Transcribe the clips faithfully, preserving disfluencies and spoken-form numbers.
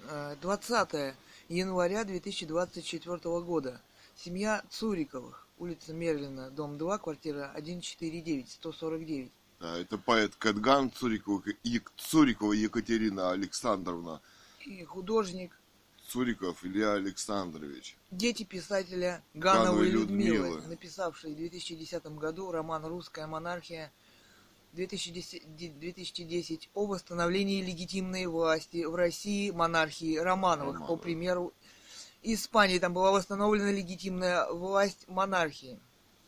двадцатое января две тысячи двадцать четвёртого года. Семья Цуриковых. Улица Мерлина, дом два, квартира сто сорок девять, сто сорок девять. Да, это поэт Кэтган Цурикова, Цурикова Екатерина Александровна. И художник Цуриков Илья Александрович. Дети писателя Гановой Людмилы, Людмилы, написавшей в две тысячи десятом году роман «Русская монархия» две тысячи десять о восстановлении легитимной власти в России монархии Романовых. Романовых. По примеру Испании там была восстановлена легитимная власть монархии.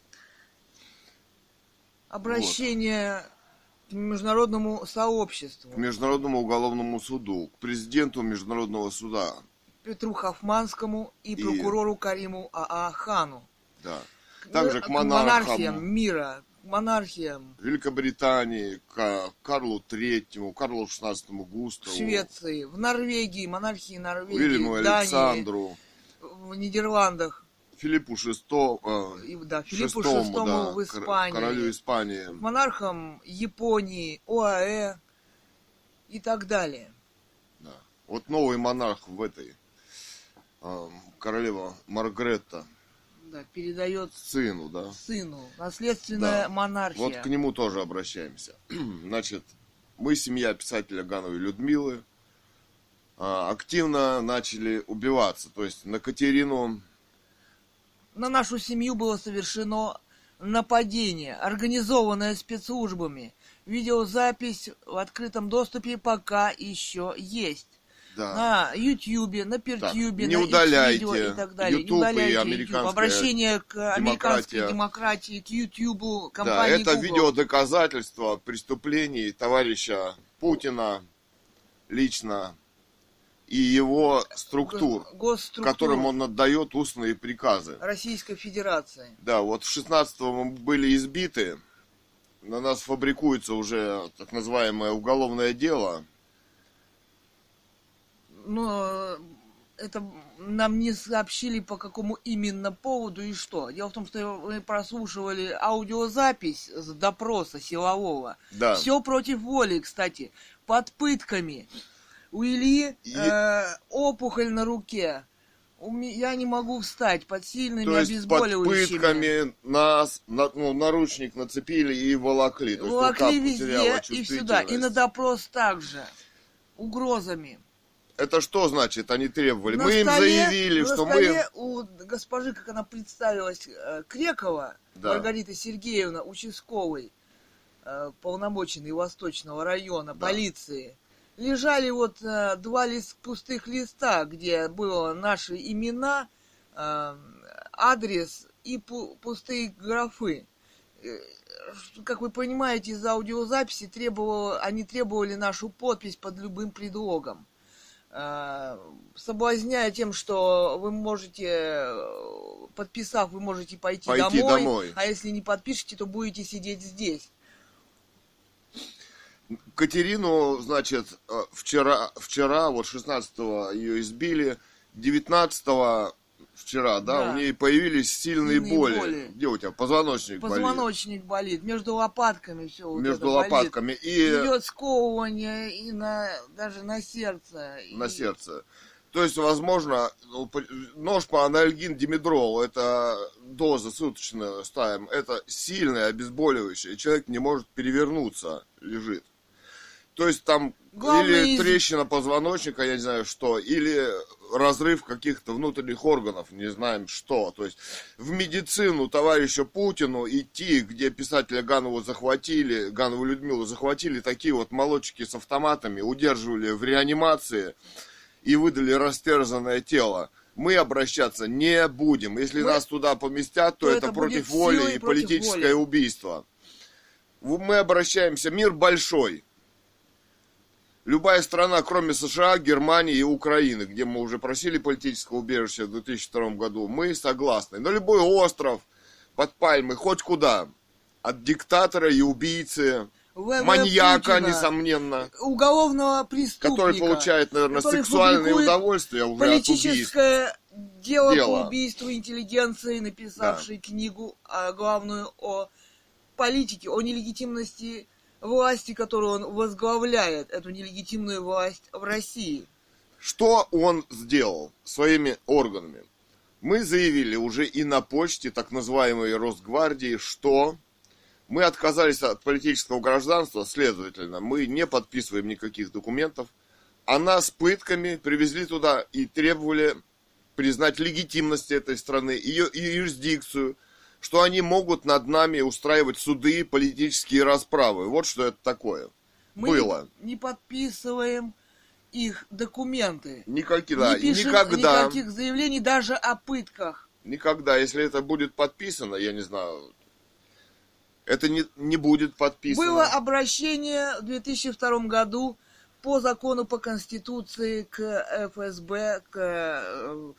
Обращение вот. К международному сообществу. К Международному уголовному суду, к президенту Международного суда. Петру Хофманскому и, и... прокурору Кариму АА Хану. Да. Также к, к монархам, к монархиям мира, к монархиям Великобритании, к Карлу Третьему, Карлу шестнадцатому Густаву, в Швеции, в Норвегии, монархии Норвегии, Уильяму в Дании, Александру, в Нидерландах, Филиппу Шестому, и, да, Филиппу Шестому, Шестому да, в Испании, королю Испании, монархам Японии, ОАЭ и так далее. Да. Вот новый монарх в этой э, королева Маргаретта. Да, передает сыну, да? Сыну. Наследственная да. монархия. Вот к нему тоже обращаемся. Значит, мы, семья писателя Гановой Людмилы, активно начали убиваться. То есть на Катерину... На нашу семью было совершено нападение, организованное спецслужбами. Видеозапись в открытом доступе пока еще есть. Да. На Ютьюбе, на Пертьюбе, не на удаляйте X-видео и так далее. YouTube не удаляйте и YouTube. американская Обращение к американской демократия. демократии, к Ютьюбу, компании Да, это Google. видеодоказательство преступлений товарища Путина лично и его структур, Госструктур которым он отдает устные приказы. Российской Федерации. Да, вот в шестнадцатом мы были избиты. На нас фабрикуется уже так называемое уголовное дело. Но это нам не сообщили, по какому именно поводу и что. Дело в том, что мы прослушивали аудиозапись с допроса силового. Да. Все против воли, кстати. Под пытками. У Ильи И... э, опухоль на руке. У меня, я не могу встать под сильными То есть обезболивающими. под пытками нас на, ну, наручник нацепили и волокли. То волокли есть везде и сюда. И на допрос также. Угрозами. Это что значит, они требовали? На мы столе, им заявили, на что столе мы... у госпожи, как она представилась, Крекова, да. Маргарита Сергеевна, участковый, полномоченный Восточного района да. полиции, лежали вот два лист, пустых листа, где было наши имена, адрес и пустые графы. Как вы понимаете, из аудиозаписи требовало, они требовали нашу подпись под любым предлогом. Соблазняя тем, что вы можете, подписав, вы можете пойти, пойти домой, домой, а если не подпишете, то будете сидеть здесь. Катерину, значит, вчера, вчера вот шестнадцатого ее избили, девятнадцатого вчера, да, да. у нее появились сильные, сильные боли. боли. Где у тебя позвоночник, позвоночник болит? Позвоночник болит, между лопатками все. Между вот лопатками. Болит. И идет сковывание и на, даже на сердце. На и... сердце. То есть, возможно, нож по анальгин димедрол, это доза суточная ставим, это сильное обезболивающее, и человек не может перевернуться, лежит. То есть там Главное или из... трещина позвоночника, я не знаю что, или разрыв каких-то внутренних органов, не знаем что. То есть в медицину товарищу Путину идти, где писателя Ганову захватили, Ганову Людмилу захватили, такие вот молодчики с автоматами, удерживали в реанимации и выдали растерзанное тело. Мы обращаться не будем. Если Мы... нас туда поместят, то, то это, это против воли и политическое воли. убийство. Мы обращаемся, мир большой. Любая страна, кроме США, Германии и Украины, где мы уже просили политического убежища в две тысячи втором году, мы согласны. На любой остров, под пальмы, хоть куда. От диктатора и убийцы, в, маньяка, Путина, несомненно. Уголовного преступника. Который получает, наверное, сексуальные удовольствия уже от убийств. Политическое дело, дело по убийству интеллигенции, написавшей да. книгу а, главную о политике, о нелегитимности власти, которую он возглавляет, эту нелегитимную власть в России. Что он сделал своими органами? Мы заявили уже и на почте так называемой Росгвардии, что мы отказались от политического гражданства, следовательно, мы не подписываем никаких документов, а нас пытками привезли туда и требовали признать легитимность этой страны, ее юрисдикцию, что они могут над нами устраивать суды, политические расправы. Вот что это такое Мы было. Не, не подписываем их документы. Никогда, не пишем никогда. никаких заявлений даже о пытках. Никогда, если это будет подписано, я не знаю, это не, не будет подписано. Было обращение в две тысячи втором году по закону, по Конституции к эф эс бэ, к,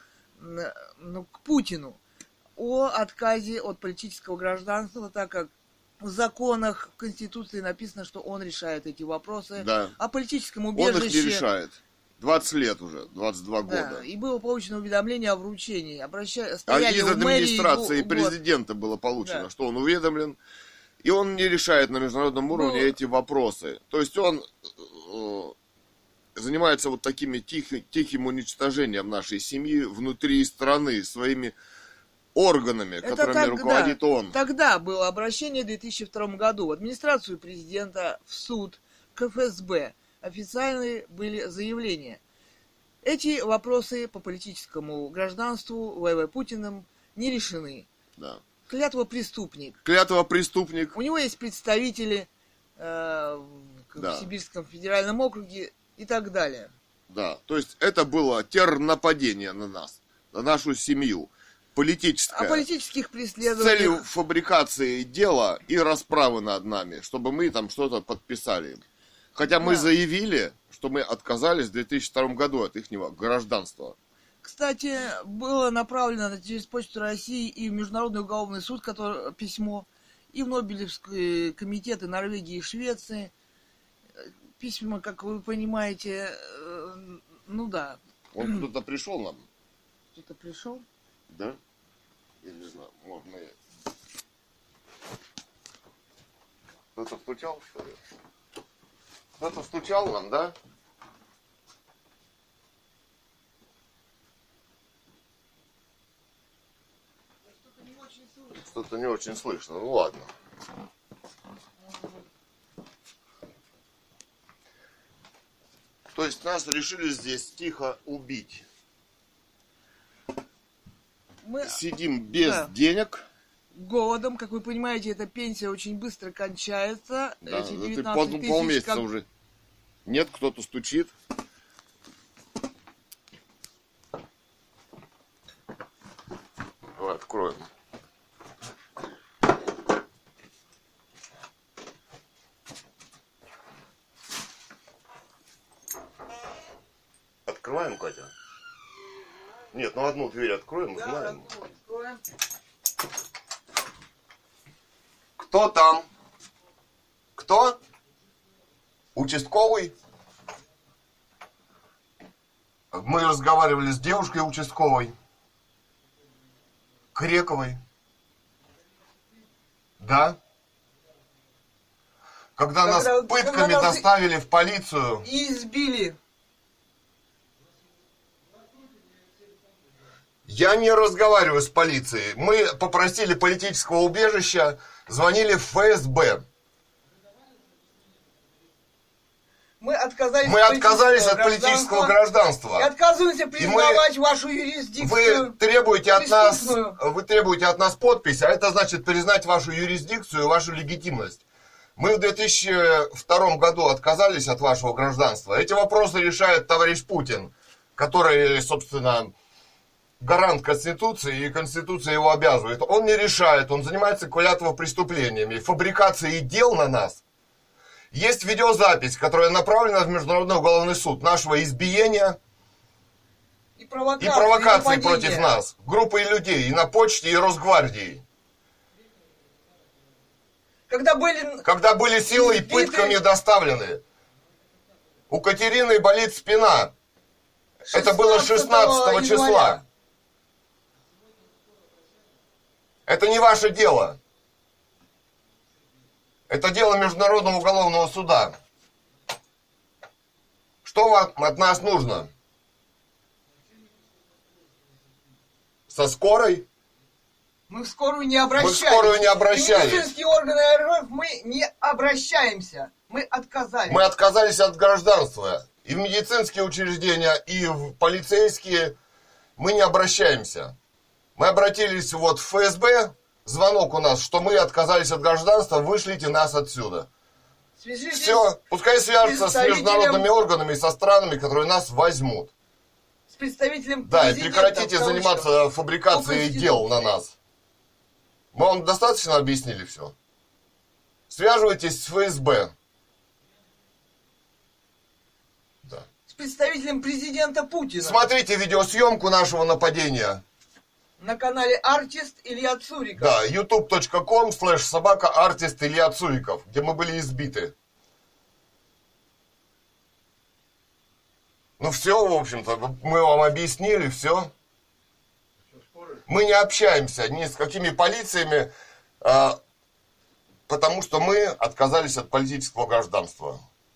ну, к Путину о отказе от политического гражданства, так как в законах, в Конституции написано, что он решает эти вопросы. Да. О политическом убежище. Он их не решает. двадцать лет уже, двадцать два Да, года. и было получено уведомление о вручении. Обраща... А Стояли из у мэрии, администрации вот. президента было получено, Да. что он уведомлен, и он не решает на международном уровне Ну, эти вопросы. То есть он э, занимается вот такими тихи, тихим уничтожением нашей семьи внутри страны своими органами, Это которыми тогда, руководит он. Тогда было обращение в две тысячи втором году в администрацию президента, в суд, к эф эс бэ. Официальные были заявления. Эти вопросы по политическому гражданству вэ вэ Путиным не решены. Да. Клятва преступник. Клятва преступник. У него есть представители э, в Да. Сибирском федеральном округе и так далее. Да, то есть это было террорнападение на нас, на нашу семью. Политическое. О политических С преследованиях. целью фабрикации дела и расправы над нами, чтобы мы там что-то подписали. Хотя мы Да. заявили, что мы отказались в две тысячи втором году от их гражданства. Кстати, было направлено через Почту России и в Международный уголовный суд, который, письмо, и в Нобелевские комитеты Норвегии и Швеции. Письма, как вы понимаете, э, ну да. Он кто-то пришел нам, Кто-то пришел. да? Я не знаю, может мы... Кто-то стучал, что ли? Кто-то стучал нам, да? Что-то не очень слышно. Что-то не очень слышно, ну ладно. То есть нас решили здесь тихо убить. Мы Сидим без Да. денег. голодом, как вы понимаете, эта пенсия очень быстро кончается. Да, Эти ну ты девятнадцать пол- тысяч, полмесяца как- уже. Нет, кто-то стучит. Давай откроем. Открываем, Катя? Нет, ну одну дверь откроем, Да, знаем. откроем. Кто там? Кто? Участковый? Мы разговаривали с девушкой участковой. Крековой. Да? Когда, Когда- нас когда пытками нас- доставили в полицию. И избили. Я не разговариваю с полицией. Мы попросили политического убежища, звонили в эф эс бэ. Мы отказались, Мы отказались от политического И гражданства. отказываемся признавать вашу Вы юрисдикцию. требуете от нас, преступную. вы требуете от нас подпись, а это значит признать вашу юрисдикцию и вашу легитимность. Мы в две тысячи втором году отказались от вашего гражданства. Эти вопросы решает товарищ Путин, который, собственно, гарант Конституции, и Конституция его обязывает. Он не решает, он занимается клятвопреступлениями, фабрикацией дел на нас. Есть видеозапись, которая направлена в Международный уголовный суд нашего избиения И провокации, и провокации нападения. против нас, группой людей, и на почте, и Росгвардии. Когда были... Когда были силой и Избиты. пытками доставлены. У Катерины болит спина. Это было шестнадцатого числа. января. Это не ваше дело. Это дело Международного уголовного суда. Что вам от нас нужно? Со скорой? Мы в скорую не обращались. Мы в скорую не обращались. И медицинские органы эр эф мы не обращаемся. Мы отказались. Мы отказались от гражданства. И в медицинские учреждения, и в полицейские мы не обращаемся. Мы обратились вот в эф эс бэ, звонок у нас, что мы отказались от гражданства, вышлите нас отсюда. Свяжитесь Все, пускай свяжутся с представителем... международными органами, со странами, которые нас возьмут. С представителем Да, и президента, прекратите в заниматься фабрикацией дел на нас. Мы вам достаточно объяснили все? Связывайтесь с эф эс бэ. Да. С представителем президента Путина. Смотрите видеосъемку нашего нападения. На канале Артист Илья Цуриков. Да, ютуб точка ком слэш собака артист Илья Цуриков, где мы были избиты. Ну все, в общем-то, мы вам объяснили, все. Мы не общаемся ни с какими полициями, а, потому что мы отказались от политического гражданства.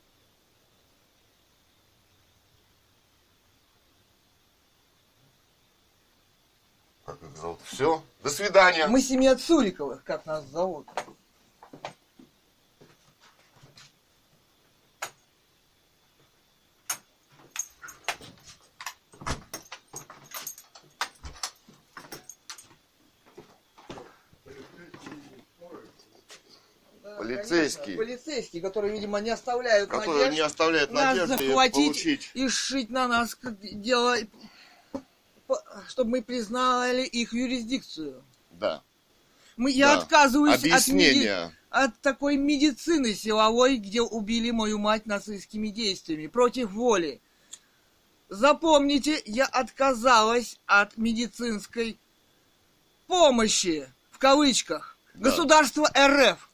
Как их зовут? Все. До свидания. Мы семья Цуриковых, как нас зовут. Полицейские. Полицейские, которые, видимо, не оставляют Которые надежд не оставляют нас надежды захватить получить. и сшить на нас как дело, чтобы мы признали их юрисдикцию. Да. Мы, я Да. отказываюсь от, Объяснение. меди- от такой медицины силовой, где убили мою мать нацистскими действиями, против воли. Запомните, я отказалась от медицинской помощи, в кавычках, Да. государства эр эф.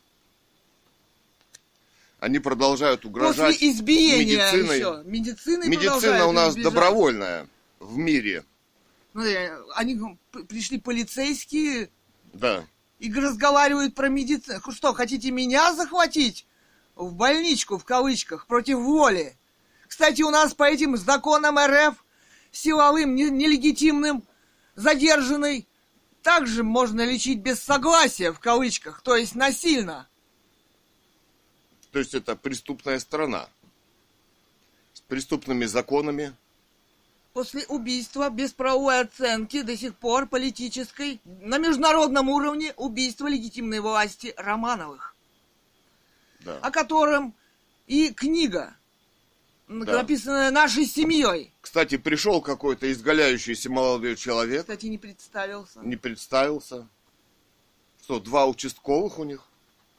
Они продолжают угрожать После избиения медициной. еще. Медицины Медицина продолжают у нас избежать. добровольная в мире. Смотри, они п- пришли полицейские Да. и разговаривают про медицину. Что, хотите меня захватить в больничку, в кавычках, против воли? Кстати, у нас по этим законам эр эф, силовым, не- нелегитимным, задержанный, также можно лечить без согласия, в кавычках, то есть насильно. То есть это преступная страна. С преступными законами. После убийства без правовой оценки до сих пор политической на международном уровне убийство легитимной власти Романовых, Да. о котором и книга, Да. написанная нашей семьей. Кстати, пришел какой-то изгаляющийся молодой человек, Кстати, не представился. не представился. Что, два участковых у них?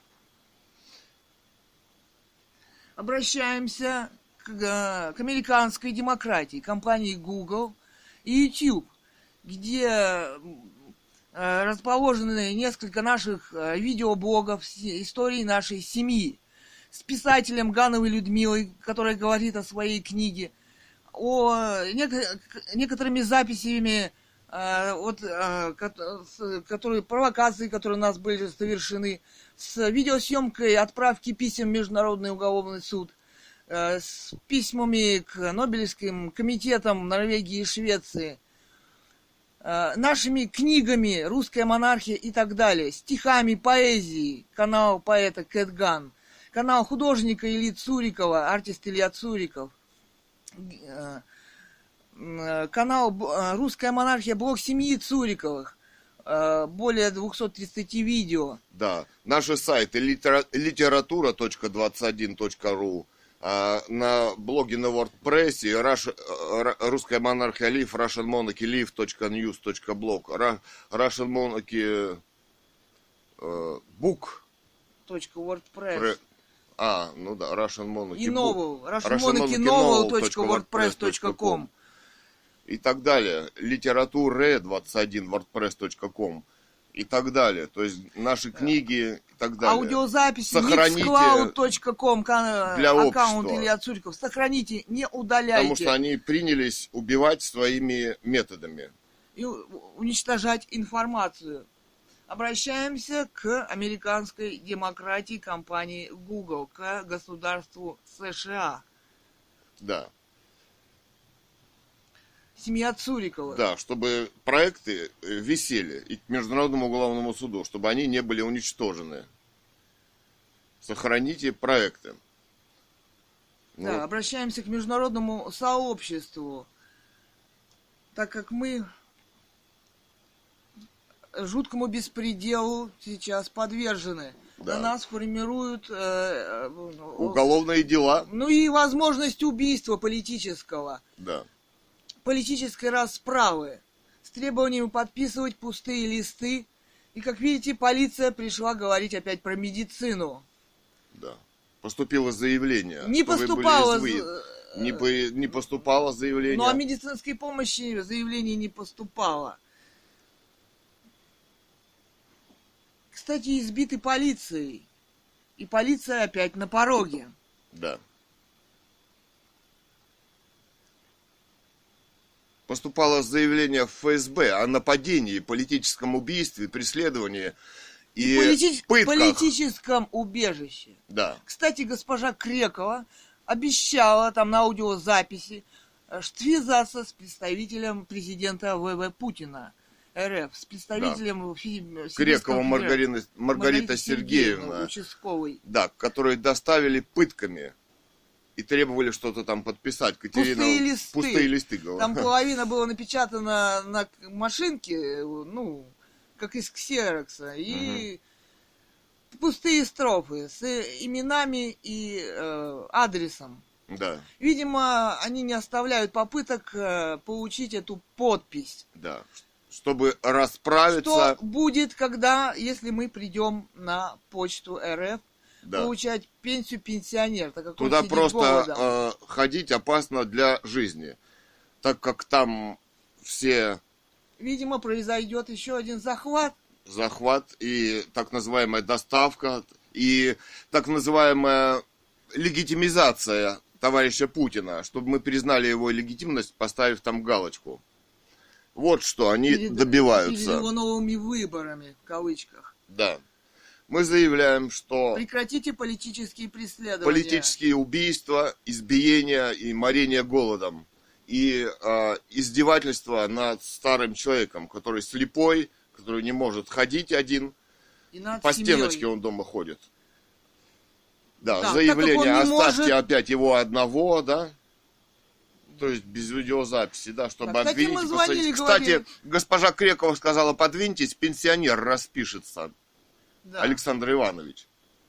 Обращаемся к, э, к американской демократии, компании Google и YouTube, где э, расположены несколько наших э, видеоблогов с истории нашей семьи, с писателем Гановой Людмилой, которая говорит о своей книге, о нек- некоторыми записями, э, вот, э, ко- с- которые, провокации, которые у нас были совершены, с видеосъемкой отправки писем в Международный уголовный суд, э, с письмами к Нобелевским комитетам Норвегии и Швеции, э, нашими книгами «Русская монархия» и так далее, стихами, поэзией, канал поэта Кэтган, канал художника Ильи Цурикова, артист Илья Цуриков, э, э, канал э, «Русская монархия», блог семьи Цуриковых, э, более двухсот тридцати видео. Да. Наши сайты литература точка двадцать один точка ру, на блоге на WordPress, Rush, э, русская монархия Лив, Russian Monarchy Live точка news точка blog, Russian Monarchy э, Book. Точка WordPress. Пре- А, ну да, Russian Monarchy И Book. новую. Russian Russian Monarchy Novel Novel точка wordpress точка com. И так далее. Литература двадцать один wordpress точка com. И так далее. То есть наши книги и так далее. Аудиозаписи Сохраните mixcloud точка ком, для аккаунт общества. Илья Цуриков. Сохраните, не удаляйте. Потому что они принялись убивать своими методами. И уничтожать информацию. Обращаемся к американской демократии компании Google, к государству США. Да. семья Цуриковых. Да, чтобы проекты висели и к Международному уголовному суду, чтобы они не были уничтожены. Сохраните проекты. Да, Вот. Обращаемся к международному сообществу, так как мы жуткому беспределу сейчас подвержены. Да. На нас формируют э, уголовные дела. Ну и возможность убийства политического. Да. Политической расправы. С требованием подписывать пустые листы. И, как видите, полиция пришла говорить опять про медицину. Да. Поступило заявление. Не поступало... Не, по... не поступало заявление. Ну, о медицинской помощи заявление не поступало. Кстати, избиты полицией. И полиция опять на пороге. Да. Поступало заявление в эф эс бэ о нападении, политическом убийстве, преследовании и, и полити... пытках. политическом убежище. Да. Кстати, госпожа Крекова обещала там на аудиозаписи связаться с представителем президента вэ вэ Путина эр эф, с представителем да. Фи... Крекова Маргарина... Маргарита, Маргарита Сергеевна, Сергеевна участковой. Да, которые доставили пытками и требовали что-то там подписать. Катерина... Пустые листы. Пустые листы. Там половина была напечатана на машинке, ну, как из ксерокса, и угу. пустые строфы с именами и э, адресом. Да. Видимо, они не оставляют попыток э, получить эту подпись. Да. Чтобы расправиться. Что будет, когда, если мы придем на почту эр эф, да. получать пенсию пенсионер, так как туда он сидит просто э, ходить опасно для жизни, так как там все... Видимо, произойдет еще один захват. Захват и так называемая доставка, и так называемая легитимизация товарища Путина, чтобы мы признали его легитимность, поставив там галочку. Вот что они перед, добиваются. Перед его новыми выборами, в кавычках. Да. Мы заявляем, что... Прекратите политические преследования. Политические убийства, избиения и морение голодом. И э, издевательство над старым человеком, который слепой, который не может ходить один. И над По семьей. стеночке он дома ходит. Да, да, заявление, оставьте может... опять его одного, да. То есть без видеозаписи, да, чтобы да, обвинить. Мы звонили, Кстати, говорили... госпожа Крекова сказала, подвиньтесь, пенсионер распишется. Да. Александр Иванович.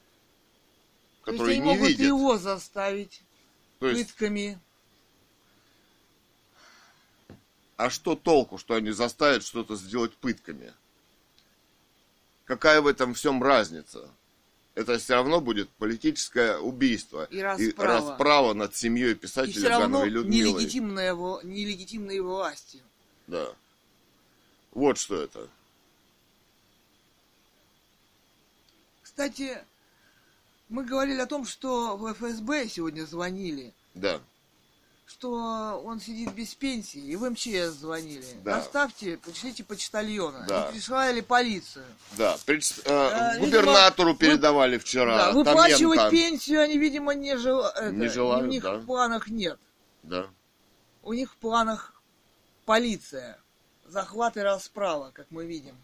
То который есть они не могут видит. его заставить То есть... пытками. А что толку, что они заставят что-то сделать пытками? Какая в этом всем разница? Это все равно будет политическое убийство. И расправа, и расправа над семьей писателя Гановой Людмилы. Нелегитимная, нелегитимной властью. Да. Вот что это. Кстати, мы говорили о том, что в эф эс бэ сегодня звонили. Да. Что он сидит без пенсии, и в эм че эс звонили. Да. Доставьте, пришлите почтальона. Да. И прислали полицию. Да, Пред... э, э, губернатору видимо, передавали вчера. Да, выплачивать Томенко. пенсию они, видимо, не, жел... это, не желают. У них да. в планах нет. Да. У них в планах полиция. Захват и расправа, как мы видим.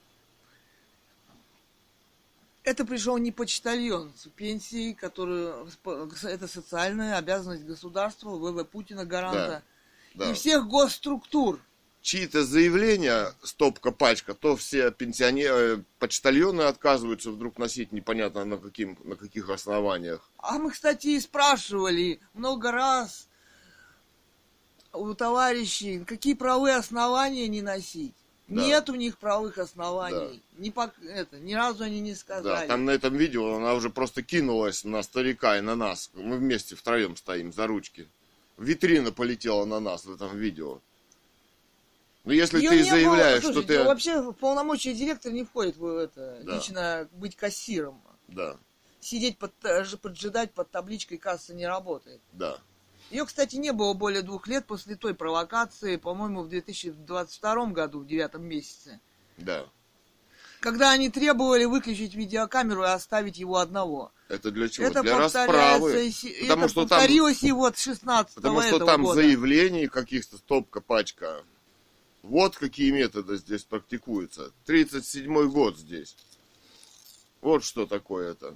Это пришел не почтальон с пенсией, которую... Это социальная обязанность государства, вэ вэ Путина, гаранта. Да, да. И всех госструктур. Чьи-то заявления, стопка-пачка, то все пенсионеры, почтальоны отказываются вдруг носить непонятно на, каким, на каких основаниях. А мы, кстати, и спрашивали много раз у товарищей, какие правовые основания не носить. Да. Нет у них правовых оснований. Да. Ни, по, это, ни разу они не сказали. Да, там на этом видео она уже просто кинулась на старика и на нас. Мы вместе втроем стоим за ручки. Витрина полетела на нас в этом видео. Но если Её ты заявляешь, было, слушайте, что ты... Вообще в полномочия директора не входит в это, да. лично быть кассиром. Да. Сидеть, под, поджидать под табличкой кассы не работает. Да. Ее, кстати, не было более двух лет после той провокации, по-моему, в две тысячи двадцать втором году, в девятом месяце. Да. Когда они требовали выключить видеокамеру и оставить его одного. Это для чего? Это для расправы. И, потому это что повторилось там, и вот шестнадцатого Потому что этого там года. заявлений каких-то стопка-пачка. Вот какие методы здесь практикуются. тридцать седьмой год здесь. Вот что такое это.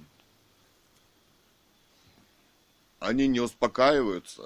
Они не успокаиваются.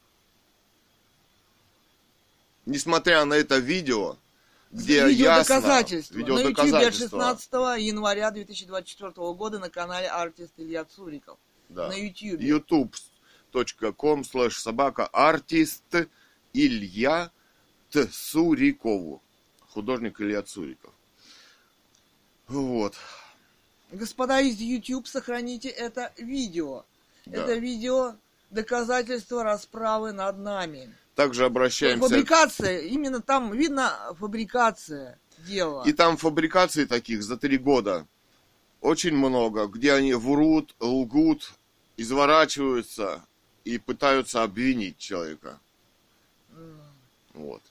Несмотря на это видео, где ясно... Видеодоказательства. На ютубе видеодоказательства. шестнадцатого января две тысячи двадцать четвёртого года на канале Артист Илья Цуриков. Да. На ютубе. ютуб точка ком слэш собака артист Илья Цурикову. Художник Илья Цуриков. Вот. Господа из YouTube, сохраните это видео. Да. Это видео доказательство расправы над нами. Также обращаемся... Фабрикация, именно там видно фабрикация дела. И там фабрикаций таких за три года очень много, где они врут, лгут, изворачиваются и пытаются обвинить человека. Mm. Вот.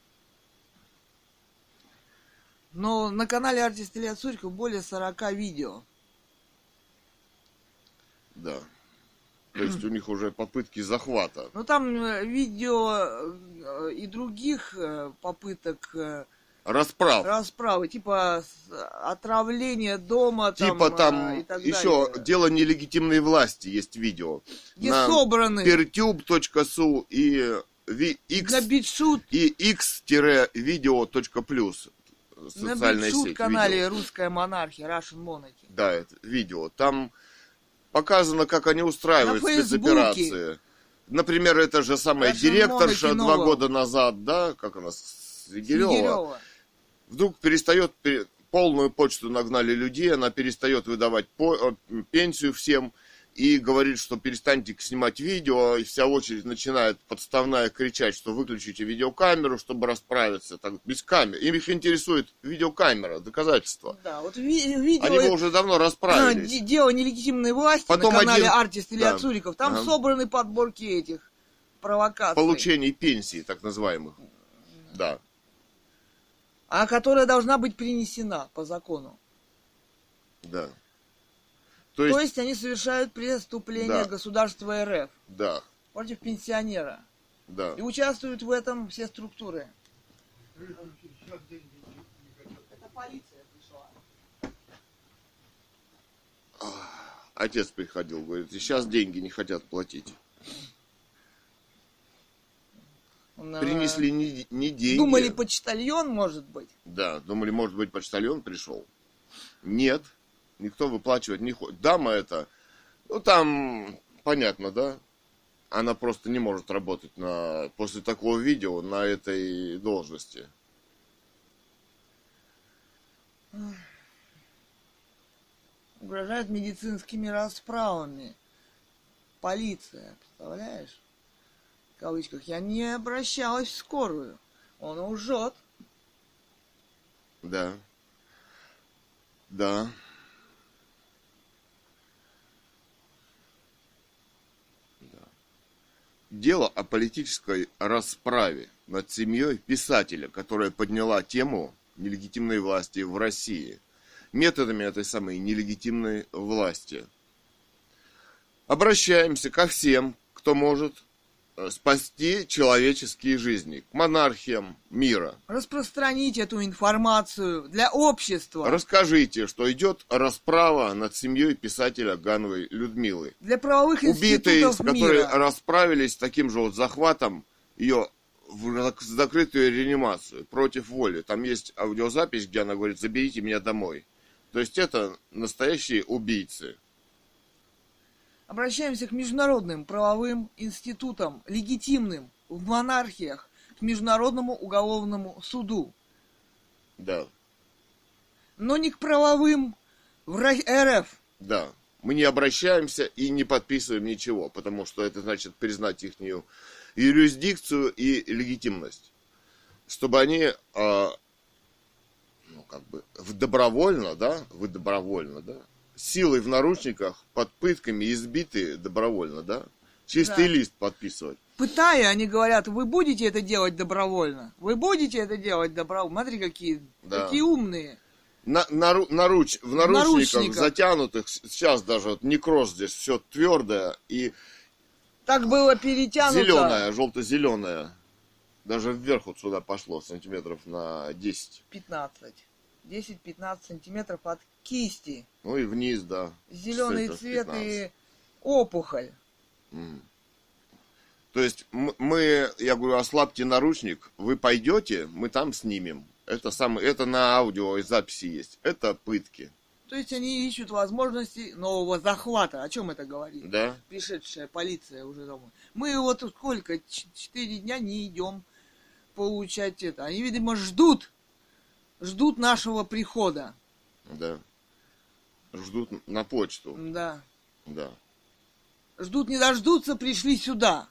Но на канале Артист Илья Цуриков более сорока видео. Да. То есть у них уже попытки захвата. Ну там видео и других попыток Расправ. расправы, типа отравление дома, Типа там, там и так еще далее. дело нелегитимной власти есть видео. Где на собраны пертюб точка су и X, на Битшут, и x-video точка плюс на социальная Битшут сеть. канале видео. Русская монархия, Russian Monarchy. Да, это видео. Там показано, как они устраивают На Фейсбуке. спецоперации. Например, это же самая Russian директорша Monarchy два Novel. года назад, да, как она, Снегирева, Снегирева. вдруг перестает, полную почту нагнали людей, она перестает выдавать по, пенсию всем и говорит, что перестаньте снимать видео, и вся очередь начинает подставная кричать, что выключите видеокамеру, чтобы расправиться, так, без камеры. Им их интересует видеокамера, доказательства. Да, вот ви- видео... Они бы уже давно расправились. Д- Дело нелегитимной власти Потом на канале один- Артист Илья да. Цуриков. Там Ага. собраны подборки этих провокаций. Получение пенсии, так называемых. Да. А которая должна быть принесена по закону. Да. То То есть, есть, они совершают преступление Да. государства РФ да, против пенсионера. да. И участвуют в этом все структуры. Это полиция пришла. Отец приходил, говорит, и сейчас деньги не хотят платить. Он, Принесли не, не деньги. Думали, почтальон, может быть. Да, думали, может быть, почтальон пришел. Нет, никто выплачивать не хочет. Дама эта, ну там, понятно, да? Она просто не может работать на, после такого видео на этой должности. Угрожает медицинскими расправами. Полиция, представляешь? В кавычках. Я не обращалась в скорую. Он лжет. Да. Да. Да. Дело о политической расправе над семьей писателя, которая подняла тему нелегитимной власти в России методами этой самой нелегитимной власти. Обращаемся ко всем, кто может спасти человеческие жизни, к монархиям мира. Распространить эту информацию для общества. Расскажите, что идет расправа над семьей писателя Гановой Людмилы. Для правовых Убитые, институтов с которой мира. расправились с таким же вот захватом ее в закрытую реанимацию против воли. Там есть аудиозапись, где она говорит, заберите меня домой. То есть это настоящие убийцы. Обращаемся к международным правовым институтам, легитимным в монархиях, к Международному уголовному суду. Да, Но не к правовым в РФ. да. Мы не обращаемся и не подписываем ничего, потому что это значит признать их юрисдикцию и легитимность. Чтобы они, э, ну, как бы, в добровольно, да, вы добровольно, да, силой в наручниках, под пытками, избитые добровольно, да, чистый Да. лист подписывать. Пытая, они говорят, вы будете это делать добровольно? Вы будете это делать добровольно? Смотри, какие, Да. какие умные. На, нару, наруч, в наручниках, наручниках затянутых, сейчас даже вот некроз здесь, все твердое и так было перетянуто. зеленое, желто-зеленое. Даже вверх вот сюда пошло сантиметров на десять. пятнадцать. десять-пятнадцать сантиметров от кисти. Ну и вниз, да. Зеленый цвет и опухоль. Mm. То есть мы, я говорю, ослабьте наручник, вы пойдете, мы там снимем. Это, самое, это на аудио и записи есть. Это пытки. То есть они ищут возможности нового захвата. О чем это говорит? Да. Пришедшая полиция уже домой. Мы вот сколько, четыре дня не идем получать это. Они, видимо, ждут, ждут нашего прихода. Да. Ждут на почту. Да. Да. Ждут, не дождутся, пришли сюда.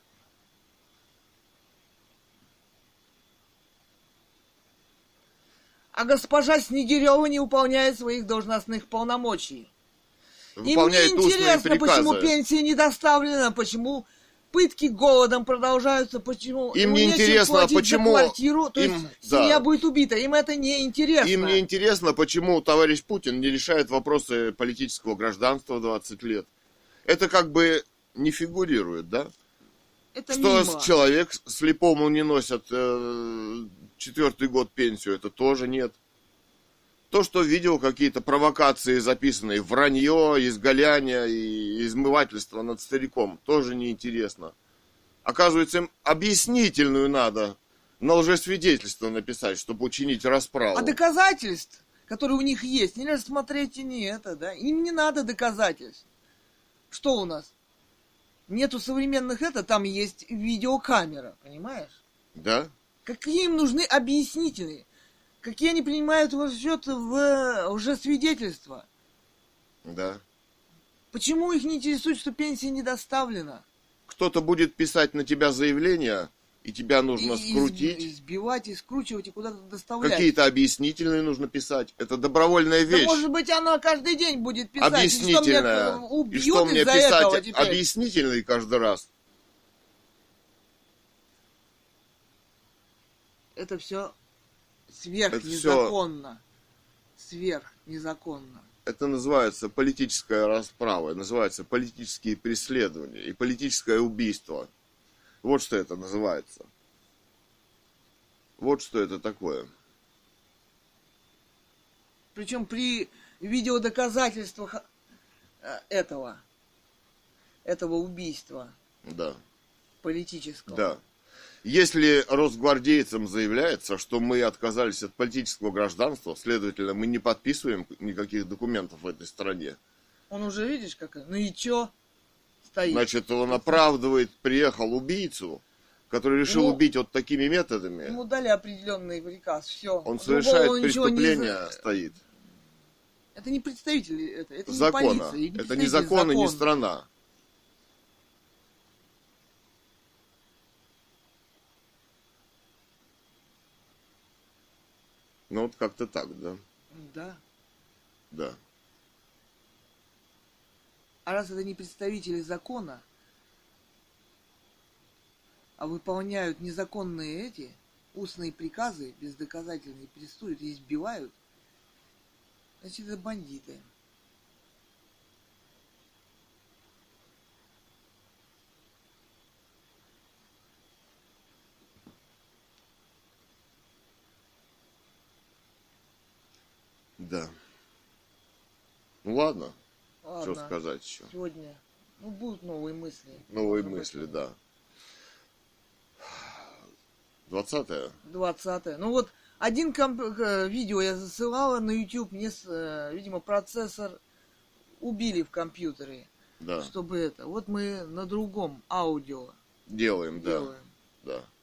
А госпожа Снегирева не выполняет своих должностных полномочий. Выполняет Им не интересно, почему пенсия не доставлена, почему пытки голодом продолжаются, почему им не интересно, почему за квартиру, то им, есть да. семья будет убита. Им это не интересно. Им не интересно, почему товарищ Путин не решает вопросы политического гражданства двадцать лет. Это как бы не фигурирует, да? Это что мимо. Человек слепому не носят э, четвертый год пенсию, это тоже нет. То, что видел какие-то провокации записанные, вранье, изгаляние и измывательство над стариком, тоже неинтересно. Оказывается, им объяснительную надо на лжесвидетельство написать, чтобы учинить расправу. А доказательств, которые у них есть, не рассмотреть и не это, да? Им не надо доказательств. Что у нас? Нету современных это, там есть видеокамера, понимаешь? Да. Какие им нужны объяснительные? Какие они принимают в счет в уже свидетельства? Да. Почему их не интересует, что пенсия не доставлена? Кто-то будет писать на тебя заявление, и тебя нужно и, скрутить. Избивать, и скручивать, и куда-то доставлять. Какие-то объяснительные нужно писать. Это добровольная вещь. Да, может быть, она каждый день будет писать. Объяснительная. И что мне, и что мне писать объяснительный каждый раз? Это все сверхнезаконно. Сверхнезаконно. Это называется политическая расправа, называется политические преследования и политическое убийство. Вот что это называется. Вот что это такое. Причем при видеодоказательствах этого, этого убийства. Да. Политического. Да. Если росгвардейцам заявляется, что мы отказались от политического гражданства, следовательно, мы не подписываем никаких документов в этой стране. Он уже, видишь, как... Ну и чё? Стоит. Значит, он оправдывает, приехал убийцу, который решил ему, убить вот такими методами. Ему дали определенный приказ, все. Он совершает он преступление, не... стоит. Это не представители, это, это закона. Не полиция, не это не закон и не страна. Ну вот как-то так, да? Да. Да. А раз это не представители закона, а выполняют незаконные эти устные приказы, бездоказательные преследуют и избивают, значит, это бандиты. Да. Ну ладно. Ладно. Что сказать еще? Сегодня, ну, будут новые мысли. Новые мысли, да. Двадцатое? Двадцатое. Ну вот, один комп... видео я засылала на YouTube, мне, видимо, процессор убили в компьютере. Да. Чтобы это. Вот мы на другом аудио делаем, делаем. Да. Да.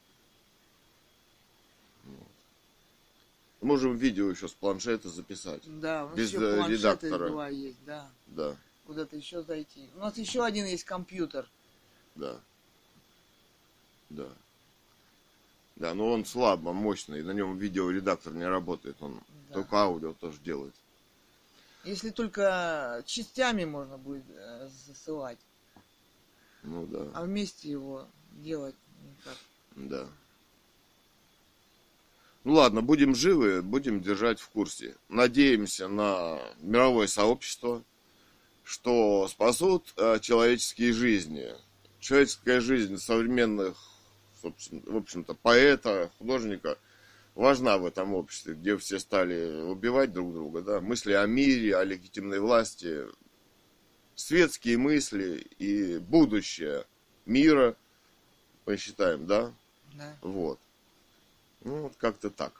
Можем видео еще с планшета записать. Да, у нас без еще редактора. Два есть, да. Да. Куда-то еще зайти. У нас еще один есть компьютер. Да. Да. Да, но он слабо, мощный, на нем видеоредактор не работает, он да. только аудио тоже делает. Если только частями можно будет э, засылать. Ну да. А вместе его делать никак. Да. Ну ладно, будем живы, будем держать в курсе. Надеемся на мировое сообщество, что спасут э, человеческие жизни. Человеческая жизнь современных, собственно, в общем-то, поэта, художника важна в этом обществе, где все стали убивать друг друга, да, мысли о мире, о легитимной власти, светские мысли и будущее мира, мы считаем, да? Да. Вот. Ну, вот как-то так.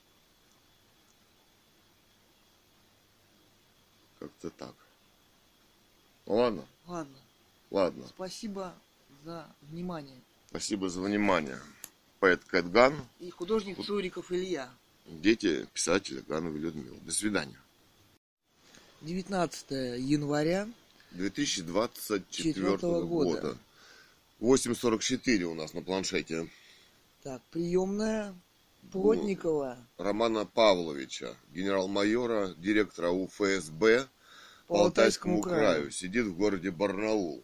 Как-то так. Ладно? Ладно. Ладно. Спасибо за внимание. Спасибо за внимание. Поэт Кэтган. И художник Цуриков Илья. Дети писателя Гановой Людмилы. До свидания. девятнадцатое января две тысячи двадцать четвёртого года. восемь сорок четыре у нас на планшете. Так, приемная Плотникова Романа Павловича, генерал-майора, директора У Ф С Б по Алтайскому краю. Сидит в городе Барнаул.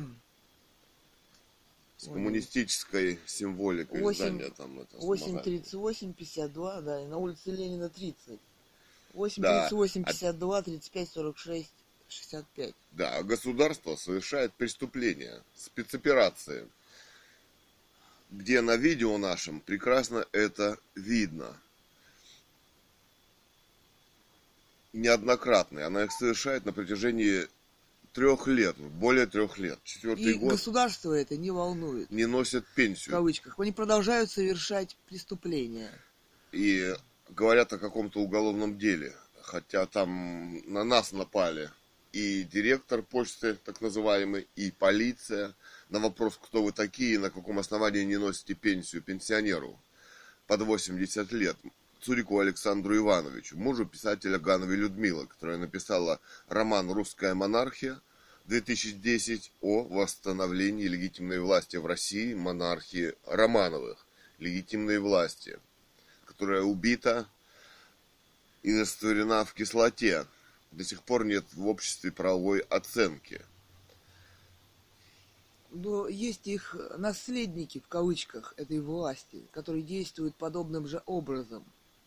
С коммунистической символикой здания там. восемь тридцать восемь пятьдесят два, да, и на улице Ленина тридцать. восемь Да. тридцать восемь пятьдесят два тридцать пять сорок шесть шестьдесят пять. Да, а государство совершает преступления, спецоперации, где на видео нашем прекрасно это видно. Неоднократные. Она их совершает на протяжении трех лет, более трех лет. Четвертый И год государство это не волнует. не носят В пенсию. кавычках. Они продолжают совершать преступления. И говорят о каком-то уголовном деле. Хотя там на нас напали и директор почты, так называемый, и полиция. На вопрос, кто вы такие и на каком основании не носите пенсию пенсионеру под восемьдесят лет. Цурику Александру Ивановичу, мужу писателя Гановой Людмилы, которая написала роман «Русская монархия» две тысячи десять о восстановлении легитимной власти в России, монархии Романовых, легитимной власти, которая убита и растворена в кислоте. До сих пор нет в обществе правовой оценки. Но есть их наследники, в кавычках, этой власти, которые действуют подобным же образом.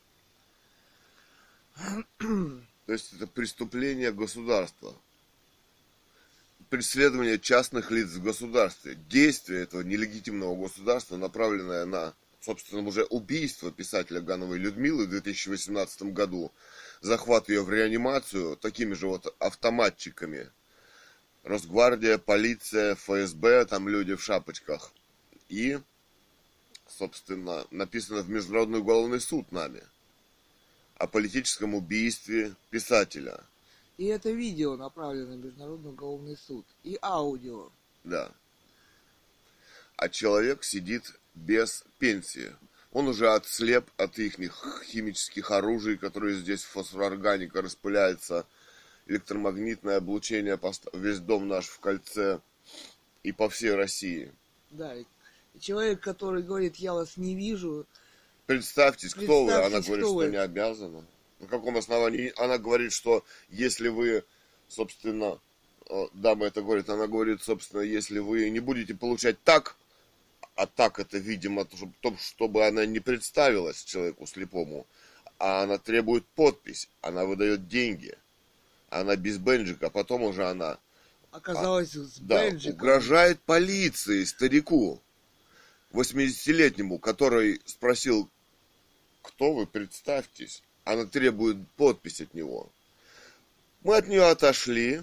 То есть это преступление государства. Преследование частных лиц в государстве. Действие этого нелегитимного государства, направленное на, собственно, уже убийство писателя Гановой Людмилы в две тысячи восемнадцатом году, захват ее в реанимацию такими же вот автоматчиками. Росгвардия, полиция, Ф С Б, там люди в шапочках. И, собственно, написано в Международный уголовный суд нами о политическом убийстве писателя. И это видео направлено в Международный уголовный суд. И аудио. Да. А человек сидит без пенсии. Он уже отслеп от их химических оружий, которые здесь фосфорорганика распыляется, электромагнитное облучение, весь дом наш в кольце и по всей России. Да, и человек, который говорит, я вас не вижу. Представьтесь, кто вы? Она Представьтесь, говорит, кто что вы? не обязана. На каком основании? Она говорит, что если вы, собственно, э, дама это говорит, она говорит, собственно, если вы не будете получать так, а так это, видимо, то, чтобы она не представилась человеку слепому, а она требует подпись, она выдает деньги, она без бенджика, потом уже она Оказалось, а, с да, бенджиком. угрожает полиции старику, восьмидесятилетнему, который спросил, кто вы, представьтесь. Она требует подпись от него. Мы от нее отошли,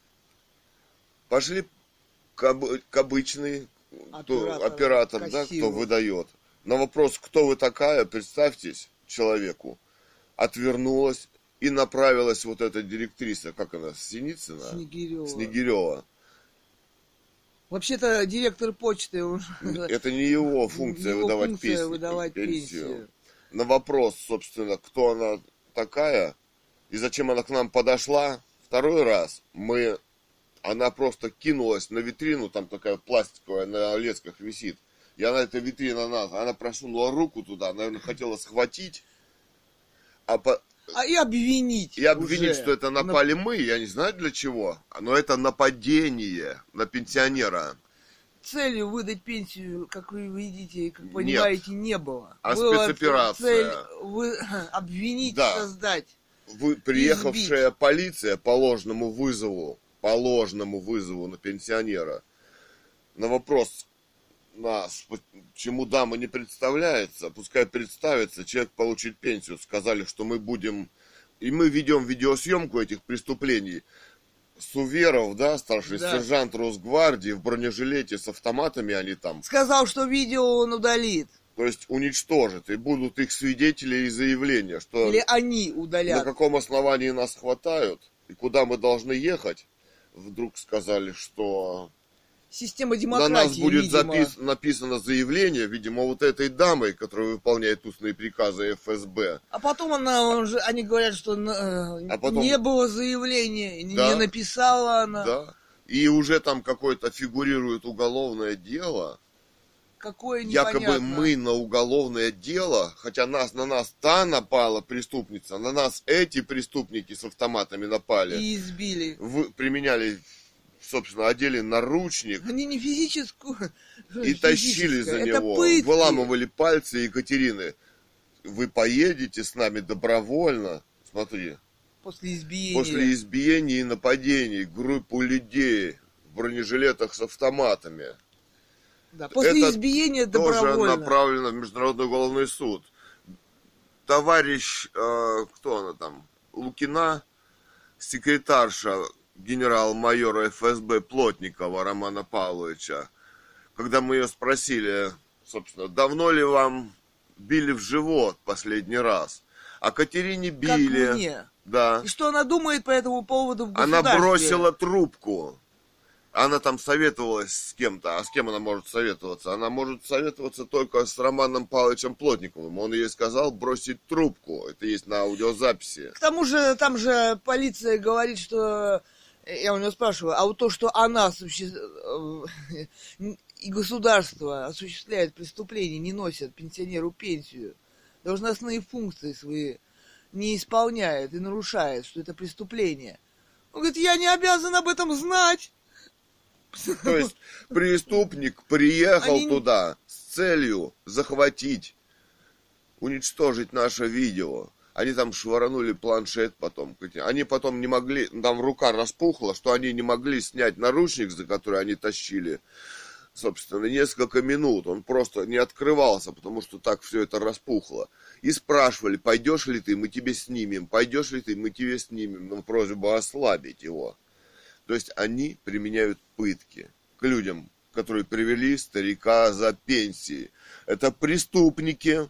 пошли к, об, к обычной Оператор, кто, оператор да, кто выдает. На вопрос, кто вы такая, представьтесь человеку, отвернулась и направилась вот эта директриса, как она, Синицына? Снегирева. Снегирева. Вообще-то директор почты... Это не его функция его выдавать, функция песню, выдавать пенсию. пенсию. На вопрос, собственно, кто она такая и зачем она к нам подошла, второй раз мы... Она просто кинулась на витрину, там такая пластиковая, на лесках висит. И она, эта витрина, она, она просунула руку туда, наверное, хотела схватить. А, по... а и обвинить. И обвинить, уже. что это напали мы, я не знаю для чего. Но это нападение на пенсионера. целью выдать пенсию, как вы видите, как понимаете, Нет. не было. А Была спецоперация. Цель вы... обвинить, да. создать. Вы, приехавшая избить. полиция по ложному вызову, по ложному вызову на пенсионера, на вопрос нас, почему дама не представляется, пускай представится, человек получит пенсию, сказали, что мы будем, и мы ведем видеосъемку этих преступлений. Суверов, да, старший да. сержант Росгвардии в бронежилете с автоматами, они там. Сказал, что видео он удалит. То есть уничтожит, и будут их свидетели и заявления, что... Или они удалят. На каком основании нас хватают, и куда мы должны ехать. Вдруг сказали, что... Система демократии, на нас будет видимо... запис... написано заявление, видимо, вот этой дамой, которая выполняет устные приказы эф эс бэ. А потом она, он же, они говорят, что э, а потом... не было заявления, да, не написала она. Да. И уже там какое-то фигурирует уголовное дело. Какое непонятно. Якобы мы на уголовное дело, хотя нас, на нас та напала преступница, на нас эти преступники с автоматами напали. И избили. Вы, применяли... собственно, одели наручник. Они не физическую. И тащили за это него. пытки. Выламывали пальцы Екатерины. Вы поедете с нами добровольно. Смотри. После избиения. После избиений и нападений группу людей в бронежилетах с автоматами. Да, после это избиения добровольно. тоже направлено в Международный уголовный суд. Товарищ, э, кто она там? Лукина, секретарша генерал-майора эф эс бэ Плотникова Романа Павловича, когда мы ее спросили, собственно, давно ли вам били в живот последний раз? А Катерине били. Как мне? Да. И что она думает по этому поводу в государстве? Она бросила трубку. Она там советовалась с кем-то. А с кем она может советоваться? Она может советоваться только с Романом Павловичем Плотниковым. Он ей сказал бросить трубку. Это есть на аудиозаписи. К тому же, там же полиция говорит, что... Я у нее спрашиваю, а вот то, что она суще... и государство осуществляет преступление, не носят пенсионеру пенсию, должностные функции свои не исполняет и нарушает, что это преступление. Он говорит, я не обязан об этом знать. То есть преступник приехал Они... туда с целью захватить, уничтожить наше видео. Они там швырнули планшет потом. Они потом не могли, там рука распухла, что они не могли снять наручник, за который они тащили, собственно, несколько минут. Он просто не открывался, потому что так все это распухло. И спрашивали, пойдешь ли ты, мы тебе снимем, пойдешь ли ты, мы тебе снимем, на просьбу ослабить его. То есть они применяют пытки к людям, которые привели старика за пенсией. Это преступники.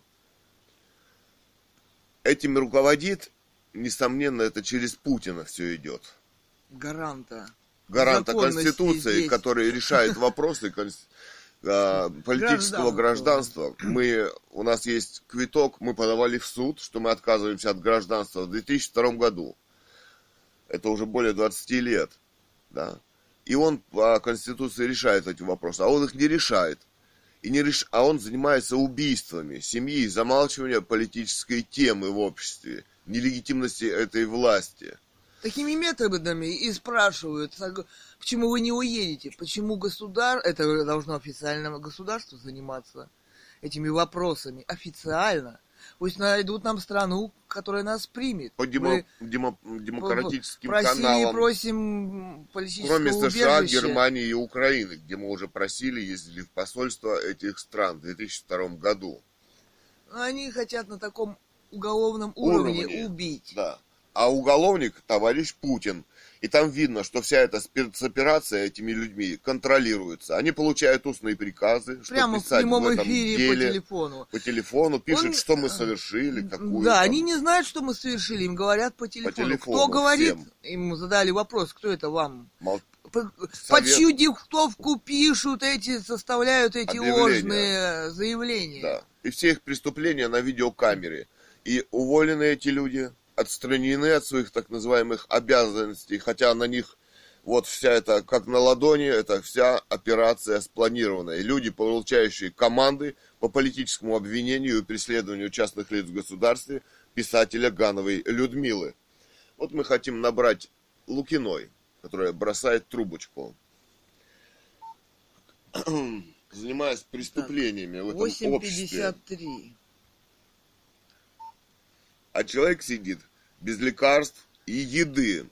Этим руководит, несомненно, это через Путина все идет. Гаранта. Гаранта Конституции, здесь. Который решает вопросы политического гражданства. Мы, у нас есть квиток, мы подавали в суд, что мы отказываемся от гражданства в две тысячи втором году. Это уже более двадцати лет. Да? И он по Конституции решает эти вопросы, а он их не решает. И не реш... А он занимается убийствами семьи, замалчиванием политической темы в обществе, нелегитимности этой власти. Такими методами и спрашивают, почему вы не уедете, почему государ... Это должно официально государство заниматься этими вопросами. Официально. Пусть найдут нам страну, которая нас примет. По демо... Мы демо... демократическим просили, каналам. Просим политического Кроме убежища. США, Германии и Украины, где мы уже просили, ездили в посольство этих стран в две тысячи втором году. Они хотят на таком уголовном уровне, уровне убить. Да. А уголовник товарищ Путин. И там видно, что вся эта спецоперация этими людьми контролируется. Они получают устные приказы, прямо что писать в прямом в этом эфире деле. по телефону. По телефону пишут, Он... что мы совершили, какую. Да, там... они не знают, что мы совершили, им говорят по телефону. По телефону кто говорит? всем. Им задали вопрос, кто это вам? Мол... По, Совет... под чью диктовку пишут эти, составляют эти объявления. ложные заявления. Да. И все их преступления на видеокамере. И уволены эти люди, отстранены от своих так называемых обязанностей, хотя на них вот вся эта, как на ладони, это вся операция спланирована. И люди, получающие команды по политическому обвинению и преследованию частных лиц в государстве, писателя Гановой Людмилы. Вот мы хотим набрать Лукиной, которая бросает трубочку. занимаясь преступлениями в этом восемь обществе, пятьдесят три. а человек сидит без лекарств и еды.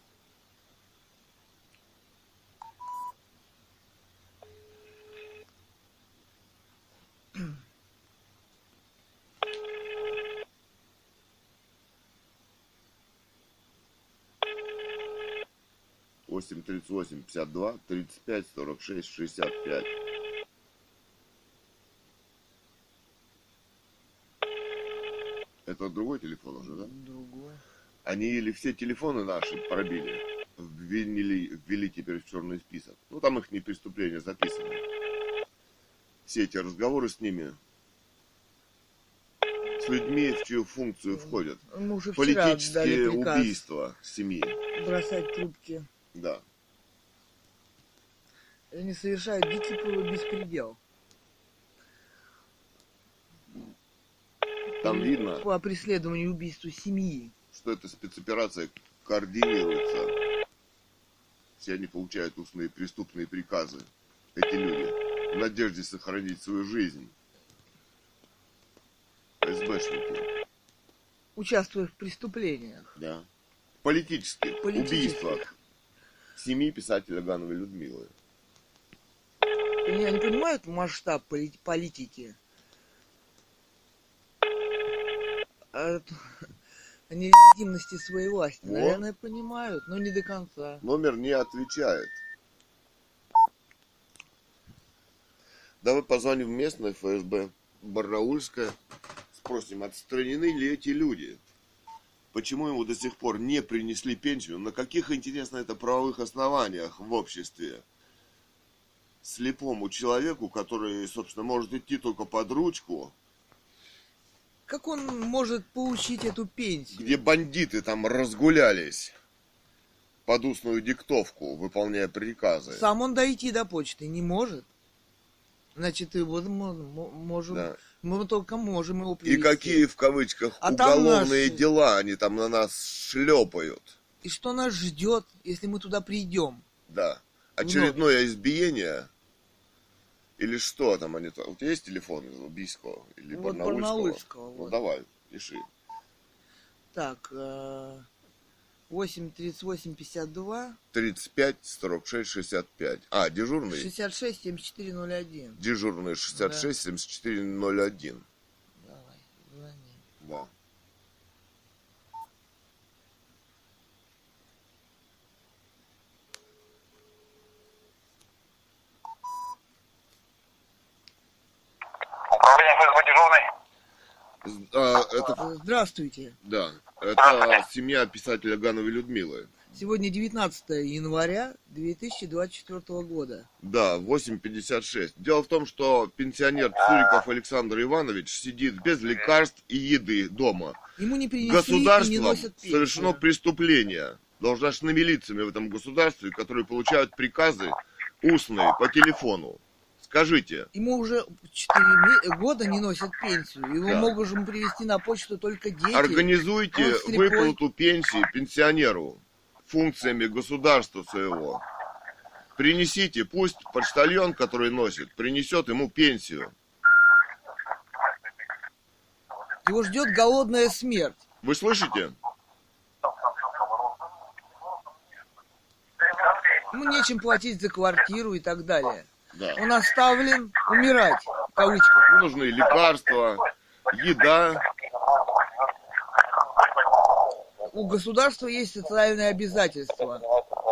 восемь тридцать восемь пятьдесят два тридцать пять сорок шесть шестьдесят пять. Это другой телефон уже, да? Другой. Они или все телефоны наши пробили, ввели, ввели теперь в черный список. Ну, там их не преступления записаны. Все эти разговоры с ними, с людьми, в чью функцию входят. Мы уже Политические убийства семьи. Бросать трубки. Да. Они совершают дикий беспредел. Там видно, по преследованию и убийству семьи, что эта спецоперация координируется. Все они получают устные преступные приказы, эти люди, в надежде сохранить свою жизнь. СБшники. Участвуя в преступлениях. Да. Политических, Политических. убийствах семьи писателя Гановой Людмилы. Они не понимают масштаб политики. О нелегитимности своей власти. Вот. Наверное, понимают, но не до конца. Номер не отвечает. Давай позвоним в местное эф эс бэ Барнаульское, спросим, отстранены ли эти люди. Почему ему до сих пор не принесли пенсию? На каких, интересно, это правовых основаниях в обществе? Слепому человеку, который, собственно, может идти только под ручку. Как он может получить эту пенсию? Где бандиты там разгулялись под устную диктовку, выполняя приказы. Сам он дойти до почты не может. Значит, его можем, Да. мы только можем его привести. И какие, в кавычках, а уголовные наши... дела они там на нас шлепают. И что нас ждет, если мы туда придем? Да. Очередное избиение. Или что там они там? У тебя есть телефон из Убийского или Вот Барнаульского? Барнаульского, Ну вот. давай, пиши. Так, восемь тридцать восемь пятьдесят два тридцать пять сорок шесть шестьдесят пять. А, дежурный? шестьдесят шесть семьдесят четыре ноль один. Дежурный шестьдесят шесть семьдесят четыре ноль один. Давай, звони. Да. Управление эф эс бэ дежурный. А, это, Здравствуйте. да, это семья писателя Гановой Людмилы. Сегодня девятнадцатое января две тысячи двадцать четвёртого года. Да, восемь пятьдесят шесть. Дело в том, что пенсионер Цуриков Александр Иванович сидит без лекарств и еды дома. Ему не принесли и не Государством носят пенсию. совершено преступление должностными лицами в этом государстве, которые получают приказы устные по телефону. Скажите. Ему уже четыре года не носят пенсию. Его Да. можем привезти на почту только дети. Организуйте Он слепой. выплату пенсии пенсионеру функциями государства своего. Принесите, пусть почтальон, который носит, принесет ему пенсию. Его ждет голодная смерть. Вы слышите? Ему нечем платить за квартиру и так далее. Да. Он оставлен умирать, в кавычках. Ему нужны лекарства, еда. У государства есть социальные обязательства.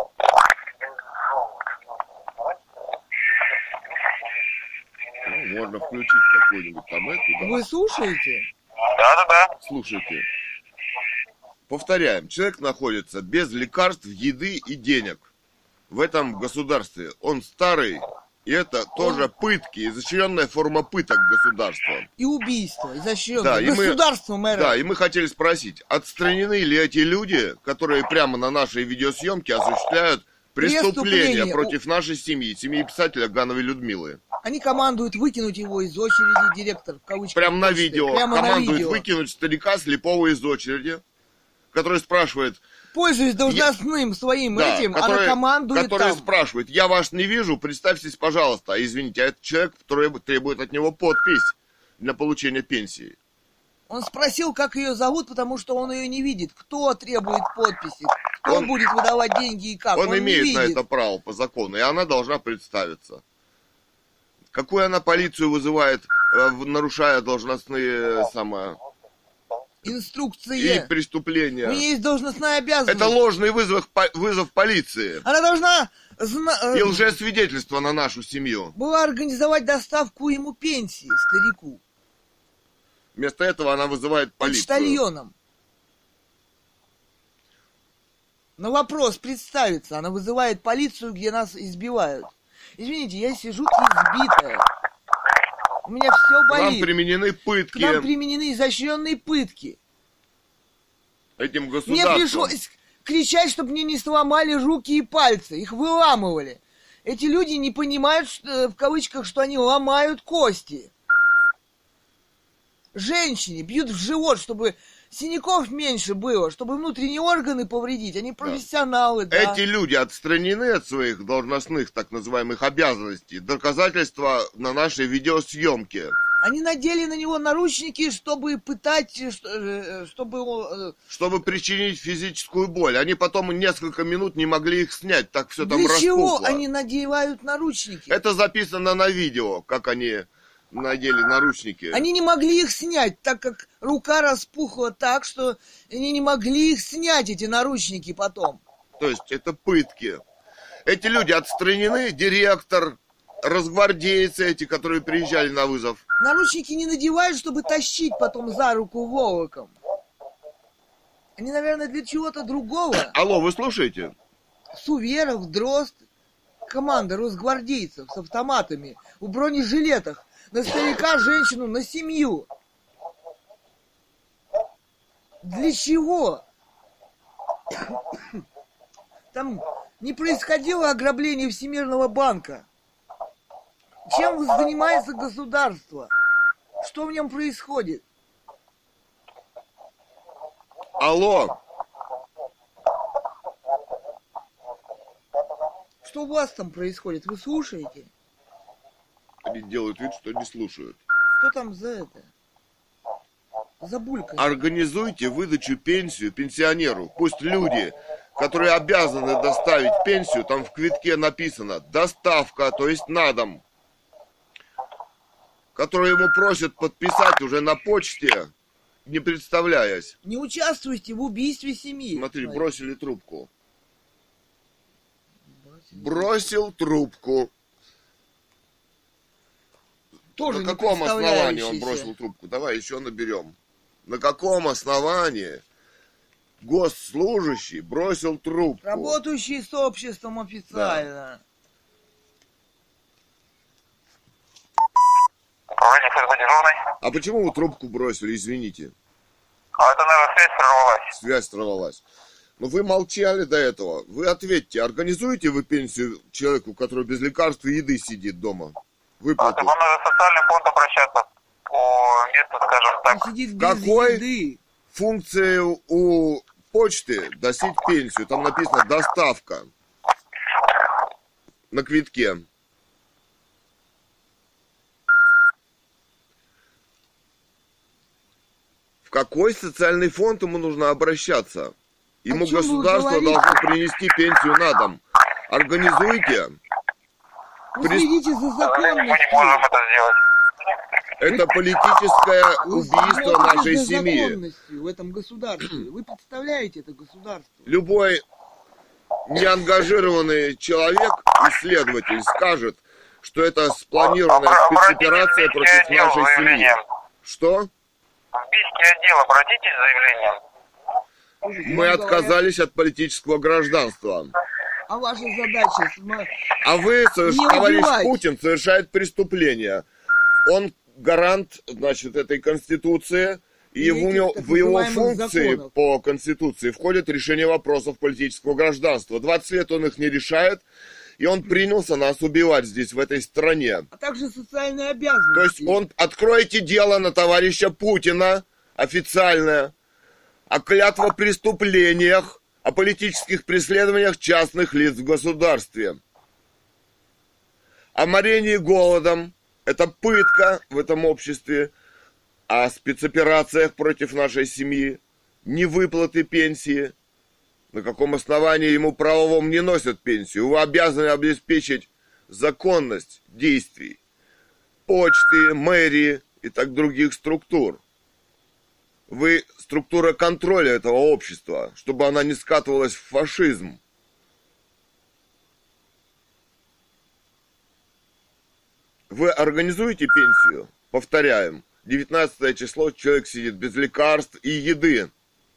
Ну, можно включить какую-нибудь там эту, да. Вы слушаете? Да-да-да. Слушайте. Повторяем, человек находится без лекарств, еды и денег в этом государстве. Он старый, и это тоже пытки, изощренная форма пыток государства. И убийство, изощренное. Да, и мы- Государством, мэра. Да, и мы хотели спросить, отстранены ли эти люди, которые прямо на нашей видеосъемке осуществляют преступления Преступление. против нашей семьи, семьи писателя Гановой Людмилы. Они командуют выкинуть его из очереди, директор, в кавычках. Прямо на почты. видео Прямо на командует видео. выкинуть старика слепого из очереди, который спрашивает, пользуясь должностным своим Да, этим, который, она командует который там. спрашивает, я вас не вижу, представьтесь, пожалуйста. А извините, а это человек, который требует от него подпись для получения пенсии. Он спросил, как ее зовут, потому что он ее не видит. Кто требует подписи? Кто Он- будет выдавать деньги и как? Он, не имеет на видит. это право по закону, и она должна представиться. Какую она полицию вызывает, э, в- нарушая должностные самое, Инструкции. и У преступления? нее есть должностная обязанность. Это ложный вызов, по- вызов полиции Она должна зна- э, и лжесвидетельство на нашу семью. была организовать доставку ему пенсии, старику. Вместо этого она вызывает полицию. Почтальоном. На вопрос представиться, она вызывает полицию, где нас избивают. Извините, я сижу избитая. У меня все К нам болит. применены К пытки нам применены изощренные пытки. этим Мне государством. пришлось кричать, чтобы мне не сломали руки и пальцы. Их выламывали. Эти люди не понимают, что, в кавычках, что они ломают кости. Женщине бьют в живот, чтобы синяков меньше было, чтобы внутренние органы повредить. Они профессионалы, да. Эти люди отстранены от своих должностных, так называемых, обязанностей. Доказательства на нашей видеосъемке. Они надели на него наручники, чтобы пытать, э, что- э, чтобы... э, Чтобы причинить физическую боль. Они потом несколько минут не могли их снять, так все там Для распухло. чего они надевают наручники? Это записано на видео, как они надели наручники. Они не могли их снять, так как рука распухла так, что они не могли их снять, эти наручники, потом. То есть это пытки. Эти люди отстранены, директор, разгвардейцы эти, которые приезжали на вызов. Наручники не надевают, чтобы тащить потом за руку волоком. Они, наверное, для чего-то другого. Алло, вы слушаете? Суверов, Дрозд, команда росгвардейцев с автоматами, в бронежилетах, на старика, женщину, на семью. Для чего? Там не происходило ограбление Всемирного банка. Чем занимается государство? Что в нем происходит? Алло, Что у вас там происходит? Вы слушаете? они делают вид, что не слушают. Что там за это? За булька. Организуйте выдачу пенсию пенсионеру. Пусть люди, которые обязаны доставить пенсию, там в квитке написано «доставка», то есть на дом, который ему просят подписать уже на почте, не представляясь. Не участвуйте в убийстве семьи. Смотри, Смотри. бросили трубку. Бросил трубку. Тоже На не каком основании он представляющийся. бросил трубку? Давай еще наберем. На каком основании госслужащий бросил трубку? Работающий с обществом официально. Управление ФСБ дежурный. А почему вы трубку бросили, извините? А это, наверное, связь прервалась. Связь сорвалась. Но вы молчали до этого. Вы ответьте, организуете вы пенсию человеку, который без лекарств и еды сидит дома? А, Выплату. так он надо в социальный фонд обращаться по месту, скажем Он так. сидит без Какой? еды. Функция у почты досить пенсию. Там написано «доставка» на квитке. В какой социальный фонд ему нужно обращаться? Ему О чем вы государство говорите? должно принести пенсию на дом. Организуйте. Вы При- следите за Мы не можем законностью. это сделать. Это политическое Вы убийство следите нашей за семьи. законностью в этом государстве. Вы представляете это государство? Любой неангажированный человек, исследователь, скажет, что это спланированная Обра- спецоперация обратитесь в против бийский отдел нашей с семьи. заявлением. Что? В бийский отдел обратитесь с заявлением. Слушайте, Мы вам отказались от политического гражданства. говорят, а ваша задача... сма- А вы, соверш- Не товарищ убивать. Путин, совершает преступление. Он гарант, значит, этой Конституции, и И в, этих него- так в его называемых функции законов. по Конституции входит решение вопросов политического гражданства. двадцать лет он их не решает, и он принялся нас убивать здесь, в этой стране. А также социальные обязанности. То есть он, откройте дело на товарища Путина, официальное, о клятвопреступлениях, о политических преследованиях частных лиц в государстве, о морении голодом, это пытка в этом обществе, о спецоперациях против нашей семьи, невыплаты пенсии, на каком основании ему правовом не носят пенсию. Вы обязаны обеспечить законность действий почты, мэрии и так других структур. Вы структура контроля этого общества, чтобы она не скатывалась в фашизм. Вы организуете пенсию? Повторяем. девятнадцатое число, человек сидит без лекарств и еды.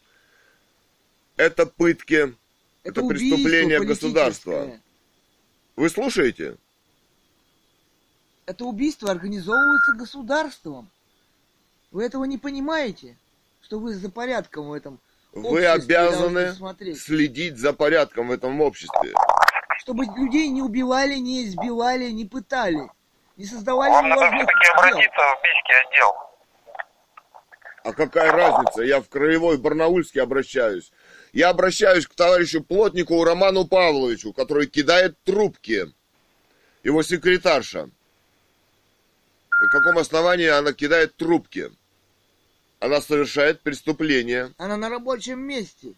Это пытки, это, это преступление государства. Вы слушаете? Это убийство организовывается государством. Вы этого не понимаете? Что вы за порядком в этом обществе. Вы обязаны следить за порядком в этом обществе. Чтобы людей не убивали, не избивали, не пытали. Не создавали Вам надо невозможных все-таки дел. обратиться в Бийский отдел. А какая разница? Я в Краевой Барнаульский обращаюсь. Я обращаюсь к товарищу Плотникову Роману Павловичу, который кидает трубки. Его секретарша. На каком основании она кидает трубки? Она совершает преступление. Она на рабочем месте.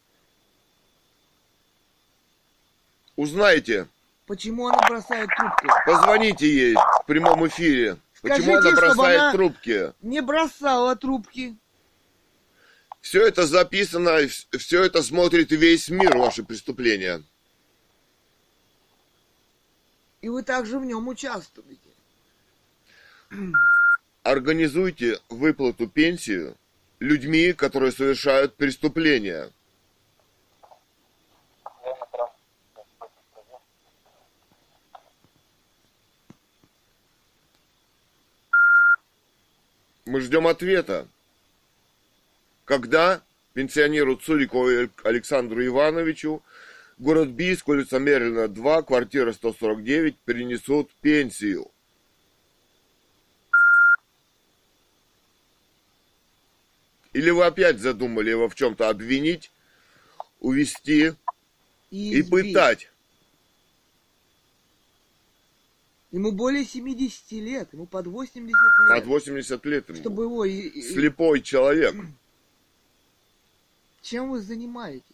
Узнайте. Почему она бросает трубки? Позвоните ей в прямом эфире. Скажите, почему она бросает она трубки? Не бросала трубки. Все это записано, все это смотрит весь мир, ваши преступления. И вы также в нем участвуете. Организуйте выплату пенсии людьми, которые совершают преступления. Мы ждем ответа. Когда пенсионеру Цурикову Александру Ивановичу, город Бийск, улица Мерлина, два, квартира сто сорок девять, перенесут пенсию? Или вы опять задумали его в чем-то обвинить, увести и, и пытать? Ему более семидесяти лет, ему под восемьдесят лет. Под восемьдесят лет ему. Чтобы его... И, слепой человек. Чем вы занимаетесь?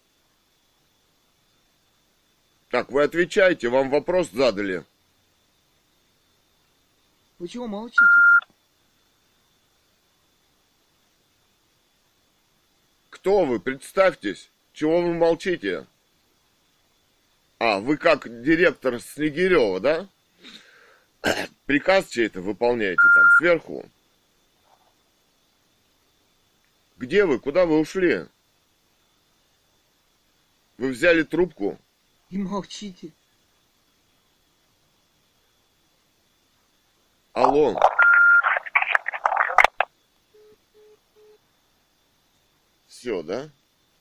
Так, вы отвечайте, вам вопрос задали. Вы чего молчите-то? Кто вы? Представьтесь. Чего вы молчите? А, вы как директор Снегирева, да? Приказ чей-то выполняете там сверху. Где вы? Куда вы ушли? Вы взяли трубку? И молчите. Алло. Все, да?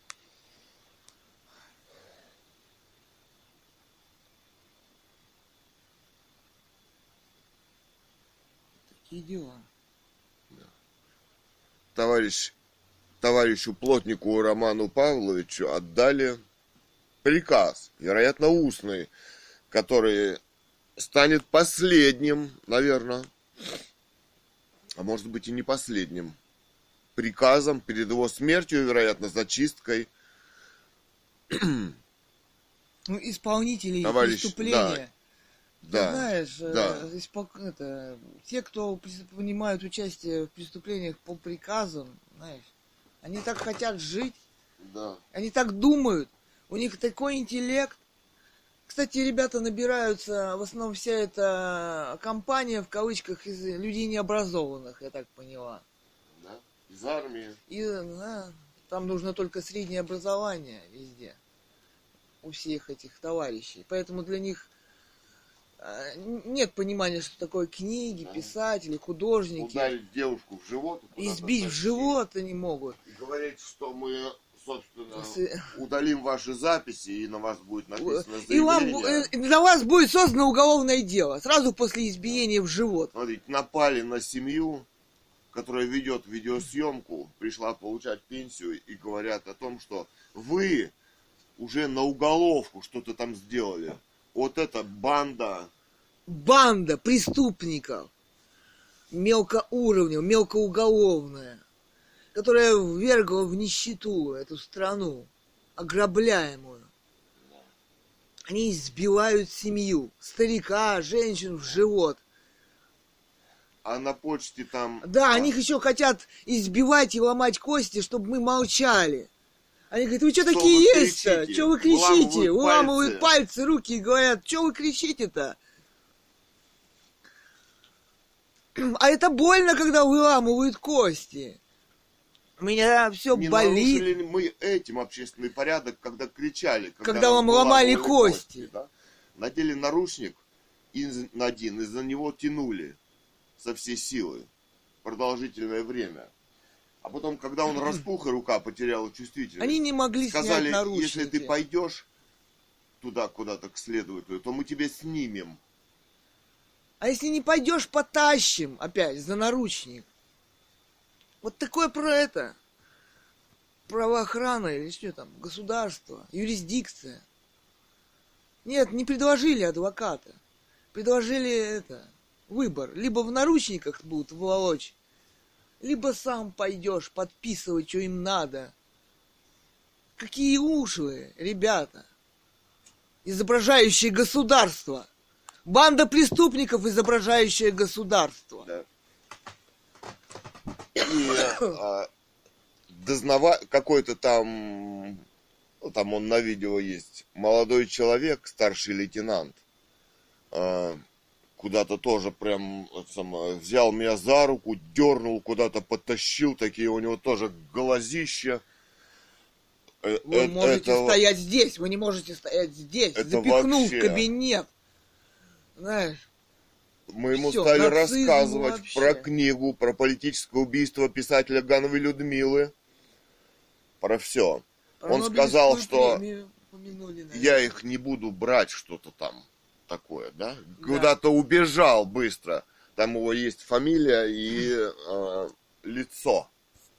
Такие дела. Товарищ, товарищу Плотнику Роману Павловичу отдали приказ, вероятно, устный, который станет последним, наверное, а может быть и не последним, приказом перед его смертью, вероятно, зачисткой. Ну, исполнителей Товарищ, преступления. Да, Ты знаешь, да. э, испол... это, те, кто принимают участие в преступлениях по приказам, знаешь, они так хотят жить, Да. они так думают, у них такой интеллект. Кстати, ребята набираются, в основном вся эта компания, в кавычках, из людей необразованных, я так поняла. Да. Из армии. И да, там нужно только среднее образование везде, у всех этих товарищей. Поэтому для них нет понимания, что такое книги, да. Писатели, художники. Ударить девушку в живот. Избить в живот они могут. И говорить, что мы, собственно, После... удалим ваши записи, и на вас будет написано заявление. И вам, для вас будет создано уголовное дело. Сразу после избиения в живот. Смотрите, напали на семью, которая ведет видеосъемку, пришла получать пенсию, и говорят о том, что вы уже на уголовку что-то там сделали. Вот это банда. Банда преступников мелкоуровневая, мелкоуголовная, которая ввергла в нищету эту страну, ограбляемую. Они избивают семью, старика, женщин в живот. А на почте там... Да, а... они их еще хотят избивать и ломать кости, чтобы мы молчали. Они говорят, вы что, что такие есть-то? Что вы кричите? Уламывают пальцы. пальцы, руки и говорят, что вы кричите-то? А это больно, когда выламывают кости. У меня все не болит. Не нарушили мы этим общественный порядок, когда кричали? Когда, когда вам ломали кости. кости да? Надели наручник на один, из-за него тянули со всей силы продолжительное время. А потом, когда он распух и рука потеряла чувствительность, они не могли сказали, снять наручники. Если ты пойдешь туда куда-то к следователю, то мы тебя снимем. А если не пойдешь, потащим опять за наручник. Вот такое про это. Правоохрана или что там, государство, юрисдикция. Нет, не предложили адвоката. Предложили это, выбор. Либо в наручниках будут волочь, либо сам пойдешь подписывать, что им надо. Какие ушлые ребята, изображающие государство. Банда преступников, изображающая государство. Да. И а, дознава... какой-то там, ну, там он на видео есть, молодой человек, старший лейтенант, а, куда-то тоже прям сам, взял меня за руку, дернул, куда-то потащил, такие у него тоже глазища. Вы э- можете это... стоять здесь, вы не можете стоять здесь, это запихнул вообще... в кабинет. Знаешь, мы ему всё, стали рассказывать вообще. Про книгу, про политическое убийство писателя Гановой Людмилы, про все. Про Он сказал, что я их не буду брать, что-то там такое, да? да. Куда-то убежал быстро. Там у него есть фамилия и э, лицо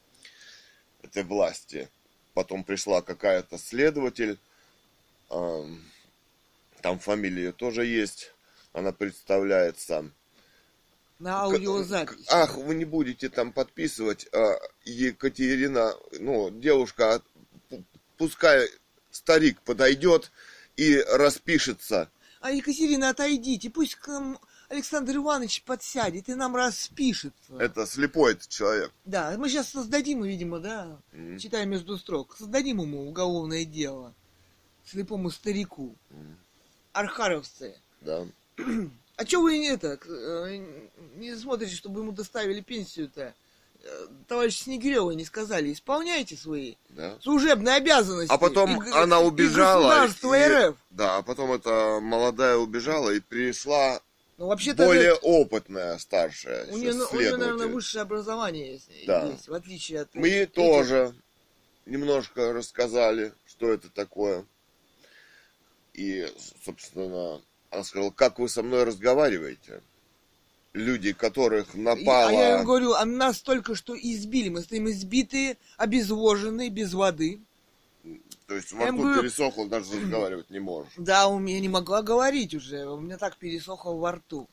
этой власти. Потом пришла какая-то следователь, э, там фамилия тоже есть. Она представляется. На аудиозапись. Ах, вы не будете там подписывать. Екатерина, ну, девушка, пускай старик подойдет и распишется. А Екатерина, отойдите, пусть к нам Александр Иванович подсядет и нам распишется. Это слепой этот человек. Да, мы сейчас создадим, видимо, да, mm-hmm. читаем между строк, создадим ему уголовное дело. Слепому старику. Mm-hmm. Архаровцы. Да. А чё вы не это, не смотрите, чтобы ему доставили пенсию-то? Товарищ Снегирёва не сказали, исполняйте свои да. служебные обязанности. А потом и, она убежала. И, РФ. Да, а потом эта молодая убежала и пришла ну, вообще-то более это... опытная, старшая. У нее, у нее, наверное, высшее образование есть, да. есть в отличие от... Мы этих... тоже немножко рассказали, что это такое. И, собственно... Она сказала, как вы со мной разговариваете? Люди, которых напало... А я им говорю, а нас только что избили. Мы стоим избитые, обезвоженные, без воды. То есть во рту говорю... пересохло, даже разговаривать не можешь. Да, у меня не могла говорить уже. У меня так пересохло во рту.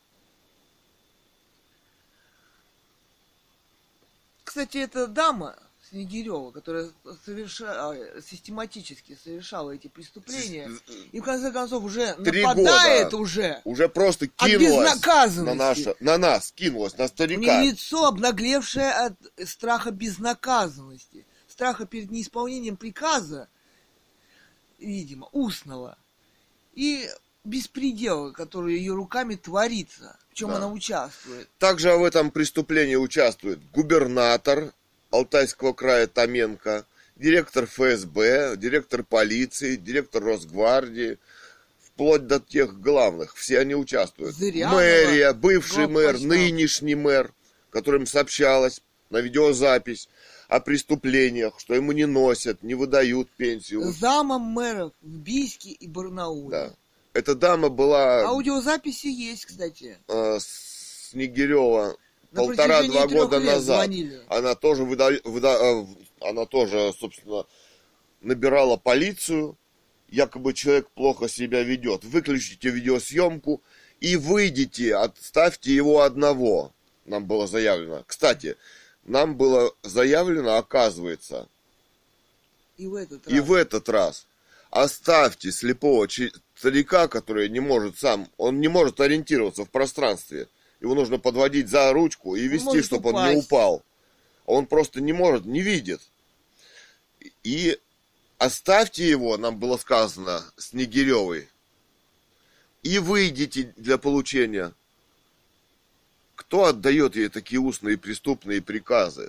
Кстати, эта дама... Снегирёва, которая совершала, систематически совершала эти преступления, и в конце концов уже Три нападает года. уже. Уже просто кинулась на, наша, на нас, кинулась на старика. У нее лицо, обнаглевшее от страха безнаказанности, страха перед неисполнением приказа, видимо, устного, и беспредела, который ее руками творится, в чем да. она участвует. Также в этом преступлении участвует губернатор Алтайского края Томенко, директор эф эс бэ, директор полиции, директор Росгвардии, вплоть до тех главных. Все они участвуют. Зырянова, мэрия, бывший мэр, нынешний мэр, которым сообщалось на видеозапись о преступлениях, что ему не носят, не выдают пенсию. Замом мэров в Бийске и Барнауле. Да. Эта дама была... Аудиозаписи есть, кстати. Э, Снегирёва. Полтора-два года назад звонили. Она тоже выда... Выда... она тоже, собственно, набирала полицию якобы человек плохо себя ведет. Выключите видеосъемку и выйдите, отставьте его одного. Нам было заявлено. Кстати, нам было заявлено, оказывается, И в этот раз. и в этот раз, оставьте слепого старика, который не может сам, он не может ориентироваться в пространстве. Его нужно подводить за ручку и вести, чтобы он не упал. Он просто не может, не видит. И оставьте его, нам было сказано, Снегиревой, и выйдите для получения. Кто отдает ей такие устные преступные приказы?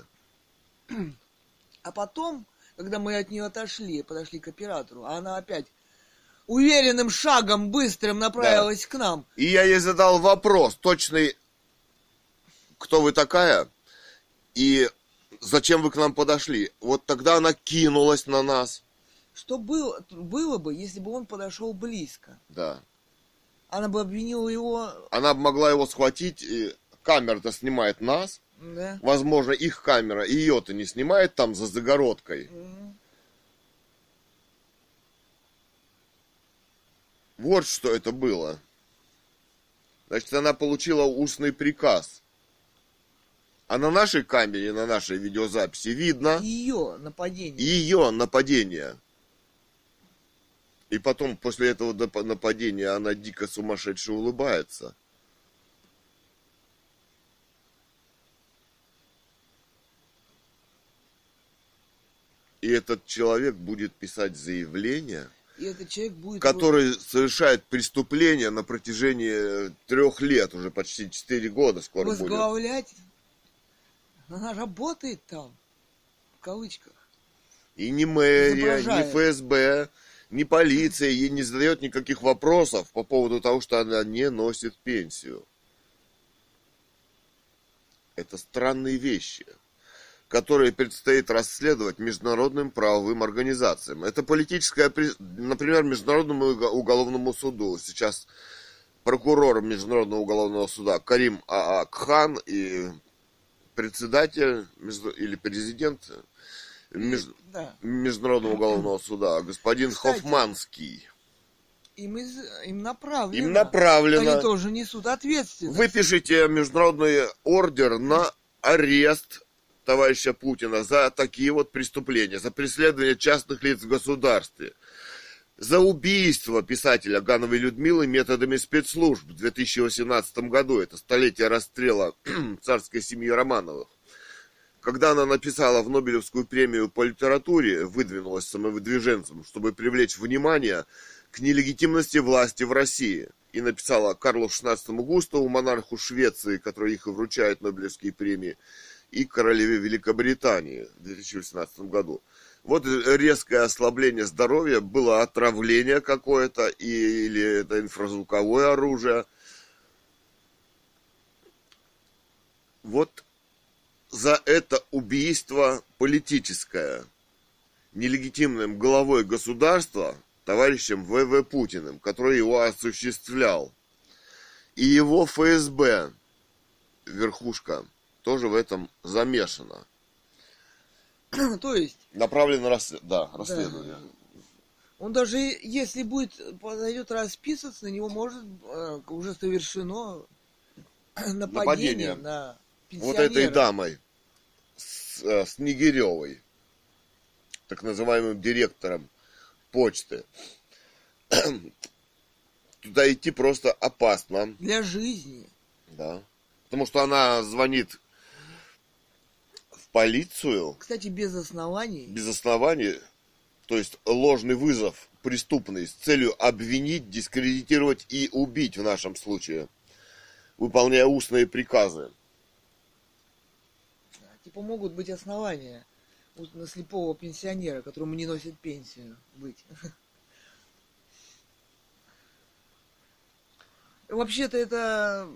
А потом, когда мы от нее отошли, подошли к оператору, а она опять уверенным шагом, быстрым направилась да. к нам. И я ей задал вопрос, точный, кто вы такая и зачем вы к нам подошли. Вот тогда она кинулась на нас. Что было, было бы, если бы он подошел близко? Да. Она бы обвинила его... Она бы могла его схватить, и камера-то снимает нас. Да. Возможно, их камера ее-то не снимает там за загородкой. Угу. Вот что это было. Значит, она получила устный приказ. А на нашей камере, на нашей видеозаписи видно... Ее нападение. Ее нападение. И потом, после этого нападения, она дико сумасшедше улыбается. И этот человек будет писать заявление, и этот человек будет который вот... совершает преступление на протяжении трех лет, уже почти четыре года скоро будет. Возглавлять. Она работает там, в кавычках. И ни мэрия, ни эф эс бэ, ни полиция ей не задает никаких вопросов по поводу того, что она не носит пенсию. Это странные вещи, которые предстоит расследовать международным правовым организациям. Это политическая, например, Международному уголовному суду. Сейчас прокурор Международного уголовного суда Карим Аа Кхан и председатель или президент Меж... да. Международного уголовного суда господин Кстати, Хофманский. Им, из... им направлено. Им направлено. Они тоже несут ответственность. Выпишите международный ордер на арест товарища Путина за такие вот преступления, за преследование частных лиц в государстве, за убийство писателя Гановой Людмилы методами спецслужб в две тысячи восемнадцатом году. Это столетие расстрела царской семьи Романовых. Когда она написала в Нобелевскую премию по литературе, выдвинулась самовыдвиженцем, чтобы привлечь внимание к нелегитимности власти в России. И написала Карлу шестнадцатому Густаву, монарху Швеции, который их и вручает Нобелевские премии, и королеве Великобритании в две тысячи восемнадцатом году. Вот резкое ослабление здоровья, было отравление какое-то, или это инфразвуковое оружие. Вот за это убийство политическое нелегитимным главой государства товарищем вэ вэ Путиным, который его осуществлял. И его эф эс бэ, верхушка, тоже в этом замешана. То есть... Направлено расслед... да, расследование. Да. Он даже, если будет, подойдет расписываться, на него может э, уже совершено нападение, нападение. на пенсионера. Вот этой дамой, с, э, Снегиревой, так называемым директором почты. Туда идти просто опасно. Для жизни. Да. Потому что она звонит в полицию. Кстати, без оснований. Без оснований. То есть ложный вызов преступный с целью обвинить, дискредитировать и убить в нашем случае, выполняя устные приказы. Типа могут быть основания на слепого пенсионера, которому не носит пенсию, быть. Вообще-то это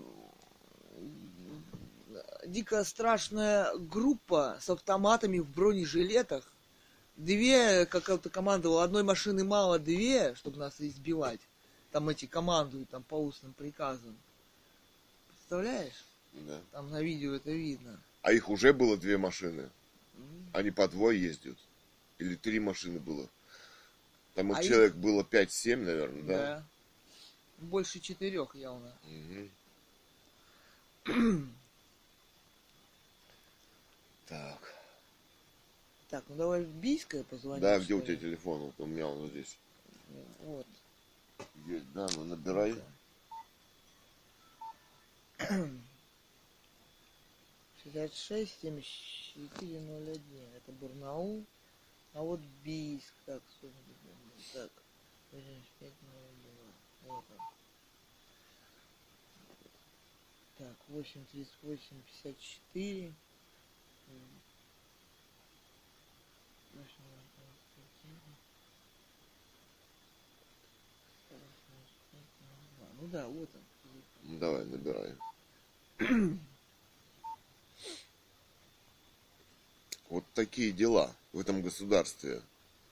дико страшная группа с автоматами в бронежилетах. Две, как это командовал, одной машины мало, две, чтобы нас избивать. Там эти командуют там по устным приказам. Представляешь? Да. Там на видео это видно. А их уже было две машины. Они по двое ездят. Или три машины было. Там их А человек было пять-семь, наверное, да? Да. Больше четырех явно. Угу. Так. Так, ну давай в Бийское позвоним. Да, где что у тебя ли? телефон? Вот у меня он вот здесь. Вот. Есть, да, ну набирай. шестьдесят шесть семьдесят четыре ноль один. Это Барнаул. А вот Бийск. Так, так. восемьдесят пять ноль два. Вот он. Так, восемь тридцать восемь пятьдесят четыре. Ну да, вот он. Ну, давай, набирай. Вот такие дела в этом государстве.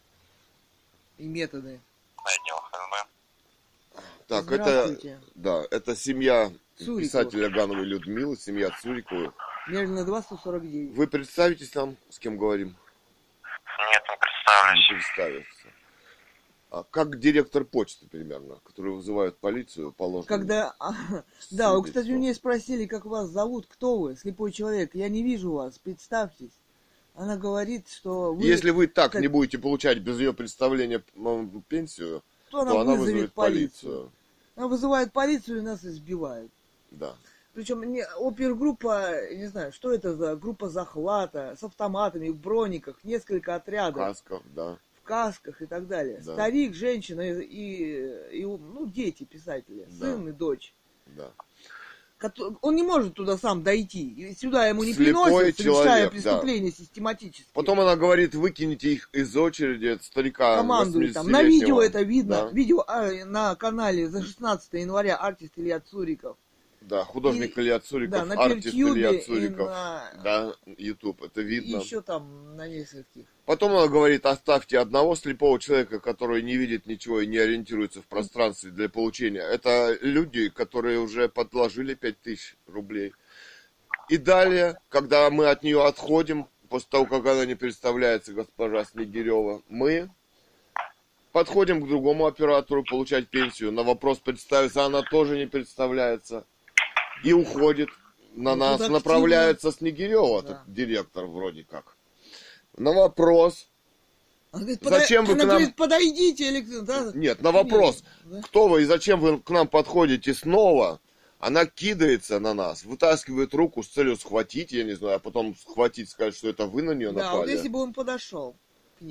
И методы. Отдел ФСБ. Так, это, Здравствуйте. да, это семья Цурикова. писателя Гановой Людмилы, семья Цуриковой. Медленно два сто сорок девять. Вы представитесь нам, с кем говорим? Нет, не Не представлюсь. представиться. А как директор почты примерно, который вызывает полицию по ложному Когда... а, Да, вы, кстати, у свидетельству? меня спросили, как вас зовут, кто вы, слепой человек. Я не вижу вас, представьтесь. Она говорит, что вы... Если вы так как- не будете получать без ее представления м, пенсию, то она, то она вызовет вызовет полицию. полицию. Она вызывает полицию и нас избивают. Да. Причем не, опергруппа, я не знаю, что это за группа захвата, с автоматами, в брониках, несколько В отрядов, касках, да. в касках и так далее. Да. Старик, женщина и, и, и, ну, дети писателя, Да. сын и дочь. Да. Кото- Он не может туда сам дойти. И сюда ему не Слепой приносят, совершая человек, преступления систематически. Потом она говорит, выкините их из очереди, от старика Командует там. На видео восьмидесятилетнего. это видно. Да, Видео а, на канале за шестнадцатое января артист Илья Цуриков. да, художник И- Илья Цуриков, да, на артист Пертьюбе Илья и Цуриков. на... Да, YouTube, это И видно. еще там на нескольких. Потом она говорит, оставьте одного слепого человека, который не видит ничего и не ориентируется в пространстве для получения. Это люди, которые уже подложили пять тысяч рублей. И далее, когда мы от нее отходим, после того, как она не представляется, госпожа Снегирева, мы подходим к другому оператору получать пенсию. На вопрос представиться она тоже не представляется. И уходит. На Ну, нас тут активно. направляется Снегирева, Да. этот директор вроде как. На вопрос, Она говорит, Зачем вы она к нам- говорит, подойдите, Александр. Да? нет, на вопрос, Да? кто вы и зачем вы к нам подходите снова, она кидается на нас, вытаскивает руку с целью схватить, я не знаю, а потом схватить, сказать, что это вы на нее Да, вот напали. если бы он подошел к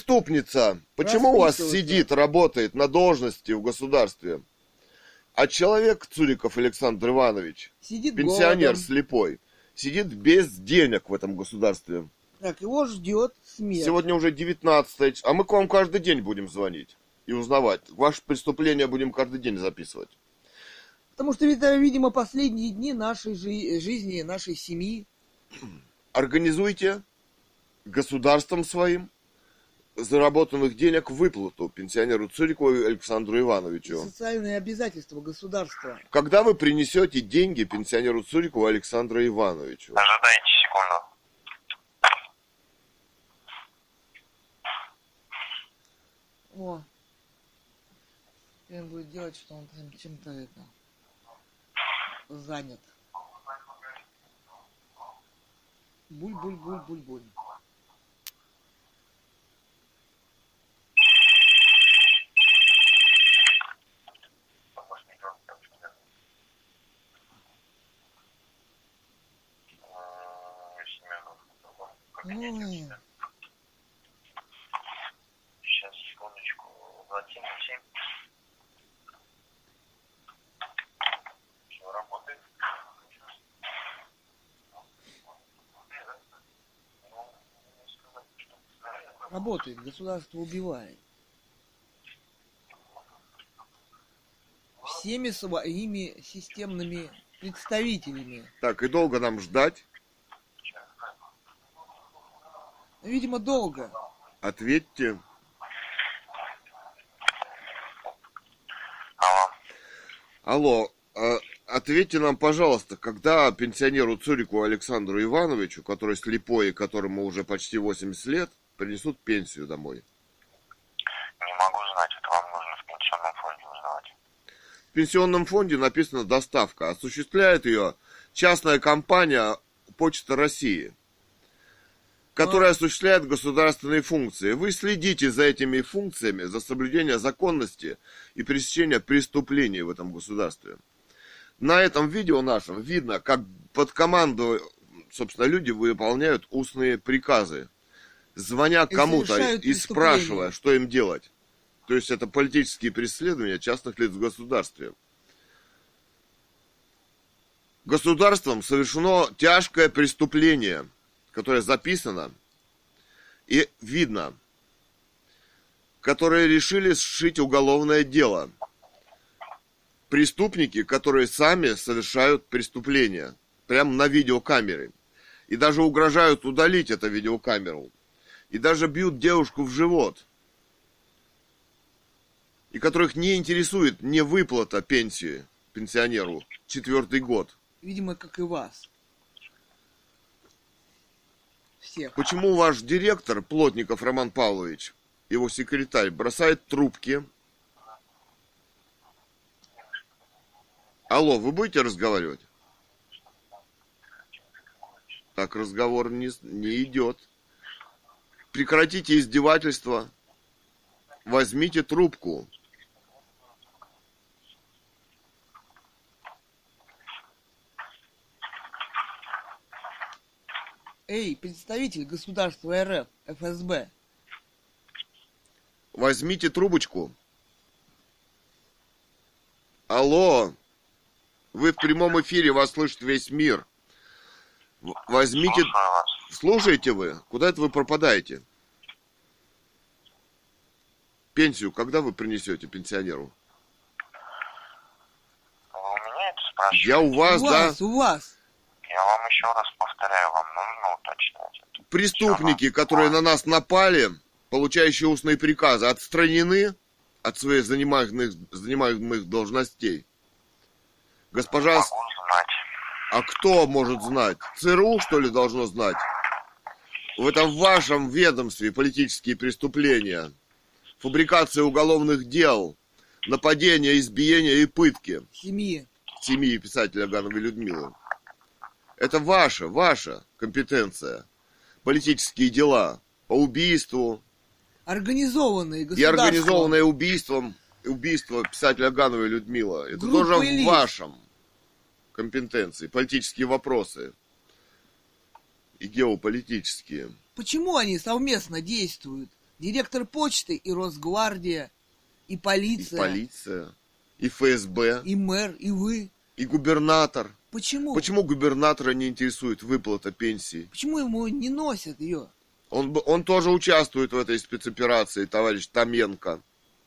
ней.. Работает, государство убивает. Всеми своими системными представителями. Так, и долго нам ждать? Видимо, долго. Ответьте. Алло. Алло, а, ответьте нам, пожалуйста, когда пенсионеру Цурику Александру Ивановичу, который слепой и которому уже почти восемьдесят лет, принесут пенсию домой? Не могу знать, это вам нужно в пенсионном фонде узнавать. В пенсионном фонде написано «доставка». Осуществляет ее частная компания «Почта России», которая осуществляет государственные функции. Вы следите за этими функциями, за соблюдением законности и пресечения преступлений в этом государстве. На этом видео нашем видно, как под команду, собственно, люди выполняют устные приказы, звоня И кому-то совершают и преступления. спрашивая, что им делать. То есть это политические преследования частных лиц в государстве. Государством совершено тяжкое преступление, которое записано и видно, которые решили сшить уголовное дело. Преступники, которые сами совершают преступления, прямо на видеокамере. И даже угрожают удалить эту видеокамеру. И даже бьют девушку в живот. И которых не интересует не выплата пенсии пенсионеру четвертый год. Видимо, как и вас. Всех. Почему ваш директор, Плотников Роман Павлович, его секретарь, бросает трубки? Алло, вы будете разговаривать? Так разговор не, не идет. Прекратите издевательство. Возьмите трубку. Эй, представитель государства РФ, эф эс бэ. Возьмите трубочку. Алло. Вы в прямом эфире, вас слышит весь мир. В- Возьмите... Слушаю вас. Слушаете вы? Куда это вы пропадаете? Пенсию когда вы принесете пенсионеру? Вы у меня это спрашиваете? Я у вас, у да? вас, у вас. Я вам еще раз повторяю, вам нужно уточнять это. Преступники, которые на нас напали, получающие устные приказы, отстранены от своих занимаемых, занимаемых должностей. Госпожа... Могу знать. А кто может знать? ЦРУ, что ли, должно знать? В этом вашем ведомстве политические преступления, фабрикация уголовных дел, нападения, избиения и пытки Семьи. семьи писателя Агановой Людмилы. Это ваша, ваша компетенция. Политические дела по убийству Организованные и государством. организованное убийством, убийство писателя Агановой Людмилы. Это Группа тоже в элит. вашем компетенции. Политические вопросы и геополитические. Почему они совместно действуют? Директор почты и Росгвардия, и И полиция, полиция, и эф эс бэ, и мэр, и вы. и губернатор. Почему? Почему губернатора не интересует выплата пенсии? Почему ему не носят ее? Он, б- он тоже участвует в этой спецоперации, товарищ Томенко.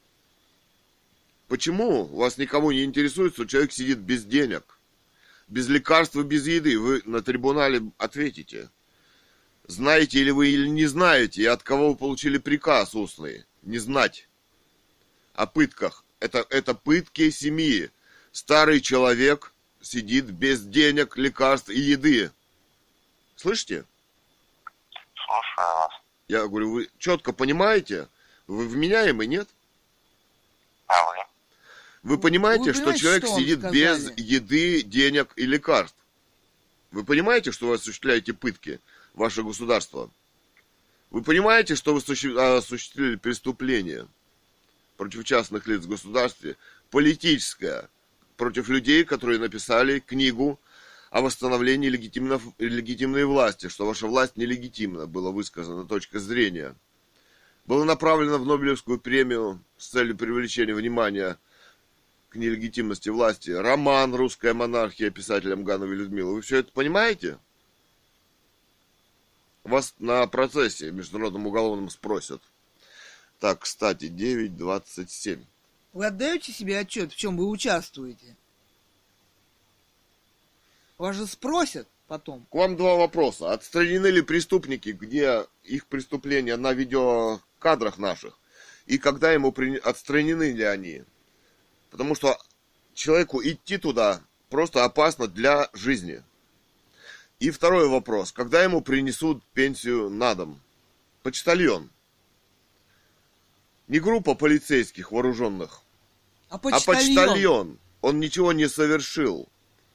Почему вас никого не интересует, что человек сидит без денег, без лекарств и без еды? Вы на трибунале ответите. Знаете ли вы или не знаете, и от кого вы получили приказ устный? Не знать. О пытках. Это, это пытки семьи. Старый человек сидит без денег, лекарств и еды. Слышите? Слушаю вас. Я говорю, вы четко понимаете? Вы вменяемый, нет? А вы? Вы понимаете, Вы что понимаете, человек что вам сидит сказали? без еды, денег и лекарств? Вы понимаете, что вы осуществляете пытки, ваше государство? Вы понимаете, что вы суще- осуществили преступление против частных лиц в государстве, политическое, против людей, которые написали книгу о восстановлении легитимно- легитимной власти, что ваша власть нелегитимна, была высказана точка зрения. Было направлено в Нобелевскую премию с целью привлечения внимания к нелегитимности власти роман «Русская монархия» писателем Гановой Людмилы. Вы все это понимаете? Вас на процессе международном уголовном спросят. Так, кстати, девять двадцать семь. Вы отдаете себе отчет, в чем вы участвуете? Вас же спросят потом. К вам два вопроса. Отстранены ли преступники, где их преступления на видеокадрах наших? И когда ему при... отстранены ли они? Потому что человеку идти туда просто опасно для жизни. И второй вопрос. Когда ему принесут пенсию на дом? Почтальон. Не группа полицейских вооруженных, А а почтальон. почтальон. Он ничего не совершил.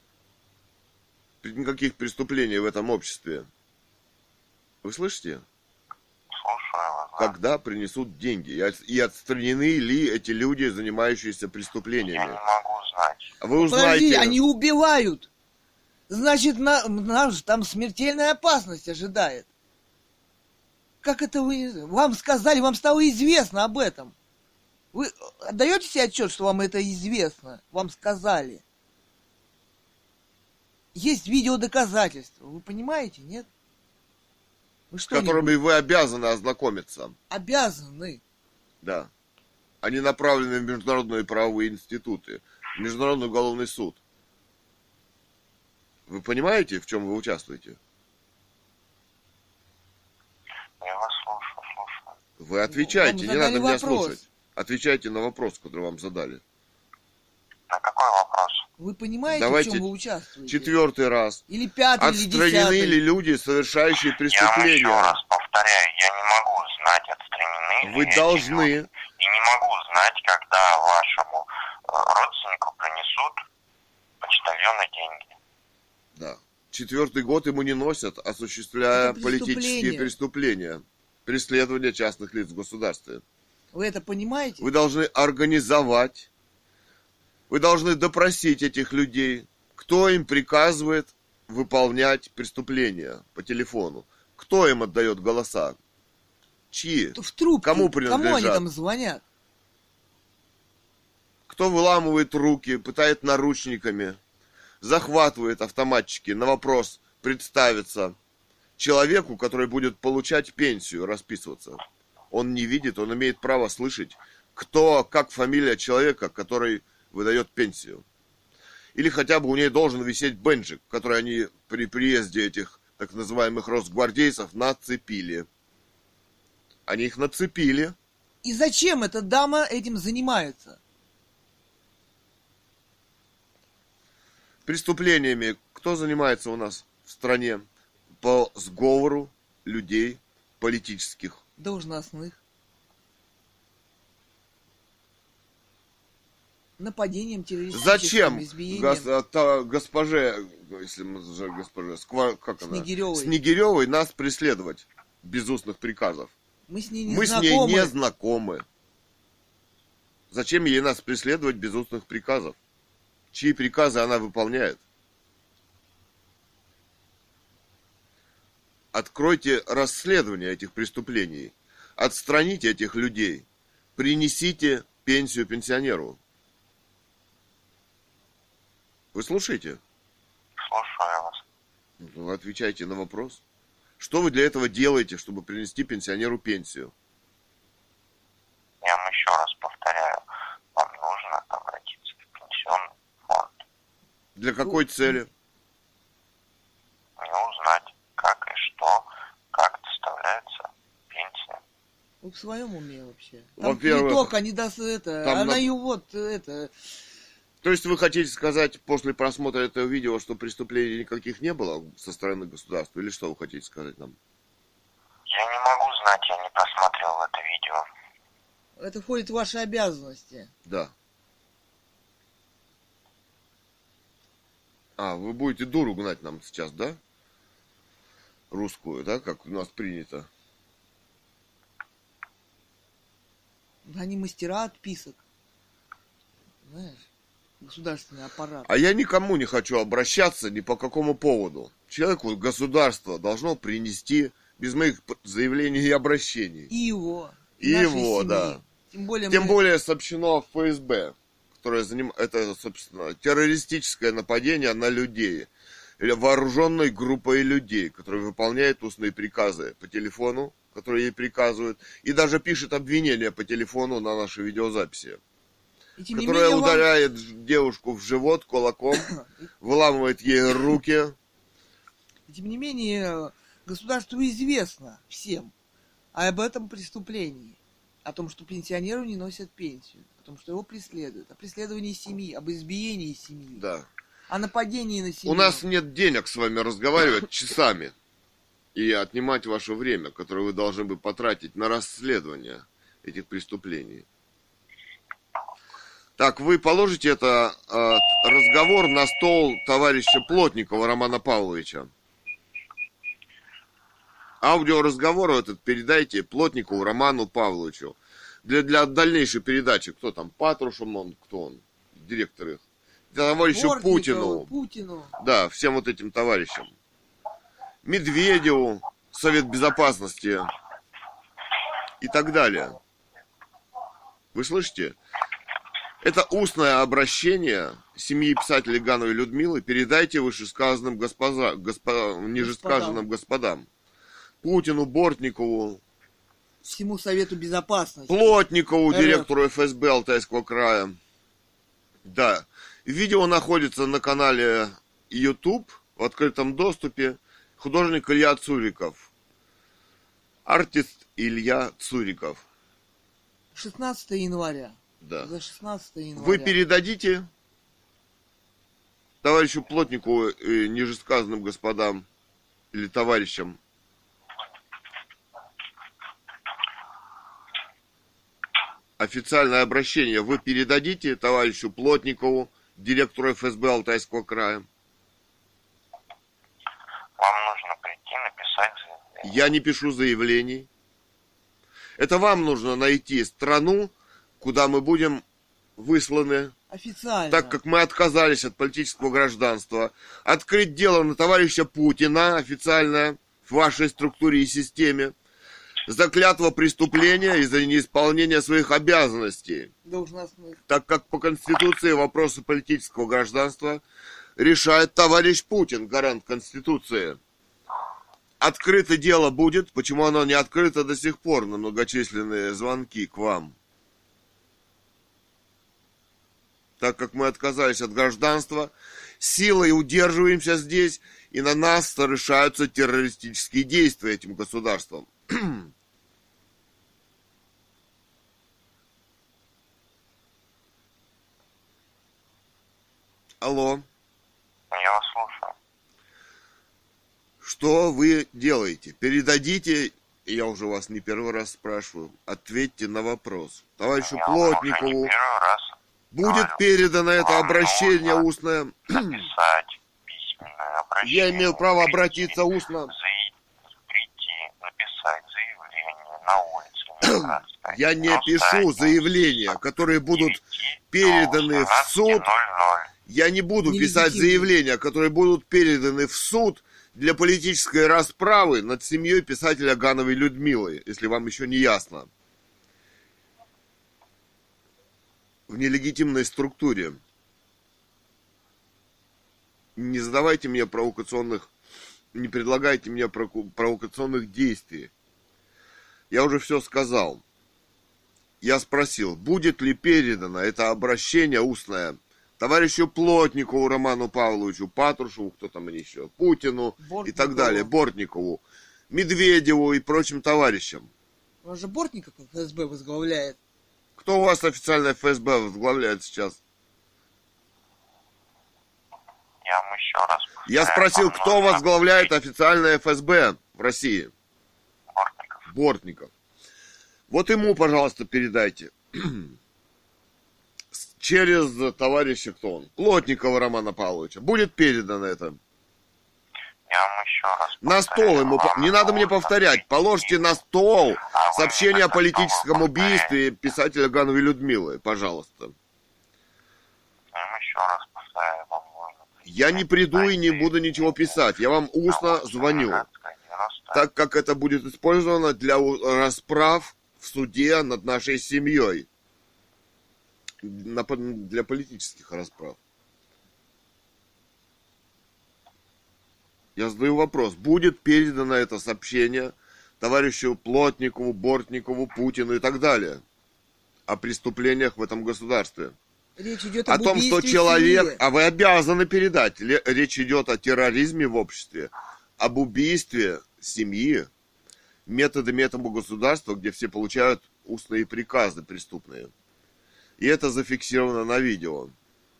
Никаких преступлений в этом обществе. Вы слышите? Слушаю вас. Да. Когда принесут деньги? И от- И отстранены ли эти люди, занимающиеся Я не преступлениями? могу знать. А вы Подожди, узнаете... они убивают. Значит, на, нас там смертельная опасность ожидает. Как это вы... Вам сказали, вам стало известно об этом. Вы отдаете себе отчет, что вам это известно? Вам сказали. Есть видеодоказательства. Вы понимаете, нет? Вы с что, которыми вы обязаны ознакомиться. обязаны? Да. Они направлены в международные правовые институты, в Международный уголовный суд. Вы понимаете, в чем вы участвуете? Я вас слушаю, слушаю. Вы отвечайте, вам не задали надо меня вопрос. слушать. Отвечайте на вопрос, который вам задали. На какой вопрос? Вы понимаете, Давайте в чем вы участвуете? Четвертый раз. Или пятый, или Отстранены десятый. ли люди, совершающие Я вам еще преступления? раз повторяю, я не могу знать, отстранены Вы ли эти должны... люди. И не могу знать, когда вашему э, родственнику принесут почтальоны деньги. Да. Четвертый год ему не носят, осуществляя Это политические преступление. преступления, преследование частных лиц в государстве. Вы это понимаете? Вы должны организовать, вы должны допросить этих людей, кто им приказывает выполнять преступления по телефону, кто им отдает голоса, чьи, В трубке. кому Кому они принадлежат? там звонят? кто выламывает руки, пытает наручниками, захватывает автоматчики на вопрос представиться человеку, который будет получать пенсию, расписываться. Он не видит, он имеет право слышать, кто, как фамилия человека, который выдает пенсию. Или хотя бы у нее должен висеть бенджик, который они при приезде этих так называемых росгвардейцев нацепили. Они их нацепили. И зачем эта дама этим занимается? Преступлениями кто занимается у нас в стране по сговору людей политических? Должностных. Нападением, террористическим, Зачем избиением. гос- та- госпоже, если мы уже госпоже, Сква- как она? Снегирёвой. Снегирёвой нас преследовать без устных приказов? Мы с ней не Мы с знакомы. ней не знакомы. Зачем ей нас преследовать без устных приказов? Чьи приказы она выполняет? Откройте расследование этих преступлений. Отстраните этих людей. Принесите пенсию пенсионеру. Вы слушаете? Слушаю я вас. Ну, вы отвечайте на вопрос. Что вы для этого делаете, чтобы принести пенсионеру пенсию? Я вам еще раз повторяю, вам нужно обратиться в пенсионный фонд. Для какой цели? Мне узнать, как и что, как доставляется пенсия. Вы в своем уме вообще? Там Во-первых, квиток, они даст это. там Она на- ее вот это. То есть вы хотите сказать после просмотра этого видео, что преступлений никаких не было со стороны государства? Или что вы хотите сказать нам? Я не могу знать, я не просматривал это видео. Это входит в ваши обязанности. Да. А, вы будете дуру гнать нам сейчас, да? Русскую, да, как у нас принято. Они мастера отписок. Знаешь, государственный аппарат. А я никому не хочу обращаться ни по какому поводу. Человеку государство должно принести без моих заявлений и обращений. И его. И нашей его, семьи. да. Тем более, Тем мы- более сообщено в эф эс бэ, которое заним... это, собственно, террористическое нападение на людей. Или вооруженной группой людей, которые выполняют устные приказы по телефону, которые ей приказывают, и даже пишет обвинения по телефону на нашей видеозаписи. и тем не Которая менее вам- ударяет ж- девушку в живот кулаком, выламывает ей руки. и тем не менее, государству известно всем об этом преступлении. О том, что пенсионеру не носят пенсию. О том, что его преследуют. О преследовании семьи. Об избиении семьи. Да. О нападении на семью. У нас нет денег с вами разговаривать часами и отнимать ваше время, которое вы должны бы потратить на расследование этих преступлений. Так, вы положите это э, разговор на стол товарища Плотникова Романа Павловича. Аудиоразговор этот передайте Плотникову Роману Павловичу. Для, для дальнейшей передачи, кто там, Патрушев, он, кто он, директор их. Товарищу Бортникову, Путину. Путину. Да, всем вот этим товарищам. Медведеву, Совет Безопасности и так далее. Вы слышите? Это устное обращение семьи писателя Гановой Людмилы. Передайте вышесказанным госпоза, госпо, нижесказанным господам. Путину, Бортникову, Всему Совету Безопасности. Плотникову, РФ. директору эф эс бэ Алтайского края. Да. Видео находится на канале YouTube в открытом доступе. Художник Илья Цуриков. Артист Илья Цуриков. шестнадцатого января. Да. За шестнадцатого января. Вы передадите товарищу Плотникову и нижесказанным господам или товарищам официальное обращение, вы передадите товарищу Плотникову, директору эф эс бэ Алтайского края? Вам нужно прийти, написать заявление. Я не пишу заявлений. Это вам нужно найти страну, куда мы будем высланы, Официально. так как мы отказались от политического гражданства, открыть дело на товарища Путина официально в вашей структуре и системе за клятва преступления и за неисполнение своих обязанностей, Должностных. так как по Конституции вопросы политического гражданства решает товарищ Путин, гарант Конституции. Открыто дело будет, почему оно не открыто до сих пор на многочисленные звонки к вам. Так как мы отказались от гражданства, силой удерживаемся здесь, и на нас совершаются террористические действия этим государством. Алло. Я вас слушаю. Что вы делаете? Передадите, я уже вас не первый раз спрашиваю, ответьте на вопрос. Товарищу Я вам уже Плотникову не первый раз будет говорю. передано это Вам обращение нужно устное. написать письменное обращение. Я имею право прийти, обратиться устно. заявить, прийти, написать заявление на улице Ленинградской. Я не Но пишу встать заявления, которые будут прийти переданы до в суд. восемнадцати ноль-ноль. Я не буду писать Нелегитимно. заявления, которые будут переданы в суд для политической расправы над семьей писателя Гановой Людмилы, если вам еще не ясно. В нелегитимной структуре. Не задавайте мне провокационных, не предлагайте мне проку- провокационных действий. Я уже все сказал. Я спросил, будет ли передано это обращение устное товарищу Плотникову Роману Павловичу, Патрушеву, кто там они еще, Путину и Бортникову. так далее, Бортникову, Медведеву и прочим товарищам. Он же Бортников эф эс бэ возглавляет. Кто у вас официально эф эс бэ возглавляет сейчас? Я вам еще раз повторяю. Я спросил, вам кто нужно возглавляет официальное эф эс бэ в России? Бортников. Бортников. Вот ему, пожалуйста, передайте. Через товарища, кто он? Плотникова Романа Павловича. Будет передано это. Я вам еще раз На стол ему, вам не надо мне нужно повторять, прийти. положите на стол А вы сообщение о мне политическом потом убийстве писателя Гановой Людмилы, пожалуйста. Я вам еще раз повторяю, вам нужно прийти. Я не приду и не Найти буду ничего писать, я вам устно на улице звоню, Ленинградская, девяносто. так как это будет использовано для у- расправ в суде над нашей семьей, На по- для политических расправ. Я задаю вопрос, будет передано это сообщение товарищу Плотникову, Бортникову, Путину и так далее о преступлениях в этом государстве? Речь идет О об том, что убийстве человек... семьи. А вы обязаны передать. Ле- Речь идет о терроризме в обществе, об убийстве семьи, методами этого государства, где все получают устные приказы преступные. И это зафиксировано на видео.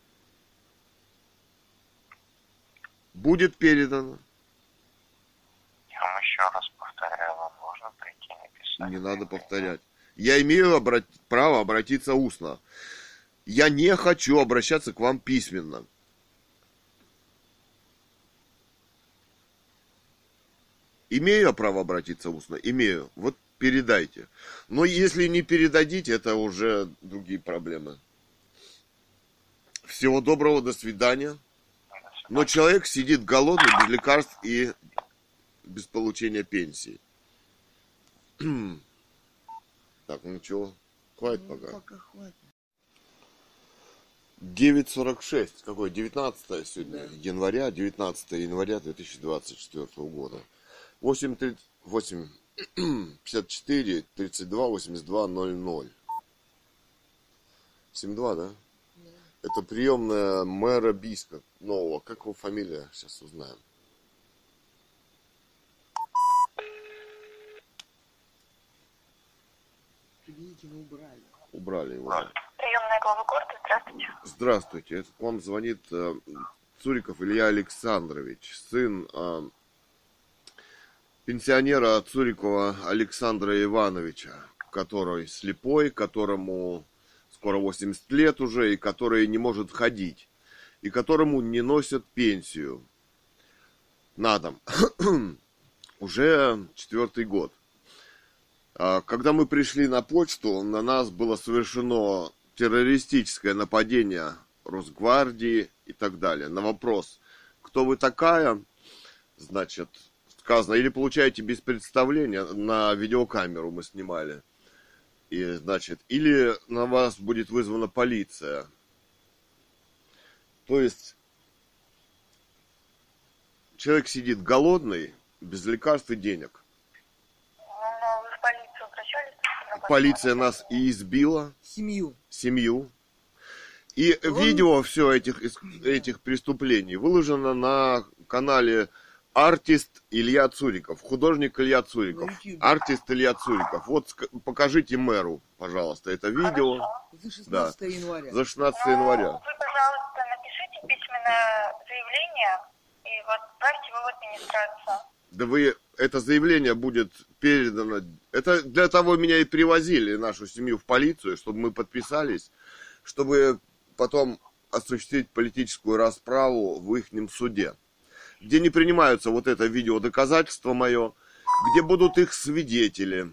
Будет передано. Я вам еще раз повторяю, вам нужно прийти написать. Не надо повторять. Я имею обрат... право обратиться устно. Я не хочу обращаться к вам письменно. Имею я право обратиться устно? Имею. Вот передайте. Но если не передадите, это уже другие проблемы. Всего доброго, до свидания. Но человек сидит голодный, без лекарств и без получения пенсии. Так, ну ничего, хватит Ну, пока. пока хватит. девять сорок шесть. Какое? девятнадцатое сегодня? Да. Января, девятнадцатое января две тысячи двадцать четвёртого года. восемь пятьдесят четыре тридцать два восемьдесят два ноль ноль. семь два, да? Да. Это приемная мэра Бийска нового. Как его фамилия? Сейчас узнаем. Видите, мы убрали. Убрали его. Да. Приемная глава города, здравствуйте. Здравствуйте. Это к вам звонит э, Цуриков Илья Александрович, сын э, пенсионера Цурикова Александра Ивановича, который слепой, которому скоро восемьдесят лет уже, и который не может ходить, и которому не носят пенсию на дом. Уже четвертый год. Когда мы пришли на почту, на нас было совершено террористическое нападение Росгвардии и так далее. На вопрос, кто вы такая, значит, сказано, или получаете без представления, на видеокамеру мы снимали, и, значит, или на вас будет вызвана полиция. То есть, человек сидит голодный, без лекарств и денег. Ну, вы в полицию обращались? Полиция нас и избила, Семью. семью. И Он... видео все этих, этих преступлений выложено на канале Артист Илья Цуриков, художник Илья Цуриков. Артист Илья Цуриков. Вот покажите мэру, пожалуйста, это видео. За шестнадцатое Да. января. За шестнадцатое января. Ну, вы, пожалуйста, напишите письменное заявление и вот отправьте его в администрацию. Да вы, это заявление будет передано. Это для того меня и привозили, нашу семью, в полицию, чтобы мы подписались, чтобы потом осуществить политическую расправу в ихнем суде, где не принимаются вот это видеодоказательство мое, где будут их свидетели.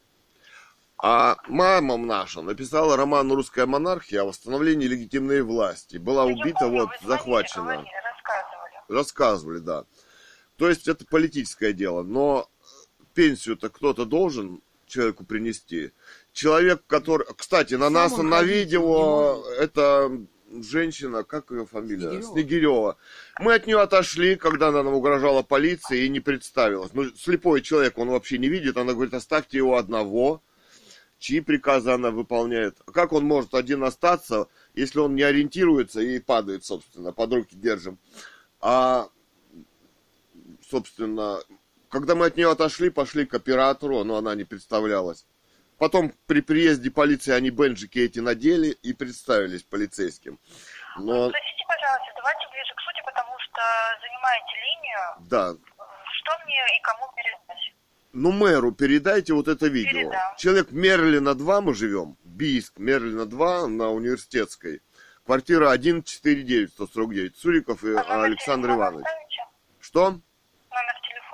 А мама наша написала роман «Русская монархия» о восстановлении легитимной власти. Была Я убита, помню, вот, вы звонили, захвачена. говорили, рассказывали. Рассказывали, да. То есть это политическое дело, но пенсию-то кто-то должен человеку принести. Человек, который... Кстати, на Сам нас он на ходить не видео может. это женщина, как ее фамилия? Снегирева. Снегирева. Мы от нее отошли, когда она нам угрожала полиции и не представилась. Ну, слепой человек, он вообще не видит. Она говорит, оставьте его одного. Чьи приказы она выполняет? Как он может один остаться, если он не ориентируется и падает, собственно, под руки держим? А, собственно, когда мы от нее отошли, пошли к оператору, но она не представлялась. Потом при приезде полиции они бенджики эти надели и представились полицейским. Но... Простите, пожалуйста, давайте ближе к сути, потому что занимаете линию. Да. Что мне и кому передать? Ну, мэру передайте вот это видео. Передам. Человек Мерлина два мы живем. Бийск, Мерлина два на Университетской. Квартира один четыре девять сто сорок девять. Цуриков и А номер Александр телефона Иванович. оставите? Что? Номер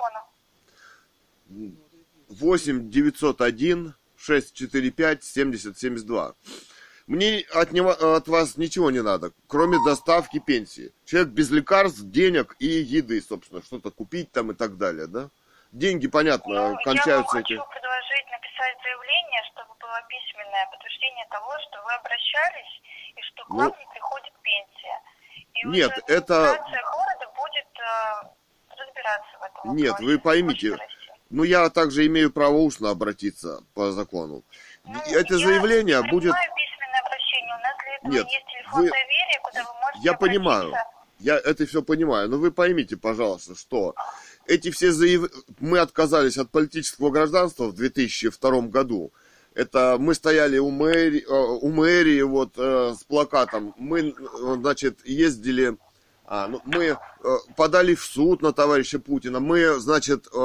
телефона. восемь девятьсот один шестьсот четырьдесят пять семьдесят семьдесят два. Мне от, него, от вас ничего не надо, кроме доставки пенсии. Человек без лекарств, денег и еды, собственно, что-то купить там и так далее, да? Деньги, понятно, Ну, кончаются я вам эти... хочу предложить написать заявление, чтобы было письменное подтверждение того, что вы обращались и что к Ну, вам не приходит пенсия. И нет, уже это- администрация города будет э, разбираться в этом Нет, вопросе. вы поймите, Можете расти. ну я также имею право устно обратиться по закону. Ну, Это я заявление принимаю будет... письменное обращение. У нас для этого Нет, есть телефон вы- доверия, куда вы можете Я понимаю, обратиться. я это все понимаю, но вы поймите, пожалуйста, что эти все заяв... мы отказались от политического гражданства в две тысячи втором году. Это мы стояли у мэрии, э, у мэрии вот э, с плакатом. Мы, э, значит, ездили, а, ну, мы э, подали в суд на товарища Путина. Мы, значит, э, На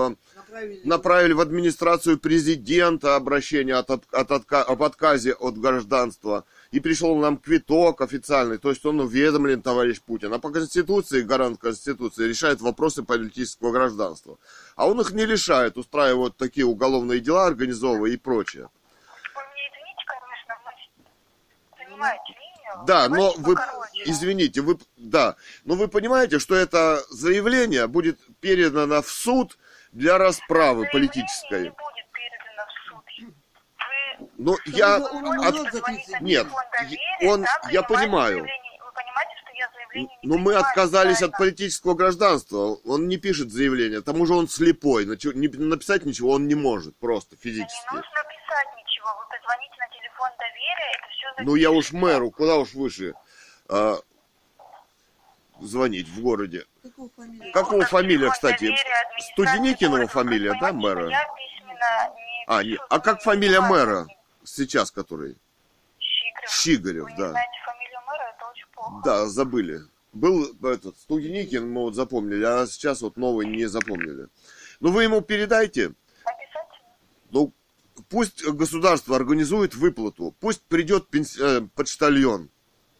Направили, направили в администрацию президента обращение от, от, от, отка- об отказе от гражданства. И пришел нам квиток официальный, то есть он уведомлен, товарищ Путин. А по Конституции, гарант Конституции, решает вопросы политического гражданства. А он их не решает, устраивает такие уголовные дела, организовывая и прочее. Вы мне извините, конечно, вы занимаете линию. Да, но Давайте вы, покороче. извините, вы, да, но вы понимаете, что это заявление будет передано в суд для расправы Заявление политической. не будет передано в суд. Вы Ну, Там я... уже он можете умрет от- за позвонить тридцать на Нет, телефон доверия, он- там я принимать понимаю. заявление. Вы понимаете, что я заявление не Но мы принимаю, отказались от правильно? политического гражданства. Он не пишет заявление. К тому же он слепой. Начи- не- Написать ничего он не может. Просто Да физически. не нужно писать ничего. Вы позвоните на телефон доверия, это все Ну я уж мэру, куда уж выше а, звонить в городе. Какого фамилия? Какого фамилия, кстати? Студеникинова фамилия, да, мэра? Я письменно не А, не, пишу, а вы как не фамилия понимаете. мэра? Сейчас который? Щигарев. Щигарев, Вы не да. знаете фамилию мэра, это очень плохо. Да, забыли. Был этот Студеникин, мы вот запомнили, а сейчас вот новый не запомнили. Ну вы ему передайте. Обязательно. Ну, пусть государство организует выплату. Пусть придет пенс... э, почтальон.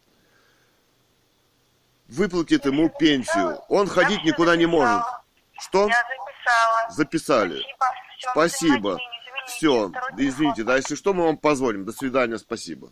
Выплатит ему пенсию. Он Я ходить всё никуда не может. записала. Что? Я записала. Записали. Спасибо. Всё, Спасибо. занимайте линию. Извините, Все. второй Извините, телефон. да, если что, мы вам позвоним. До свидания, спасибо.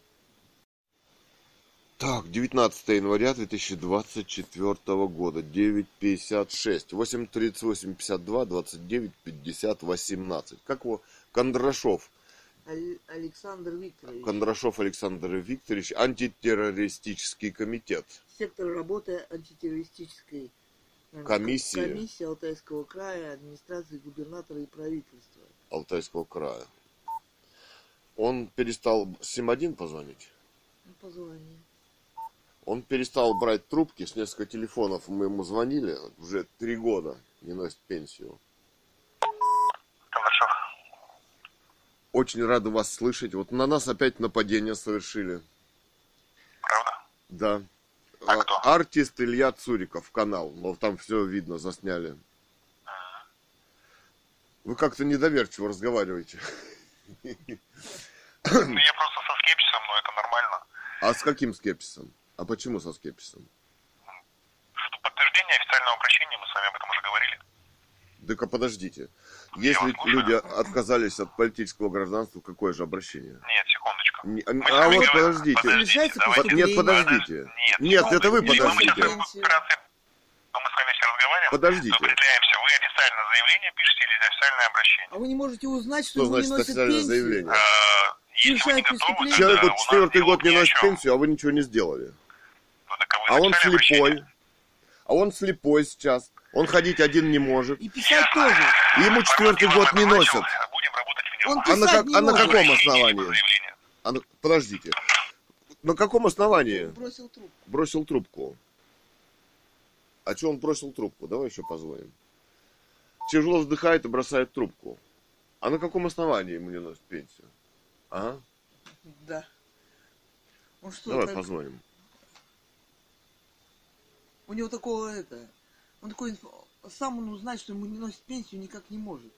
Так, девятнадцатое января две тысячи двадцать четвёртого года, девять пятьдесят шесть, восемь тридцать восемь пятьдесят два двадцать девять пятьдесят восемнадцать. Как его? Кондрашов. Аль- Александр Викторович. Кондрашов Александр Викторович, антитеррористический комитет. Сектор работы антитеррористической э, Комиссии. комиссии Алтайского края, администрации губернатора и правительства. Алтайского края. Он перестал Сим один позвонить. Ну, позвони. Он перестал брать трубки с несколько телефонов. Мы ему звонили уже три года. Не носит пенсию. Кондрашов. Очень рады вас слышать. Вот на нас опять нападение совершили. Правда? Да. А кто? Артист Илья Цуриков, канал. Вот там все видно, засняли. Вы как-то недоверчиво разговариваете. Ну, я просто со скепсисом, но это нормально. А с каким скепсисом? А почему со скепсисом? Что подтверждение официального обращения, мы с вами об этом уже говорили. Так а подождите. Я Если вас слушаю. люди отказались от политического гражданства, какое же обращение? Нет, секундочку. Не- Мы с а вами вот говорим- подождите. Совершается давайте. Под- Нет, подождите. Нет, Нет, ну, это вы не Если мы сейчас подождите. Пенсию. вкратце, но мы с вами сейчас разговариваем, Подождите. то определяемся, вы официальное заявление пишете или официальное обращение. А вы не можете узнать, что Что ему не значит носят официальное пенсию? заявление? Э, Если вы не Совершает готовы, преступление. тогда Человек у вот нас четвертый диалог год не ни о носит чем. пенсию, а вы ничего не сделали. Ну, так а вы А он написали обращение? слепой. А он слепой сейчас. Он ходить один не может. И писать тоже. И ему четвертый год не носят. Будем работать в Он нем. А на, писать как- не а на может. каком Заявление, основании? заявление. А на- подождите. На каком основании Бросил трубку. бросил трубку? А что он бросил трубку? Давай еще позвоним. Тяжело вздыхает и бросает трубку. А на каком основании ему не носят пенсию? А? Да. Он что, Давай так- позвоним. у него такого это... Он такой... инф- Сам он узнать, что ему не носит пенсию, никак не может.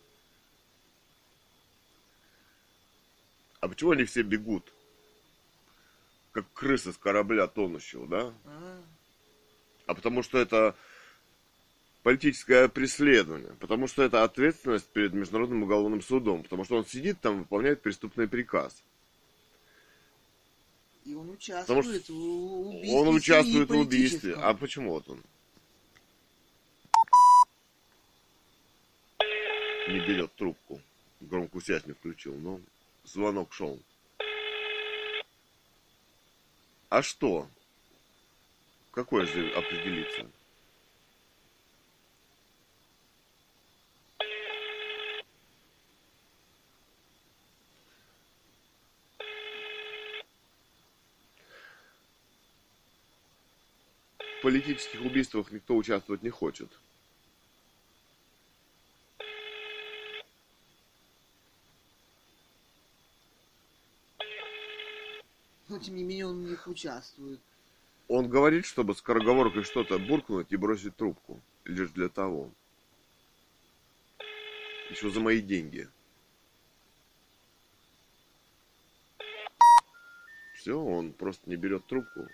А почему они все бегут? Как крысы с корабля тонущего, да? А, А потому что это политическое преследование. Потому что это ответственность перед Международным уголовным судом. Потому что он сидит там, выполняет преступный приказ. и он участвует Потому что в убийстве Он участвует в семьи убийстве. политическом. А почему вот он не берет трубку? Громкую связь не включил, но звонок шел. А что? Какое же определиться? В политических убийствах никто участвовать не хочет. Но тем не менее он в них участвует. Он говорит, чтобы скороговоркой что-то буркнуть и бросить трубку. Лишь для того. Еще за мои деньги. Все, он просто не берет трубку.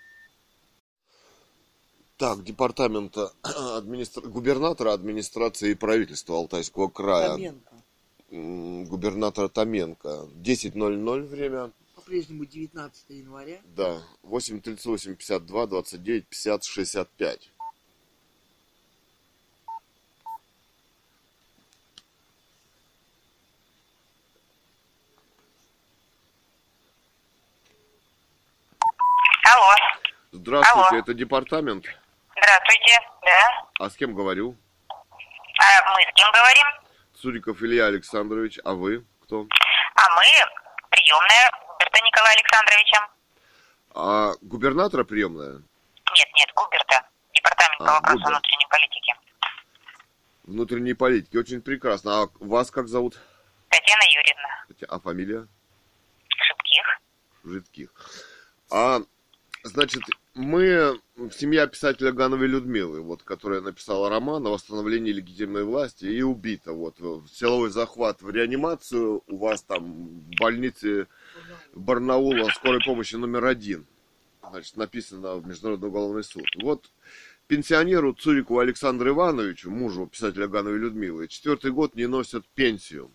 Так, департамента администра... губернатора администрации и правительства Алтайского края. Томенко. Губернатора Томенко. десять ноль ноль время. По-прежнему девятнадцатое января. Да. восемь тридцать восемь пятьдесят два двадцать девять пятьдесят шестьдесят пять. Алло. Здравствуйте, Алло. это департамент. Здравствуйте. Да. А с кем говорю? А мы с кем говорим? Цуриков Илья Александрович. А вы кто? А мы приемная Губерта Николая Александровича. А губернатора приемная? Нет, нет, Губерта. Департамент по А, вопросу Губерт. внутренней политики. Внутренней политики. Очень прекрасно. А вас как зовут? Татьяна Юрьевна. А фамилия? Шипких. Жидких. А, значит, мы семья писателя Гановой Людмилы, вот, которая написала роман о восстановлении легитимной власти и убита. Вот, силовой захват в реанимацию, у вас там в больнице Барнаула скорой помощи номер один. Значит, написано в Международный уголовный суд. Вот пенсионеру Цурикову Александру Ивановичу, мужу писателя Гановой Людмилы, четвертый год не носят пенсию.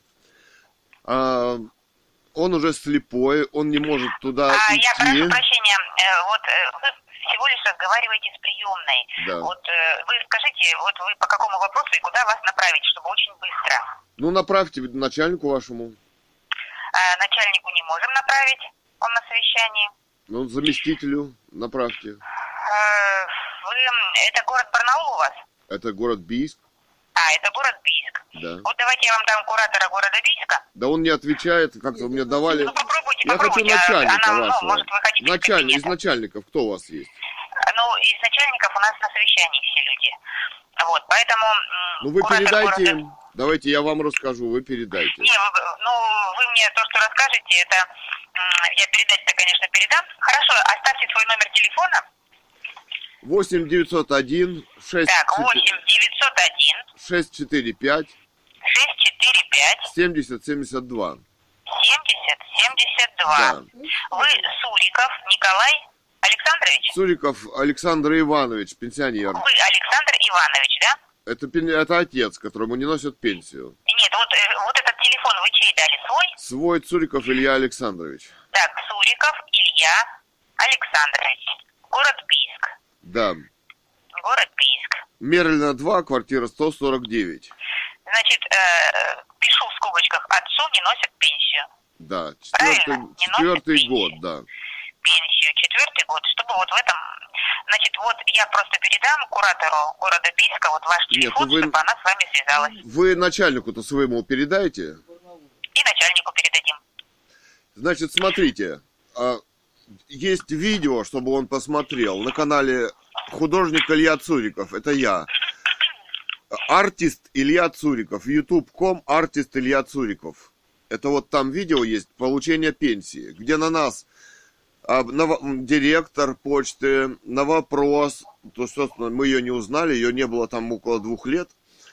А, он уже слепой, он не может туда А, идти. я прошу прощения, э, вот э, вы всего лишь разговариваете с приемной. Да. Вот э, вы скажите, вот вы по какому вопросу и куда вас направить, чтобы очень быстро? Ну, направьте начальнику вашему. Э, начальнику не можем направить, он на совещании. Ну, заместителю направьте. Э, вы, это город Барнаул у вас? Это город Бийск. А, это город Бийск. Да. Вот давайте я вам дам куратора города Бийска. Да он не отвечает, как-то мне давали. Ну попробуйте, Я хочу попробуйте. начальника Она, ну, вашего. может, вы хотите из Начальник, из кабинета? начальников кто у вас есть? Ну, из начальников у нас на совещании все люди. Вот, поэтому... м, Ну вы куратор передайте города- им. Давайте я вам расскажу, вы передайте. Не, вы, ну, вы мне то, что расскажете, это м, я передать-то, конечно, передам. Хорошо, оставьте свой номер телефона. восемь девятьсот один шесть Так, восемь девятьсот один шесть четыре пять шесть четыре пять семьдесят семьдесят два. семьдесят семьдесят два. Да. Вы Суриков Николай Александрович? Суриков Александр Иванович, пенсионер. Вы Александр Иванович, да? Это, пен- это отец, которому не носят пенсию. Нет, вот, э, вот этот телефон вы чей дали? Свой? Свой Цуриков Илья Александрович. Так, Суриков Илья Александрович. Город Бийск. Да. Город Бийск. Мерлина два, квартира сто сорок девять. Значит, э, пишу в скобочках, отцу не носят пенсию. Да, Правильно? четвертый, Не носят четвертый пенсию. год, да. Пенсию, четвертый год, чтобы вот в этом... Значит, вот я просто передам куратору города Бийска вот ваш Нет, телефон, ну вы- чтобы она с вами связалась. Вы начальнику-то своему передайте. И начальнику передадим. Значит, смотрите, а, есть видео, чтобы он посмотрел, на канале художник Илья Цуриков, это я. Артист Илья Цуриков, ютуб точка ком, артист Илья Цуриков. Это вот там видео есть, получение пенсии, где на нас а, на, во- м, директор почты на вопрос, то, собственно, мы ее не узнали, ее не было там около двух лет,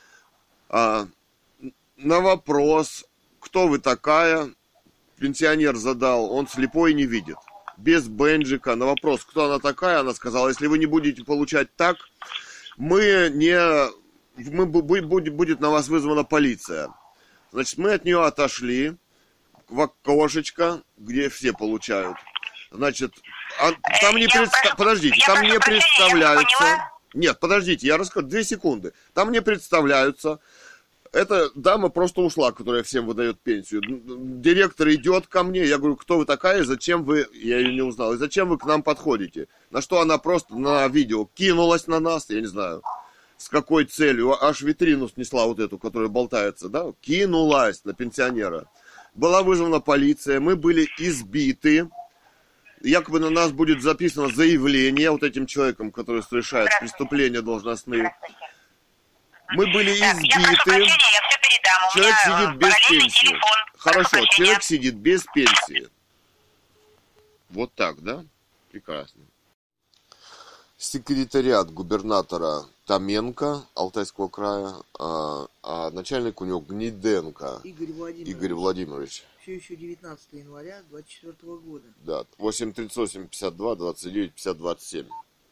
а, на вопрос, кто вы такая, пенсионер задал, он слепой и не видит. Без бенджика. На вопрос, кто она такая, она сказала, если вы не будете получать так, мы не... Мы, бу- бу- будет, будет на вас вызвана полиция. Значит, мы от нее отошли в окошечко, где все получают. Значит, а, там не Я предста... прошу- Подождите, я там прошу не прощения, я не представляются... поняла. Нет, подождите, я расскажу, две секунды. Там не представляются. Эта дама просто ушла, которая всем выдает пенсию. Директор идет ко мне, я говорю, кто вы такая, зачем вы, я ее не узнал, и зачем вы к нам подходите? На что она просто на видео кинулась на нас, я не знаю, с какой целью, аж витрину снесла вот эту, которая болтается, да, кинулась на пенсионера. Была вызвана полиция, мы были избиты, якобы на нас будет записано заявление вот этим человеком, который совершает преступления должностные. Мы были Так, я прошу избиты. прощения, я все передам. У Человек меня сидит э, без параллельный пенсии. телефон. Прошу Хорошо, прощения. человек сидит без пенсии. Вот так, да? Прекрасно. Секретариат губернатора Томенко Алтайского края, а, а начальник у него Гниденко Игорь Владимирович. Игорь Владимирович. Все еще девятнадцатого января двадцать четвёртого года. Да, восемь тридцать восемь пятьдесят два двадцать девять пятьдесят двадцать семь.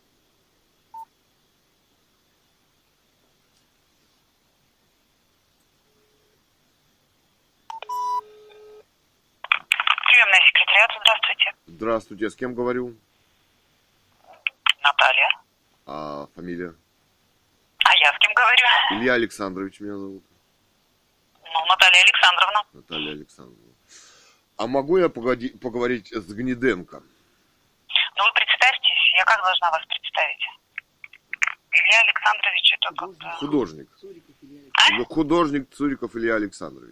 Приемная секретариат, здравствуйте. Здравствуйте, с кем говорю? Наталья. А фамилия? А я с кем говорю? Илья Александрович меня зовут. Ну, Наталья Александровна. Наталья Александровна. А могу я погоди, поговорить с Гниденко? Ну, вы представьтесь, я как должна вас представить? Илья Александрович, это как-то... Художник. Цуриков Илья А? Художник Цуриков Илья Александрович.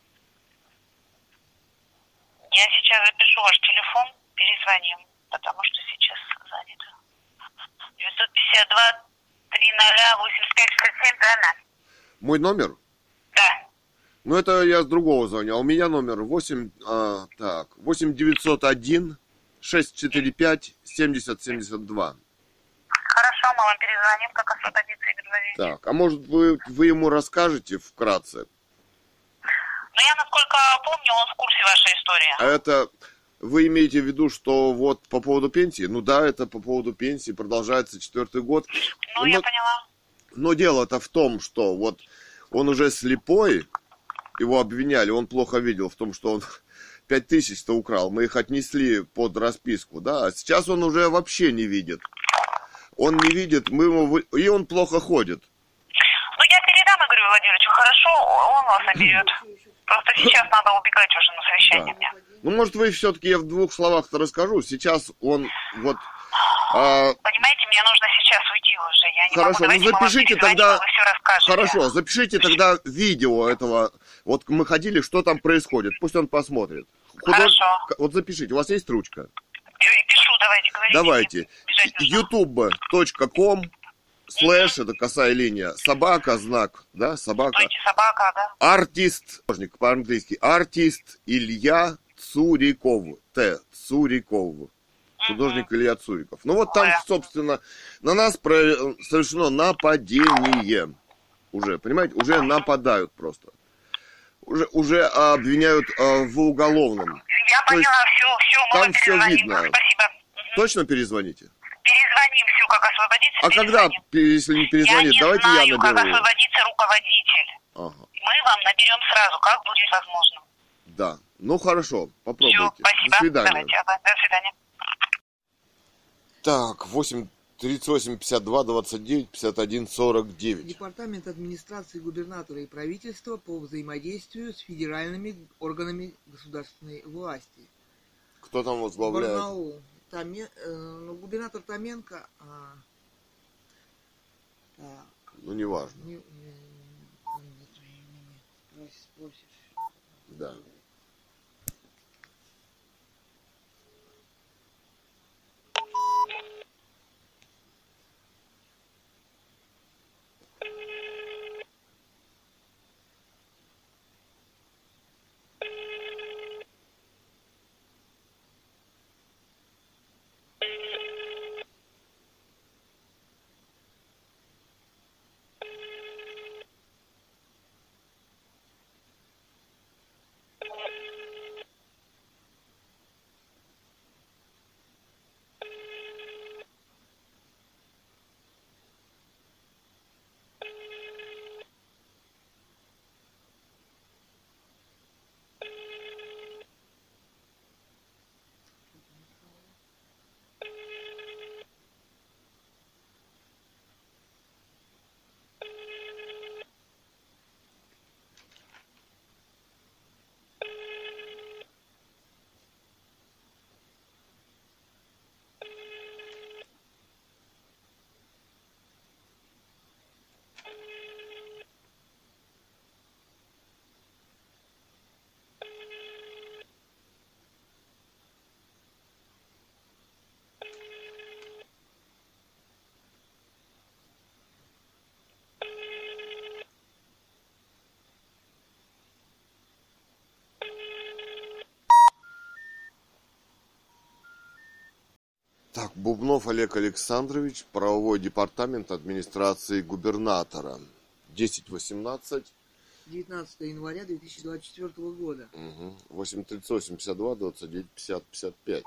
Я сейчас запишу ваш телефон, перезвоним, потому что сейчас занято. девятьсот пятьдесят два триста восемьдесят пять шестьдесят семь, правильно? Мой номер? Да. Ну, это я с другого звоню. А у меня номер восемь, а, так, восемь девятьсот один шестьсот четыре пять семьдесят семьдесят два. Хорошо, мы вам перезвоним, как освободится Игорь Владимирович. Так, а может вы, вы ему расскажете вкратце? Ну, я, насколько помню, он в курсе вашей истории. А это вы имеете в виду, что вот по поводу пенсии? Ну да, это по поводу пенсии, продолжается четвертый год. Ну, но, я поняла. но дело-то в том, что вот он уже слепой, его обвиняли, он плохо видел в том, что он пять тысяч-то украл. Мы их отнесли под расписку, да, а сейчас он уже вообще не видит. Он не видит, мы ему... вы- И он плохо ходит. Ну, я передам Игорю Владимировичу, хорошо, он вас наберет. Просто сейчас надо убегать уже на совещание Да. мне. Ну, может, вы все-таки, я в двух словах-то расскажу. Сейчас он вот... а, Понимаете, мне нужно сейчас уйти уже. Я не Хорошо, могу. Давайте ну мы вам запишите перезвоним, тогда... а вы все расскажете. Хорошо, запишите тогда видео этого. Вот мы ходили, что там происходит. Пусть он посмотрит. Хорошо. Вот запишите, у вас есть ручка? Пишу, давайте, говорите. Давайте. Бежать нужно. ютуб точка ком слэш, это косая линия, собака, знак, да, собака. Стойте, собака, да? Артист, художник по-английски, артист Илья Цуриков, Т, Цуриков, художник Илья Цуриков. Ну вот там, Ой. собственно, на нас про- совершено нападение. Уже, понимаете, уже нападают просто. Уже, уже обвиняют э, в уголовном. Я То есть поняла, все, все, мы там вам всё перезвоним. видно. Спасибо. Мгм. Точно перезвоните? Перезвоним, все, как освободится, А когда, перезвоним. если не перезвонит, я не давайте знаю, я как наберу. освободится руководитель. Ага, Мы вам наберем сразу, как будет возможно. да. Ну хорошо, Все, попробуйте. спасибо. До свидания. Давайте, ага, до свидания. Так, восемь тридцать восемь пятьдесят два двадцать девять пятьдесят один сорок девять. Департамент администрации губернатора и правительства по взаимодействию с федеральными органами государственной власти. Кто там возглавляет? Барнаул. Томе- э, ну, губернатор Томенко. А, так, Ну, неважно. не, не- не твое имя. Спросишь, спросишь. Да. Так, Бубнов Олег Александрович, правовой департамент администрации губернатора. десять восемнадцать. девятнадцатого января две тысячи двадцать четвёртого года. Угу. восемь тридцать восемь пятьдесят два двадцать девять пятьдесят пятьдесят пять.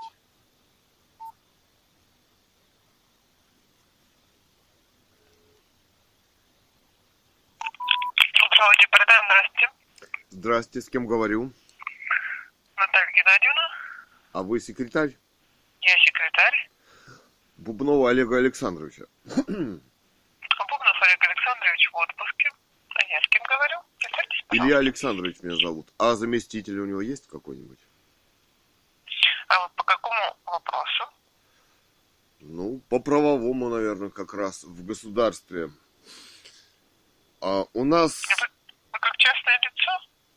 Правовой департамент, здравствуйте. Здрасте, с кем говорю? Наталья Геннадьевна. А вы секретарь? Я секретарь. Бубнова Олега Александровича. Бубнов Олег Александрович в отпуске. А я с кем говорю? Представьтесь, пожалуйста. Илья Александрович меня зовут. А заместитель у него есть какой-нибудь? А вы по какому вопросу? Ну, по правовому, наверное, как раз в государстве. А у нас... Вы, вы как частное лицо?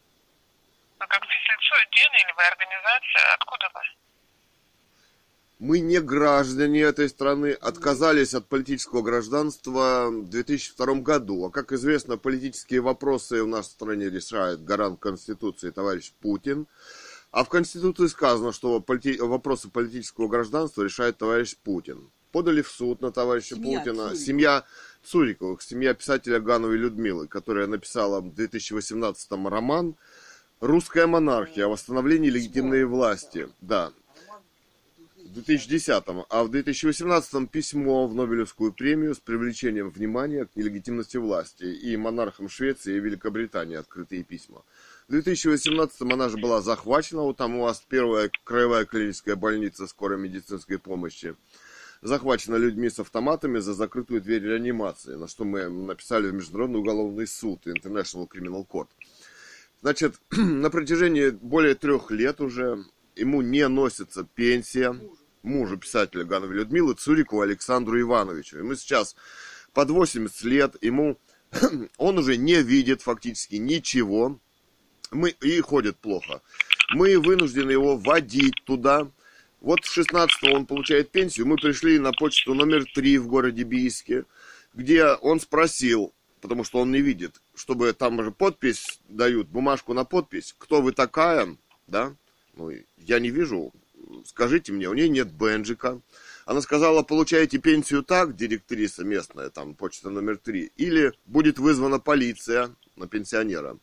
Вы как физлицо, день или вы организация? Откуда вы? Мы не граждане этой страны, отказались от политического гражданства в две тысячи втором году. А как известно, политические вопросы у нас в стране решает гарант Конституции товарищ Путин. А в Конституции сказано, что полити... вопросы политического гражданства решает товарищ Путин. Подали в суд на товарища Семья Путина. Цурикова. Семья Цуриковых, семья писателя Гановой Людмилы, которая написала в две тысячи восемнадцатом роман «Русская монархия. О восстановлении легитимной власти». Да. В две тысячи десятом, а в две тысячи восемнадцатом письмо в Нобелевскую премию с привлечением внимания к нелегитимности власти и монархам Швеции и Великобритании открытые письма. В две тысячи восемнадцатом она же была захвачена, вот там у вас первая краевая клиническая больница скорой медицинской помощи, захвачена людьми с автоматами за закрытую дверь реанимации, на что мы написали в Международный уголовный суд, International Criminal Court. Значит, на протяжении более трех лет уже ему не носится пенсия мужу писателя Гановой Людмилы Цурикову Александру Ивановичу. Ему сейчас под восемьдесят лет, ему он уже не видит фактически ничего, мы, и ходит плохо. Мы вынуждены его водить туда. Вот шестнадцатого он получает пенсию, мы пришли на почту номер три в городе Бийске, где он спросил, потому что он не видит, чтобы там же подпись дают, бумажку на подпись, кто вы такая, да? Ну, я не вижу, скажите мне, у нее нет бенджика. Она сказала, получаете пенсию так, директриса местная, там, почта номер три, или будет вызвана полиция на пенсионера,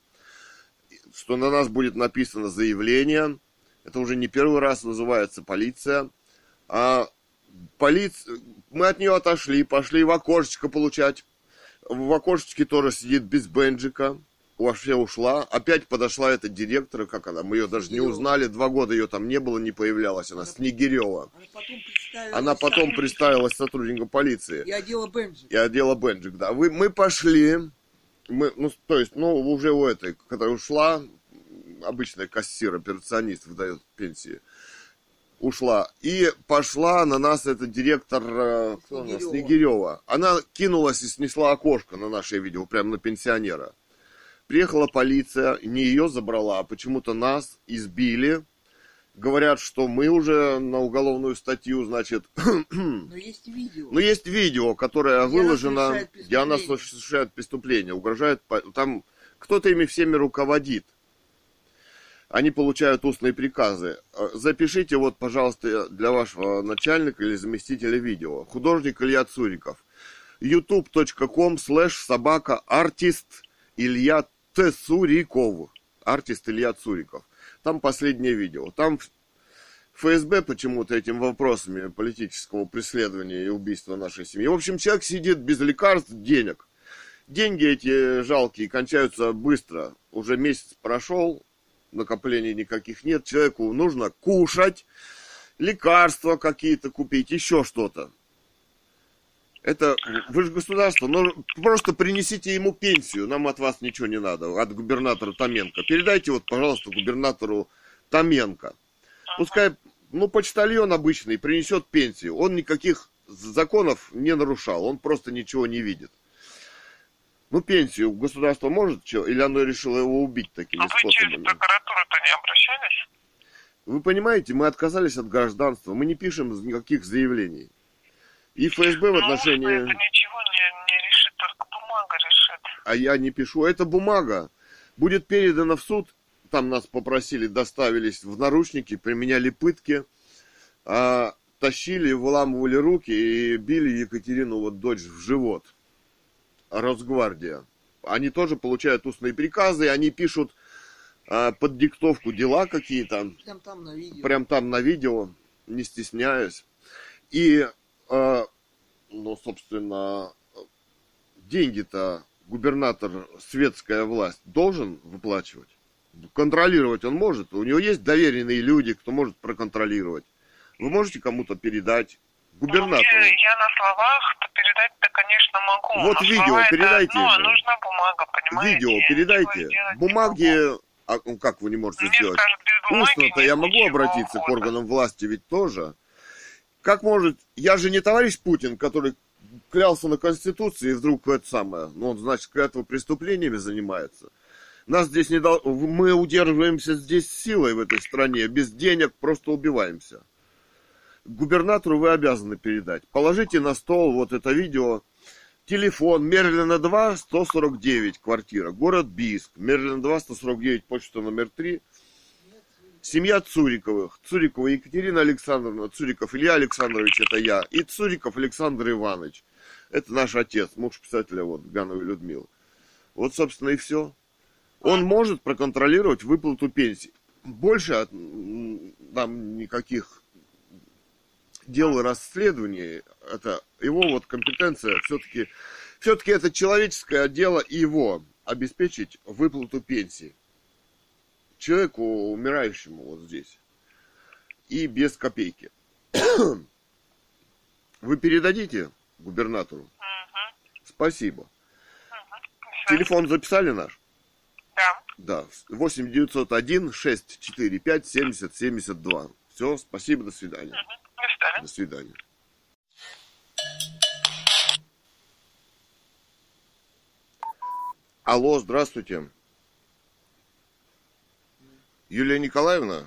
что на нас будет написано заявление, это уже не первый раз называется полиция, а полиция, мы от нее отошли, пошли в окошечко получать, в окошечке тоже сидит без бенджика, вообще ушла, опять подошла эта директор, как она, мы ее даже не узнали, два года ее там не было, не появлялась, она, она Снегирева. Она потом представилась, она потом представилась сотрудником полиции. И одела бенджик. И одела бенджик, да. Вы, мы пошли, мы, ну, то есть, ну, уже у этой, которая ушла, обычный кассир, операционист выдает пенсии, ушла. И пошла на нас эта директор кто она? Снегирева. Она кинулась и снесла окошко на наше видео, прямо на пенсионера. Приехала полиция, не ее забрала, а почему-то нас избили. Говорят, что мы уже на уголовную статью, значит... Но есть видео. Но есть видео, которое где выложено, где она совершает преступление, угрожает... Там кто-то ими всеми руководит. Они получают устные приказы. Запишите вот, пожалуйста, для вашего начальника или заместителя видео. Художник Илья Цуриков. ютуб точка ком слэш собака артист Илья Цуриков. Артист Илья Цуриков. Там последнее видео. Там ФСБ почему-то этим вопросами политического преследования и убийства нашей семьи. В общем, человек сидит без лекарств, денег. Деньги эти жалкие кончаются быстро. Уже месяц прошел, накоплений никаких нет. Человеку нужно кушать, лекарства какие-то купить, еще что-то. Это, вы же государство, но просто принесите ему пенсию, нам от вас ничего не надо, от губернатора Томенко. Передайте вот, пожалуйста, губернатору Томенко. Пускай, ну, почтальон обычный принесет пенсию, он никаких законов не нарушал, он просто ничего не видит. Ну, пенсию государство может, что, или оно решило его убить такими а способами? Вы через прокуратуру-то не обращались? Вы понимаете, мы отказались от гражданства, мы не пишем никаких заявлений. И ФСБ в отношении... Ну, это ничего не, не решит, только бумага решит. А я не пишу. Эта бумага будет передана в суд. Там нас попросили, доставились в наручники, применяли пытки. А, тащили, выламывали руки и били Екатерину, вот дочь, в живот. Росгвардия. Они тоже получают устные приказы, они пишут а, под диктовку дела какие-то. Прям там на видео. Прям там на видео, не стесняясь. И, а, ну, собственно, деньги-то губернатор, светская власть, должен выплачивать. Контролировать он может. У него есть доверенные люди, кто может проконтролировать. Вы можете кому-то передать? Губернатору. Ну, я, я на словах-то передать-то, конечно, могу. Вот но видео слова передайте. Это, ну, нужна бумага, понимаете? Видео Я передайте. Бумаги, а, ну, как вы не можете Мне сделать? скажут, без бумаги Устно-то нет я могу ничего обратиться охота. к органам власти, ведь тоже. Как может... Я же не товарищ Путин, который клялся на Конституции, и вдруг это самое... Ну, он, значит, клятвопреступлениями занимается. Нас здесь не дол... Мы удерживаемся здесь силой в этой стране. Без денег просто убиваемся. Губернатору вы обязаны передать. Положите на стол вот это видео. Телефон Мерлина два, сто сорок девять, квартира. Город Бийск. Мерлина два, сто сорок девять, почта номер три. Семья Цуриковых. Цурикова Екатерина Александровна. Цуриков Илья Александрович, это я. И Цуриков Александр Иванович. Это наш отец, муж писателя вот, Гановой Людмилы. Вот, собственно, и все. Он может проконтролировать выплату пенсии. Больше от, нам никаких дел и расследований. Это его вот компетенция. Все-таки, все-таки это человеческое дело его обеспечить выплату пенсии. Человеку умирающему вот здесь. И без копейки. Вы передадите губернатору? Угу. Спасибо. Угу. Телефон записали наш? Да. Да. восемь девятьсот один шестьсот четыре пять семьдесят семьдесят два. Все, спасибо, до свидания. Угу. До свидания. До свидания. Алло, здравствуйте. Юлия Николаевна?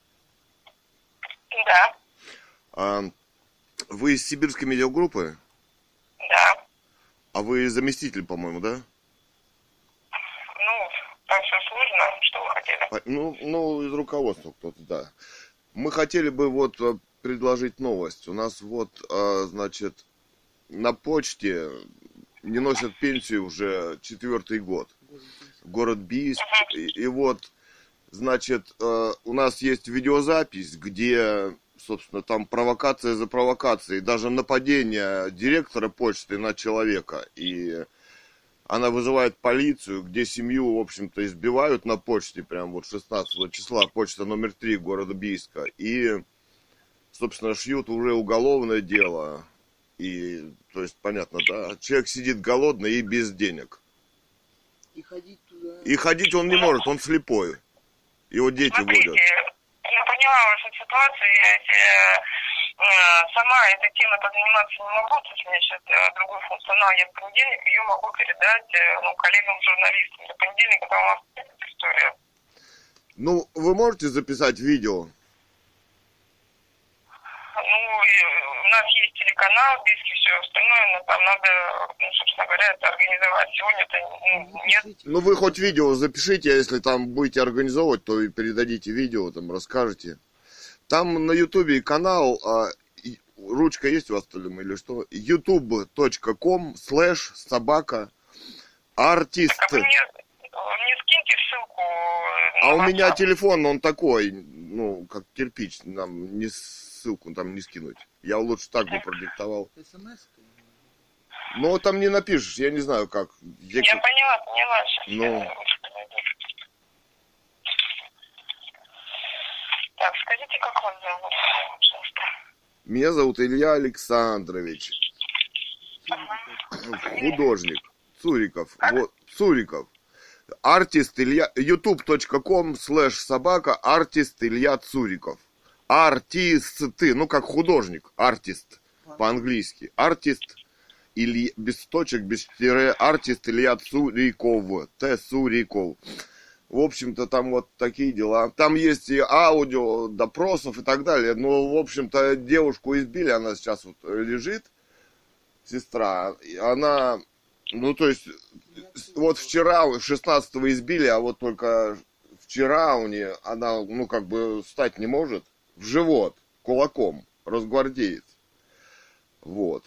Да. А, вы из сибирской медиагруппы? Да. А вы заместитель, по-моему, да? Ну, там все сложно. Что вы хотели? Ну, ну, из руководства кто-то, да. Мы хотели бы вот предложить новость. У нас вот, значит, на почте не носят пенсию уже четвертый год. Город Бийск. И, и вот, значит, у нас есть видеозапись, где, собственно, там провокация за провокацией. Даже нападение директора почты на человека. И она вызывает полицию, где семью, в общем-то, избивают на почте, прям вот шестнадцатого числа, почта номер три города Бийска. И, собственно, шьют уже уголовное дело. И, то есть, понятно, да, человек сидит голодный и без денег. И ходить туда... И ходить он не может, он слепой. Его дети Смотрите, водят. я поняла вашу ситуацию, я э, э, сама этой темой заниматься не могу, то есть у меня сейчас э, другой функционал, я в понедельник ее могу передать э, ну, коллегам-журналистам. До понедельника там у вас эта история. Ну, вы можете записать видео? Ну, у нас есть телеканал, Бийский, все остальное, но там надо, ну, собственно говоря, это организовать. Сегодня-то ну, нет. Ну, вы хоть видео запишите, а если там будете организовывать, то и передадите видео, там расскажете. Там на ютубе канал, а, и, ручка есть у вас, что ли, или что? ютуб точка ком слэш собака артист. Так, а вы мне, мне скиньте ссылку. А у меня телефон, он такой, ну, как кирпич, нам не ссылку там не скинуть. Я лучше так бы продиктовал. СМС? Ну, там не напишешь, я не знаю как. Я, я поняла, поняла. Сейчас ну... я... Так, скажите, как вас зовут, пожалуйста? Меня зовут Илья Александрович. Ага. Художник. Цуриков. Вот, Цуриков. Артист Илья... ютуб точка ком слэш собака артист Илья Цуриков. Артисты, ну как художник, артист по-английски. Артист Илья, без точек, без тире, артист Илья Цуриков. Т. Цуриков. В общем-то, там вот такие дела. Там есть и аудио, допросов и так далее. Но, в общем-то, девушку избили, она сейчас вот лежит, сестра. Она, ну, то есть, вот вчера, шестнадцатого избили, а вот только вчера у нее, она, ну, как бы, встать не может. В живот кулаком росгвардеец. Вот.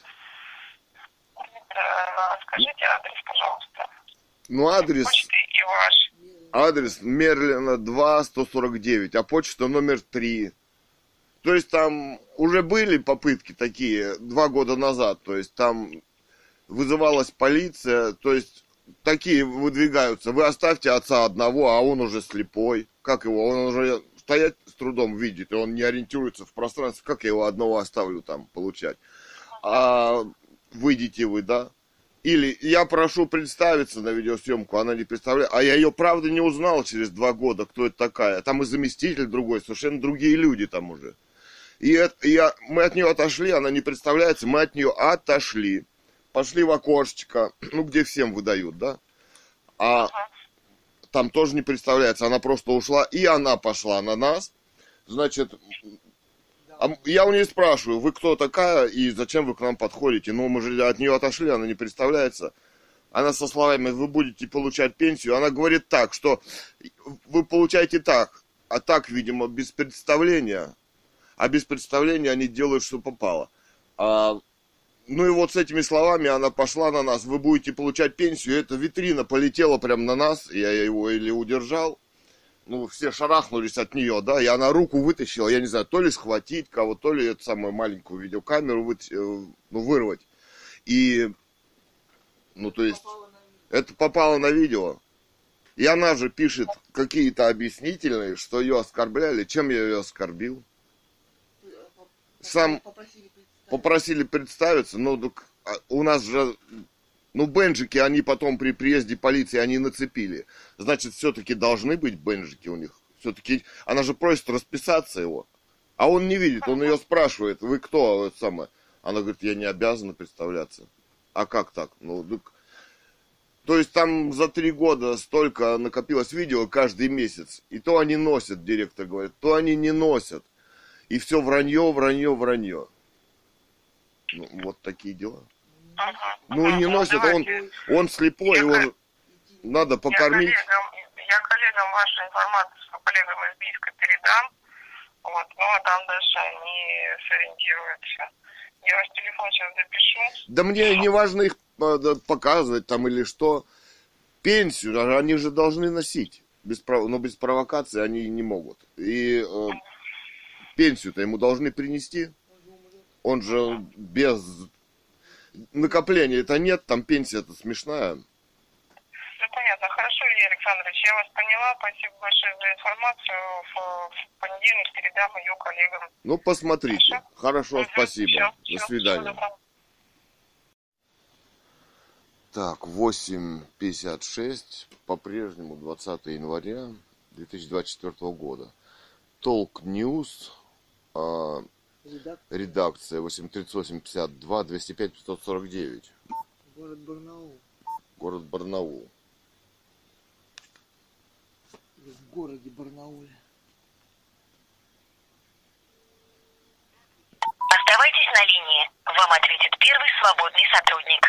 Это, скажите адрес, пожалуйста. Ну, адрес, Почты и ваш. адрес Мерлина два, сто сорок девять, а почта номер три. То есть там уже были попытки такие два года назад, то есть там вызывалась полиция, то есть такие выдвигаются. Вы оставьте отца одного, а он уже слепой. Как его? Он уже стоять с трудом видит, и он не ориентируется в пространстве. Как я его одного оставлю там получать? А выйдете вы, да? Или я прошу представиться на видеосъемку, она не представляет. А я ее правда не узнал через два года, кто это такая. Там и заместитель другой, совершенно другие люди там уже. И это, я, мы от нее отошли, она не представляется, мы от нее отошли. Пошли в окошечко, ну, где всем выдают, да? А там тоже не представляется, она просто ушла, и она пошла на нас. Значит, а я у нее спрашиваю, вы кто такая и зачем вы к нам подходите? Ну, мы же от нее отошли, она не представляется. Она со словами, вы будете получать пенсию. Она говорит так, что вы получаете так, а так, видимо, без представления. А без представления они делают, что попало. А, ну и вот с этими словами она пошла на нас, вы будете получать пенсию. Эта витрина полетела прямо на нас, я его или удержал. Ну, все шарахнулись от нее, да, и она руку вытащила, я не знаю, то ли схватить кого, то ли эту самую маленькую видеокамеру вытащ... ну, вырвать. И, ну, то есть, это попало на видео. И она же пишет какие-то объяснительные, что ее оскорбляли. Чем я ее оскорбил? Сам попросили представиться, но у нас же... Ну, бенджики они потом при приезде полиции, они нацепили. Значит, все-таки должны быть бенджики у них. Все-таки, она же просит расписаться его. А он не видит, он ее спрашивает, вы кто? Это самое. Она говорит, я не обязана представляться. А как так? Ну, так... То есть там за три года столько накопилось видео каждый месяц. И то они носят, директор говорит, то они не носят. И все вранье, вранье, вранье. Ну, вот такие дела. Ага. Ну, не носит, он, он слепой, его надо покормить. Я коллегам, я коллегам вашу информацию, коллегам из Бийска передам. Вот, ну, а там дальше они сориентируются. Я ваш телефон сейчас запишу. Да мне не важно их показывать там или что. Пенсию они же должны носить. Без пров... Но без провокации они не могут. И э, пенсию-то ему должны принести. Он же без... Накопления это нет, там пенсия-то смешная. Ну, понятно. Хорошо, Илья Александрович, я вас поняла. Спасибо большое за информацию. В, в понедельник передам ее коллегам. Ну, посмотрите. Хорошо, Хорошо угу. спасибо. Все, До все, свидания. все, так, восемь пятьдесят шесть, по-прежнему двадцатое января две тысячи двадцать четвёртого года. Толк Ньюс. А, редакция восемь тридцать восемь пятьдесят два двести пять пятьсот сорок девять. Город Барнаул. Город Барнаул. В городе Барнауле. Оставайтесь на линии. Вам ответит первый свободный сотрудник.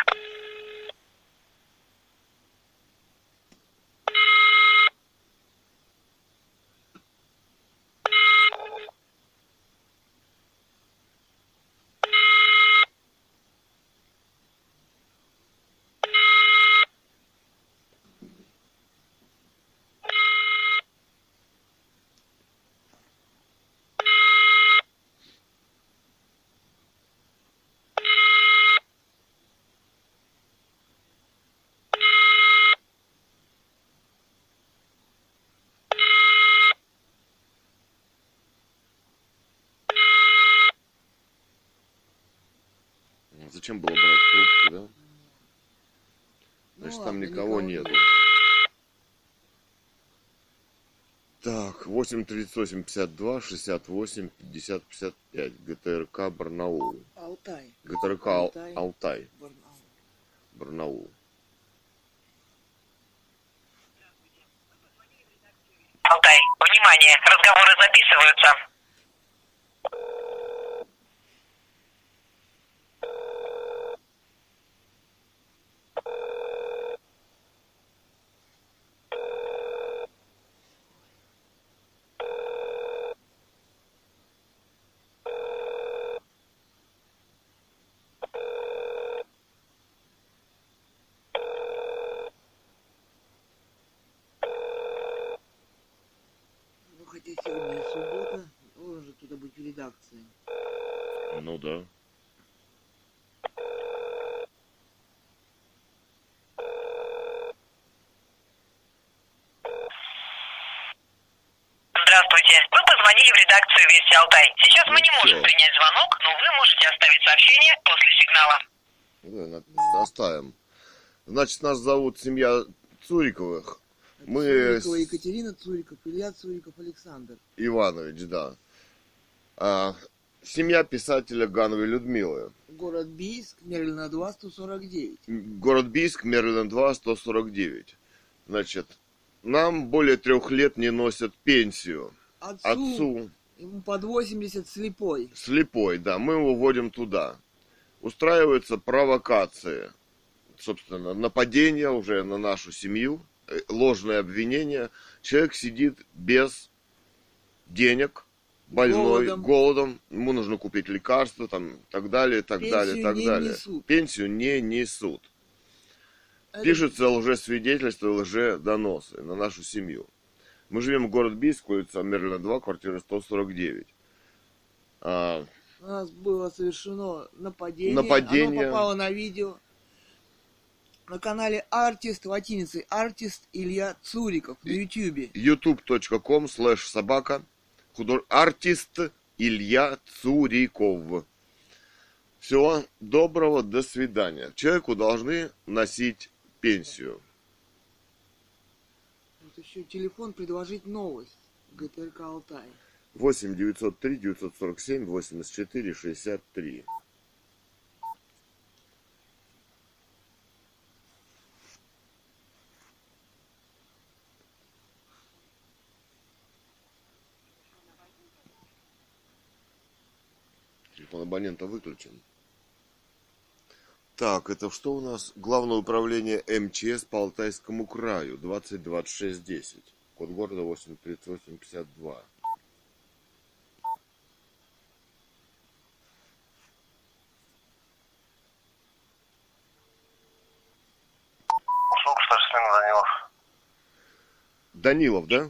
Зачем было брать трубку, да? Значит, Ну, там ладно, никого никого нету. нет. Так, восемь тридцать восемь пятьдесят два шестьдесят восемь пятьдесят пятьдесят пять. ГТРК Барнаул. Алтай. ГТРК Алтай. Алтай. Барнаул. Барнаул. Алтай, внимание, разговоры записываются. Ну да. Здравствуйте. Вы позвонили в редакцию Вести Алтай. Сейчас мы Ну не всё. можем принять звонок, но вы можете оставить сообщение после сигнала. Да, на- оставим. Значит, нас зовут семья Цуриковых. Мы Цурикова с- Екатерина Цуриков, Илья Цуриков, Александр. Иванович, да. А, семья писателя Гановой Людмилы. Город Бийск, Мерлина два, сто сорок девять. Город Бийск, Мерлин два, сто сорок девять. Значит, нам более трех лет не носят пенсию. Отцу, Отцу ему под восемьдесят, слепой. слепой, да, мы его водим туда. Устраиваются провокации, собственно, нападения уже на нашу семью, э, ложные обвинения. Человек сидит без денег, больной, голодом, Голодом. ему нужно купить лекарства, там, так далее, так Пенсию далее, так не далее. несут. Пенсию не несут. Это Пишутся лжесвидетельства, лжедоносы на нашу семью. Мы живем в город Бийск, улица Мерлина два, квартира сто сорок девять. А, У нас было совершено нападение. Нападение. Оно попало на видео. На канале Артист, латиницей Артист Илья Цуриков на ютюбе. ютуб точка ком слэш собака худож... артист Илья Цуриков. Всего доброго, до свидания. Человеку должны носить пенсию. Вот еще телефон предложить новость. ГТРК Алтай. восемь девятьсот три девятьсот сорок семь восемьдесят четыре шестьдесят три. Телефон абонента выключен. Так, это что у нас? Главное управление эм че эс по Алтайскому краю. двадцать двадцать шесть десять. Код города восемь тридцать восемь пятьдесят два. Услуг старший смены Данилов. Данилов, да?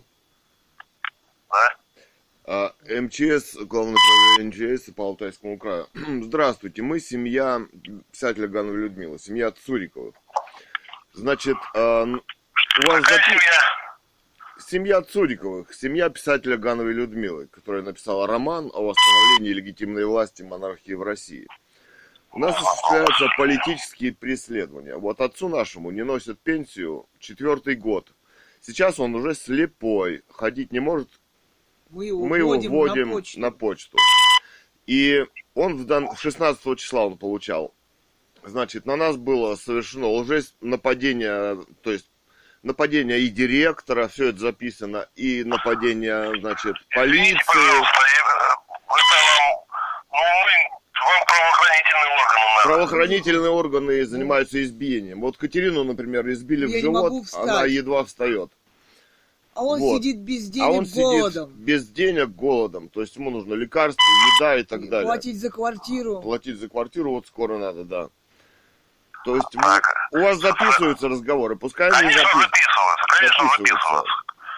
Да? А, эм че эс, главное управление эм че эс по Алтайскому краю. Здравствуйте, мы семья писателя Гановой Людмилы, семья Цуриковых. Значит, а, у вас Какая запи... семья? Семья Цуриковых, семья писателя Гановой Людмилы, которая написала роман о восстановлении легитимной власти монархии в России. У нас осуществляются политические преследования. Вот отцу нашему не носят пенсию четвертый год. Сейчас он уже слепой, ходить не может. Мы его Мы его вводим, вводим на почту. на почту. И он в дан... шестнадцатого числа он получал. Значит, на нас было совершено лженападение, то есть нападение и директора, все это записано, и нападение, значит, полиции. Извините, пожалуйста, э, это вам, ну, мы, вам правоохранительные органы надо. Правоохранительные органы занимаются избиением. Вот Катерину, например, избили Я в не живот, могу встать. она едва встает. А он Вот. сидит без А денег, он голодом. сидит без денег, голодом. То есть ему нужно лекарства, еда и так далее. Платить за квартиру. Платить за квартиру вот скоро надо, да. То есть мы- у вас записываются разговоры, пускай они Конечно, записываются. записываются, конечно, записываются.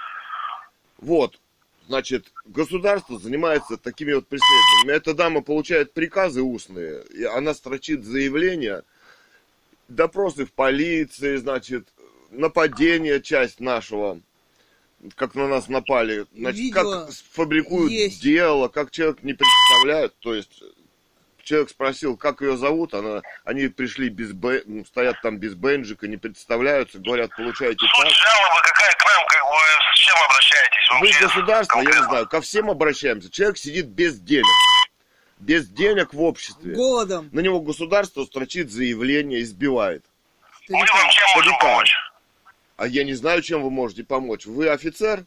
Вот, значит, государство занимается такими вот преследованиями. Эта дама получает приказы устные, и она строчит заявления, допросы в полиции, значит, нападение часть нашего, как на нас напали, значит, Видео как фабрикуют есть. дело, как человек не представляет, то есть человек спросил, как ее зовут, она, они пришли без бе, ну, стоят там без бенджика, не представляются, говорят, получаете Суть так. жалобы какая к нам, как вы с чем обращаетесь? Вы Вообще, государство, я не конкретно? знаю, ко всем обращаемся. Человек сидит без денег. Без денег в обществе. Голодом. На него государство строчит заявление, избивает. Мы вам чем можем Старика. помочь? А я не знаю, чем вы можете помочь. Вы офицер?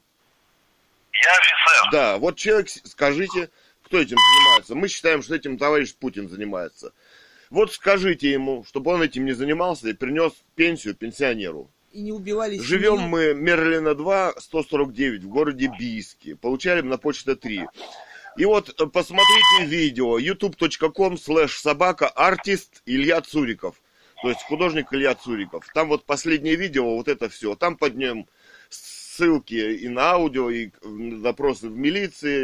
Я офицер. Да, вот человек, скажите, кто этим занимается. Мы считаем, что этим товарищ Путин занимается. Вот скажите ему, чтобы он этим не занимался и принес пенсию пенсионеру. И не убивали Живем семью. мы Мерлина два, сто сорок девять, в городе Бийске. Получали на почта три. И вот э, посмотрите видео ютуб точка ком слэш собака артист Илья Цуриков. То есть художник Илья Цуриков. Там вот последнее видео, вот это все. Там под ним ссылки и на аудио, и на допросы в милиции.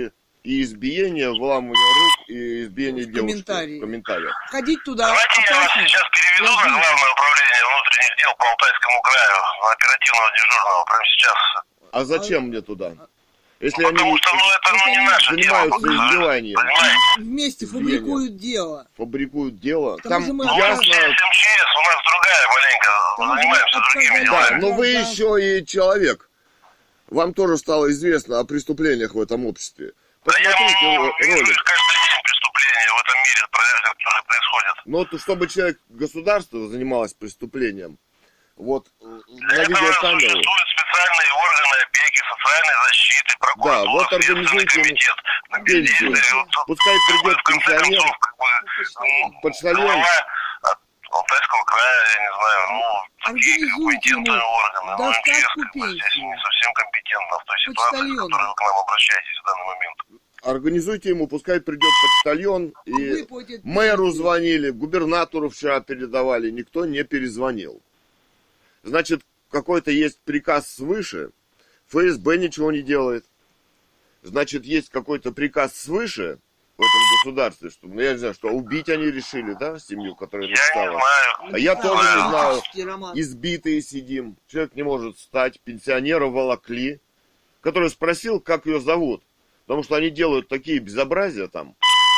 и избиение, выламывание рук, и избиение В девушки комментарии. в комментариях. Ходить туда Давайте я вас опасно. сейчас переведу на Возможно. Главное управление внутренних дел по Алтайскому краю, на оперативного дежурного, прямо сейчас. А зачем мне туда? Если Ну, они потому что, ну, это ну, не наше дело. занимаются Понимаете? избиванием, Вместе Избиение. фабрикуют дело. фабрикуют дело, К тому там же мы Ну, ясно... все с МЧС, у нас другая маленько, Потому что занимаемся мы другими отказались. Да, делами. но вы Да. еще и человек. Вам тоже стало известно о преступлениях в этом обществе. Да я Посмотрите ну, ро- вижу ролик. каждый день преступления в этом мире, которые происходят. Но то, чтобы человек, государство занималось преступлением, вот э, Для на этого видеокамеру, существуют специальные органы опеки, социальной защиты, прокуратура, Да, вот Следственный организуйте ему комитет, на пенсию. бездействие. Вот, Пускай как бы, придет в конце пенсионер, концов, как бы, ну, почтальон. глава от Алтайского края, я не знаю, ну, такие Организуйте компетентные ему органы, но доставку МЧС как бы здесь пенсии. не совсем компетентна в той ситуации, в Почтальону. которой вы к нам обращаетесь в данный момент. Организуйте ему, пускай придет почтальон, и Выплатит мэру пенсию. звонили, губернатору вчера передавали, никто не перезвонил. Значит, какой-то есть приказ свыше, ФСБ ничего не делает. Значит, есть какой-то приказ свыше в этом государстве, что, ну, я не знаю, что убить они решили, да, семью, которая Я не написала. знаю. А я Да, тоже не знаю. политический роман. Избитые сидим. Человек не может встать, пенсионера волокли, который спросил, как ее зовут. Потому что они делают такие безобразия там.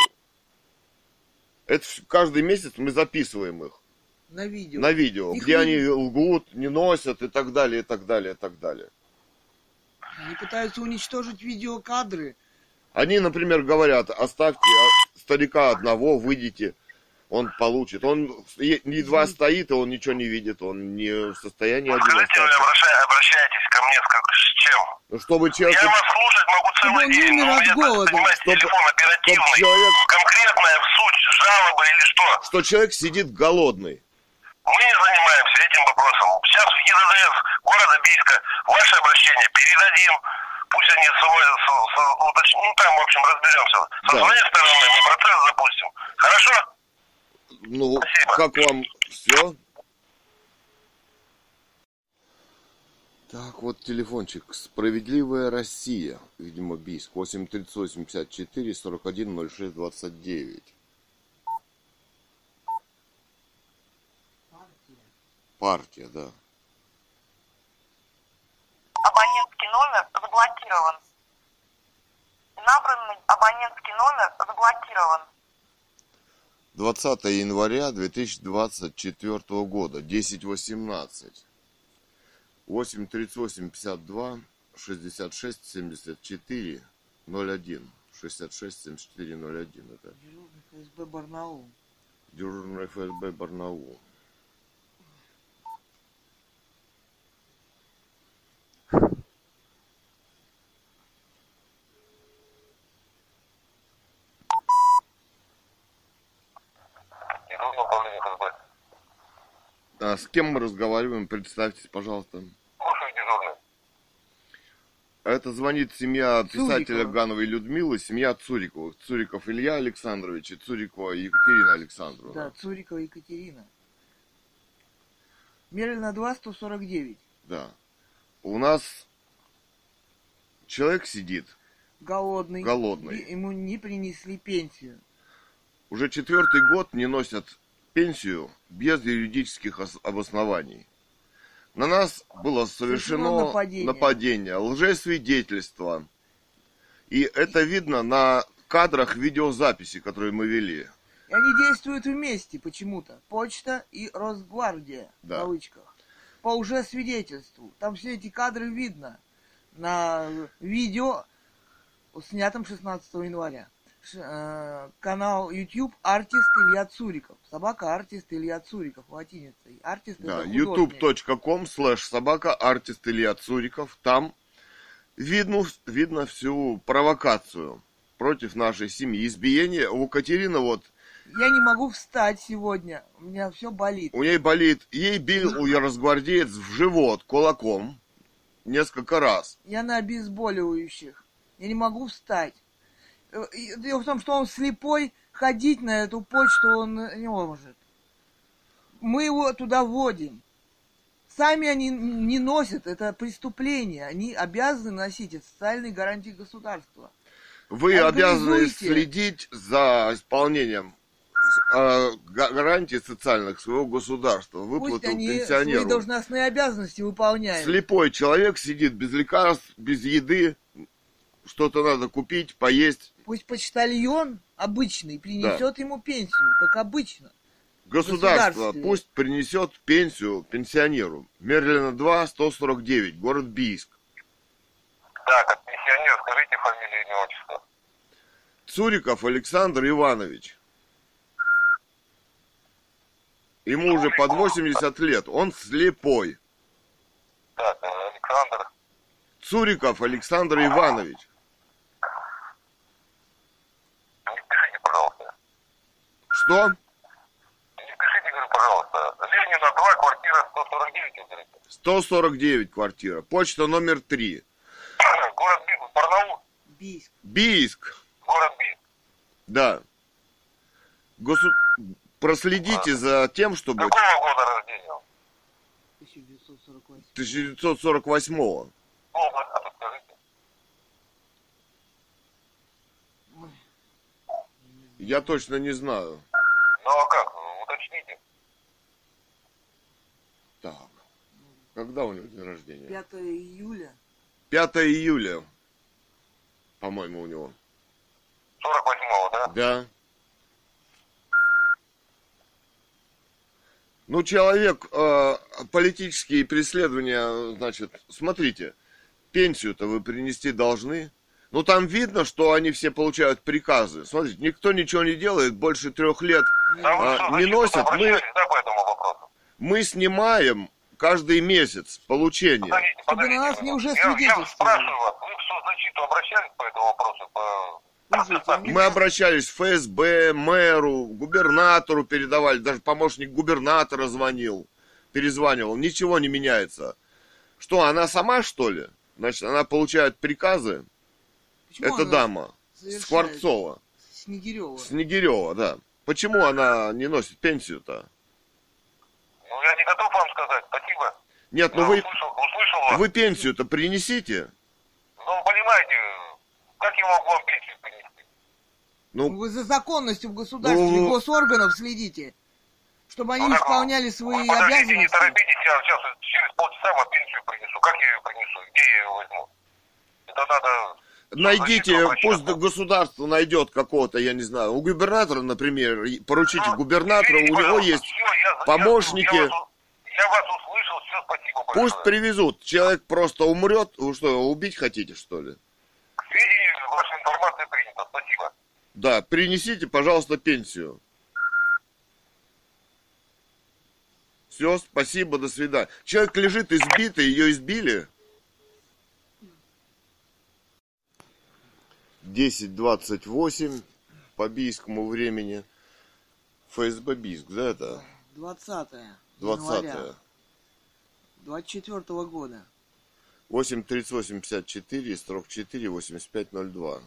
Это вс- каждый месяц мы записываем их На видео. на видео, Их где ви- они лгут, не носят и так далее, и так далее, и так далее. Они пытаются уничтожить видеокадры. Они, например, говорят, оставьте а, старика одного, выйдите, он получит. Он е- едва стоит, и он ничего не видит, он не в состоянии один Скажите, вы остаться. обращай- обращаетесь ко мне с, как, с чем? Ну, чтобы человек, Я вас слушать могу целый он день, умер но у от меня, голода. понимаете, Чтоб- телефон чтобы оперативный, человек, конкретная в суть, жалобы или что. что человек сидит голодный. Мы не занимаемся этим вопросом. Сейчас в ГИДДС города Бийска ваше обращение передадим. Пусть они свой, с- с- уточ- ну там, в общем, разберемся. Со Да. своей стороны мы процесс запустим. Хорошо? Ну, Спасибо. как вам все? Так, вот телефончик. Справедливая Россия. Видимо, Бийск. восемь тридцать восемь пятьдесят четыре сорок один ноль шесть двадцать девять. Партия, да. Абонентский номер заблокирован. Набранный абонентский номер заблокирован. двадцатое января две тысячи двадцать четвёртого года. десять восемнадцать. восемь тридцать восемь пятьдесят два шестьдесят шесть семьдесят четыре ноль один. шестьдесят шесть семьдесят четыре ноль один. Это Дежурный ФСБ Барнаул. дежурный ФСБ Барнаул. Дежурное управление ФСБ. А с кем мы разговариваем? Представьтесь, пожалуйста. Слушаю, дежурный. Это звонит семья писателя Цурикова. Гановой Людмилы, семья Цуриковых. Цуриков Илья Александрович и Цурикова Екатерина Александровна. Да, Цурикова Екатерина. Мерина два сто сорок девять. Да. У нас человек сидит, Голодный. Голодный. И ему не принесли пенсию. уже четвертый год не носят пенсию без юридических ос- обоснований. На нас было совершено Совершено нападение. нападение, лжесвидетельство. И это видно на кадрах видеозаписи, которые мы вели. И они действуют вместе почему-то. Почта и Росгвардия, Да. в кавычках. По уже свидетельству. Там все эти кадры видно на видео, снятом шестнадцатого января. Ш- э, канал YouTube Артист Илья Цуриков. Собака Артист Илья Цуриков латиницей. Артист Да, это ютуб художник. точка ком слэш собака артист Илья Цуриков. Там видно, видно всю провокацию против нашей семьи. Избиение. У Катерины вот, Я не могу встать сегодня. У меня все болит. у ней болит, ей бил у росгвардеец в живот кулаком несколько раз. Я на обезболивающих. Я не могу встать. Э, и Дело в том, что он слепой, ходить на эту почту он не может. Мы его туда вводим. Сами они не носят, это преступление. Они обязаны носить, это социальные гарантии государства. Вы обязаны Организуйте. следить за исполнением э, га- гарантий социальных своего государства, Пусть выплату они свои пенсионеру. должностные обязанности выполняют. Слепой человек сидит без лекарств, без еды, что-то надо купить, поесть. Пусть почтальон обычный принесет ему пенсию, как обычно. Государство Государстве. пусть принесет пенсию пенсионеру. Мерлина два, сто сорок девять, город Бийск. Да, как пенсионер, скажите фамилию, имя, отчество. Цуриков Александр Иванович. Ему уже под восемьдесят лет, он слепой. Так, Александр. Цуриков Александр Иванович. Не спешите, пожалуйста. Что? Не спешите, говорю, пожалуйста. Ленина два, квартира сто сорок девять, вы говорите. сто сорок девять квартира. Почта номер три. Город Бийск, Барнаул. Бийск. Бийск. Город Бийск. Да. Госу... Проследите за тем, чтобы Какого года рождения? тысяча девятьсот сорок восемь. тысяча девятьсот сорок восьмого. Область, а то скажите. Я точно не знаю. Ну а как? Уточните. Так. Когда у него день рождения? пятого июля. пятого июля. По-моему, у него. сорок восьмого, да? Да. Ну, человек, э, политические преследования, значит, смотрите, пенсию-то вы принести должны. Ну, там видно, что они все получают приказы. Смотрите, никто ничего не делает, больше трех лет Да вы а, что, не значит, носят. Мы, обращались, да, по этому вопросу? мы снимаем каждый месяц получение. Подождите, Чтобы подождите. на нас не уже я, я свидетельствовали. спрашиваю вас, вы в соцзащиту обращались по этому вопросу? По... Слушайте, а Мы обращались в эф эс бэ, мэру, губернатору передавали, даже помощник губернатора звонил, перезванивал. Ничего не меняется. Что, она сама, что ли? Значит, она получает приказы. почему Это она дама. совершает? Скворцова. Снегирева. Снегирева, да. Почему она не носит пенсию-то? Ну, я не готов вам сказать, спасибо. Нет, ну Я вы, услышал, услышал вас. вы пенсию-то принесите. Ну, понимаете, как я могу вам пенсию принести? Ну, Вы за законностью в государстве Ну, и госорганов следите, чтобы они Ну, так, исполняли свои вы подождите, не обязанности. торопитесь, я сейчас через полчаса вам пенсию принесу. Как я ее принесу? Где я ее возьму? Это надо... найдите, защиту пусть обращаться. государство найдет какого-то, я не знаю, у губернатора, например, и поручите Ну, губернатору, у извините, него пожалуйста, есть всё, я- я- помощники. Я, вас, я вас услышал, все, спасибо большое. Пусть привезут. Человек просто умрет. Вы что, его убить хотите, что ли? К сведению, ваша информация принята, спасибо. Да, принесите, пожалуйста, пенсию. Все, спасибо, до свидания. Человек лежит избитый, ее избили. десять двадцать восемь по бийскому времени. эф эс бэ Бийск, да, это? двадцатое двадцатое. января двадцать четвёртого года. восемь тридцать восемь пятьдесят четыре, сорок четыре, восемьдесят пять ноль два.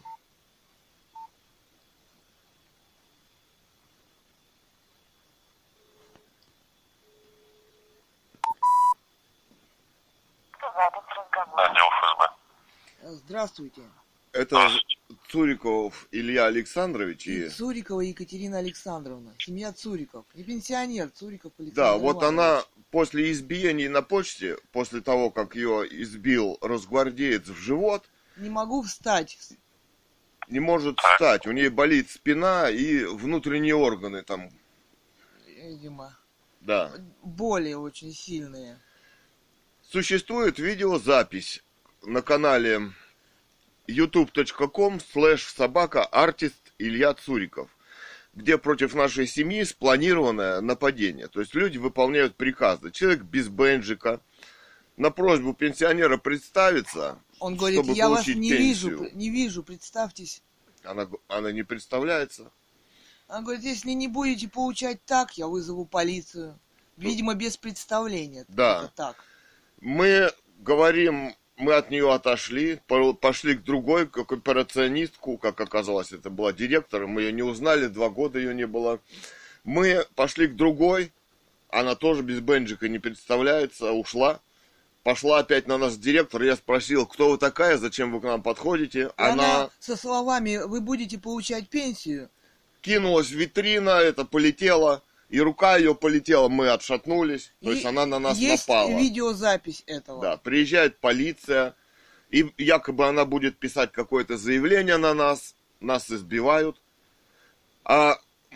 Запись разговора. Отдел эф эс бэ. Э, Здравствуйте. Это Цуриков Илья Александрович и... Цурикова Екатерина Александровна. Семья Цуриков. Не пенсионер, Цуриков Александр Да, вот Иванович. она после избиений на почте, после того, как ее избил росгвардеец в живот, Не могу встать. не может встать. У нее болит спина и внутренние органы там, Видимо. да. Боли очень сильные. Существует видеозапись на канале ютуб точка ком слэш собака артист Илья Цуриков, где против нашей семьи спланированное нападение. То есть люди выполняют приказы. Человек без бенджика на просьбу пенсионера представиться, Он говорит, чтобы я вас получить не пенсию. вижу, не вижу, представьтесь. Она, она не представляется. Она говорит, если не будете получать так, я вызову полицию. Видимо, без представления. Да. Это так. Мы говорим, мы от нее отошли, по- пошли к другой, как операционистку, как оказалось, это была директор, мы ее не узнали, два года ее не было. Мы пошли к другой, она тоже без бенджика не представляется, ушла. пошла опять на нас директор, я спросил, кто вы такая, зачем вы к нам подходите. Она, Она со словами «вы будете получать пенсию». кинулась в витрина, это полетело, и рука ее полетела, мы отшатнулись, то И есть она на нас есть напала. видеозапись этого. Да, приезжает полиция, и якобы она будет писать какое-то заявление на нас, нас избивают. А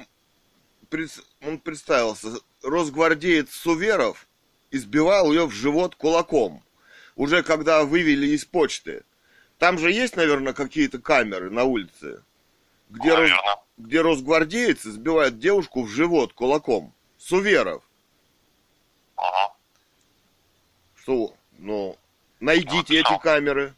он представился, росгвардеец Суверов избивал ее в живот кулаком, уже когда вывели из почты. Там же есть, наверное, какие-то камеры на улице, где, рос, где росгвардеец избивает девушку в живот кулаком. Суверов. Ага. Что, ну, найдите Вот эти камеры.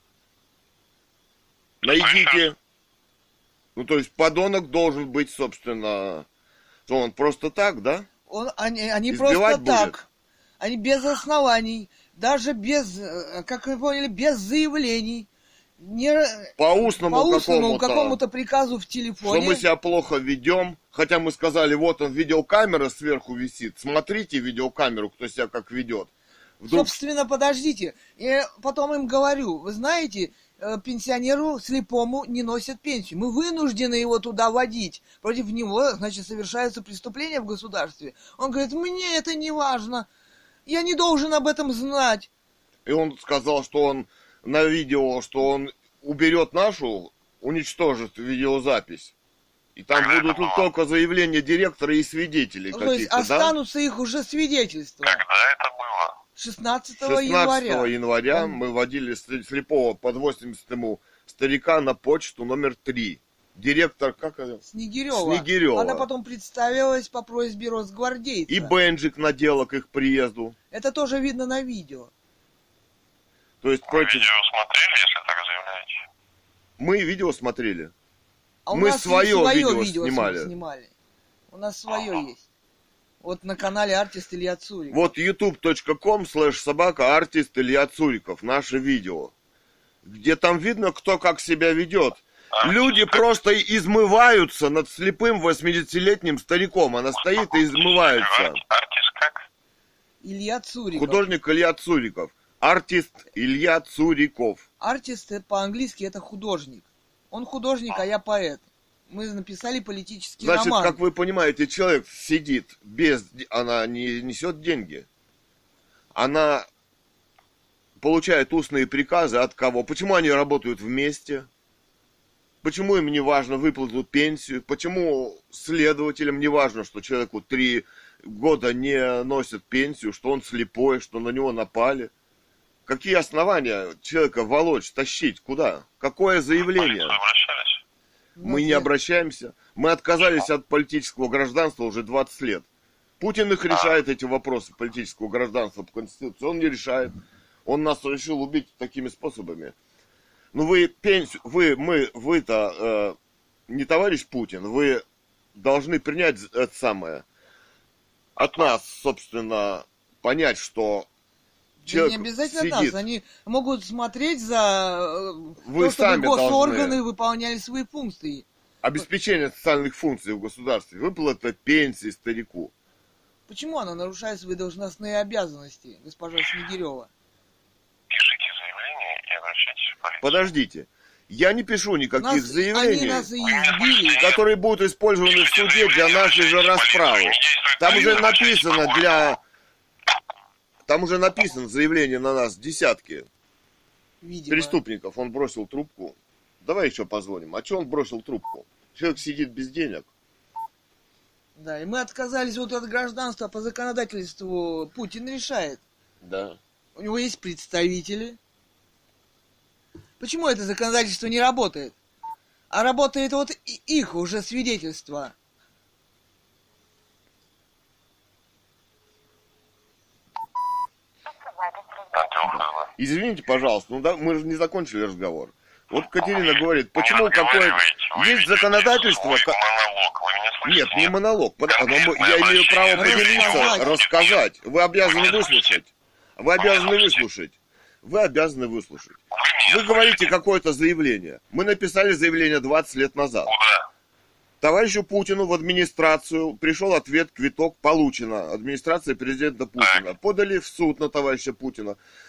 Найдите. Ну, то есть подонок должен быть, собственно, что он просто так, да? Он, они они Избивать просто будет? так. Они без оснований, даже без, как вы поняли, без заявлений. Не, По устному, по устному какому-то, какому-то приказу в телефоне. что мы себя плохо ведем. Хотя мы сказали, вот он, видеокамера сверху висит. Смотрите видеокамеру, кто себя как ведет. Вдруг... Собственно, подождите. Я потом им говорю, вы знаете, пенсионеру слепому не носят пенсию. Мы вынуждены его туда водить. Против него, значит, совершаются преступления в государстве. Он говорит, мне это не важно. Я не должен об этом знать. И он сказал, что он на видео, что он уберет нашу, уничтожит видеозапись. И там будут только заявления директора и свидетелей Ну, то есть каких-то, да? останутся их уже свидетельства. Когда это было? шестнадцатого января. шестнадцатого января мы водили слепого под восемьдесятому старика на почту номер три. Директор, как это? Снегирева. Снегирева. Она потом представилась по просьбе росгвардейца. И бенджик надела к их приезду. Это тоже видно на видео. То есть Вы против... видео смотрели, если так заявляете? Мы видео смотрели. А у Мы нас свое видео видео снимали. снимали. У нас свое есть. Вот на канале Артист Илья Цуриков. Вот youtube.com слэш собака артист Илья Цуриков. Наше видео. Где там видно, кто как себя ведет. Люди просто измываются над слепым восьмидесятилетним стариком. Она стоит и измывается. Артист как? Илья Цуриков. Художник Илья Цуриков. Артист Илья Цуриков. Артист э, по-английски это художник. Он художник, а я поэт. Мы написали политический Значит, роман. как вы понимаете, человек сидит без... Она не несет деньги. Она получает устные приказы от кого? Почему они работают вместе? Почему им не важно выплатить пенсию? Почему следователям не важно, что человеку три года не носят пенсию, что он слепой, что на него напали? Какие основания человека волочь, тащить? Куда? Какое заявление? Обращались? Мы не обращаемся. Мы отказались от политического гражданства уже двадцать лет. Путин их решает, эти вопросы политического гражданства по Конституции. Он не решает. Он нас решил убить такими способами. Ну вы пенсию, вы, мы, вы-то э, не товарищ Путин, вы должны принять это самое. От нас, собственно, понять, что человек не обязательно сидит. нас, они могут смотреть за Вы то, чтобы сами госорганы должны. выполняли свои функции. Обеспечение социальных функций в государстве, выплата пенсии старику. Почему она нарушает свои должностные обязанности, госпожа Снегирева? Пишите заявление и обращайтесь в полицию. Подождите, я не пишу никаких Нас, заявлений, они нас и избили. которые будут использованы в суде для нашей же расправы. Там уже написано для... Там уже написано заявление на нас десятки Видимо. преступников. Он бросил трубку. Давай еще позвоним. А что он бросил трубку? Человек сидит без денег. Да, и мы отказались вот от гражданства по законодательству. Путин решает. Да. У него есть представители. Почему это законодательство не работает? А работает вот и- их уже свидетельство. Извините, пожалуйста, ну да, мы же не закончили разговор. Вот Катерина говорит, почему какое... Есть законодательство... ка- Монолог, вы меня слышите? Нет, не монолог. Под- оно- Я имею право поделиться, рассказать. Вы обязаны выслушать. Вы обязаны выслушать. Вы обязаны выслушать. Вы говорите какое-то заявление. Мы написали заявление двадцать лет назад. Куда? Товарищу Путину в администрацию пришел ответ, квиток получено. Администрация президента Путина. Подали в суд на товарища Путина.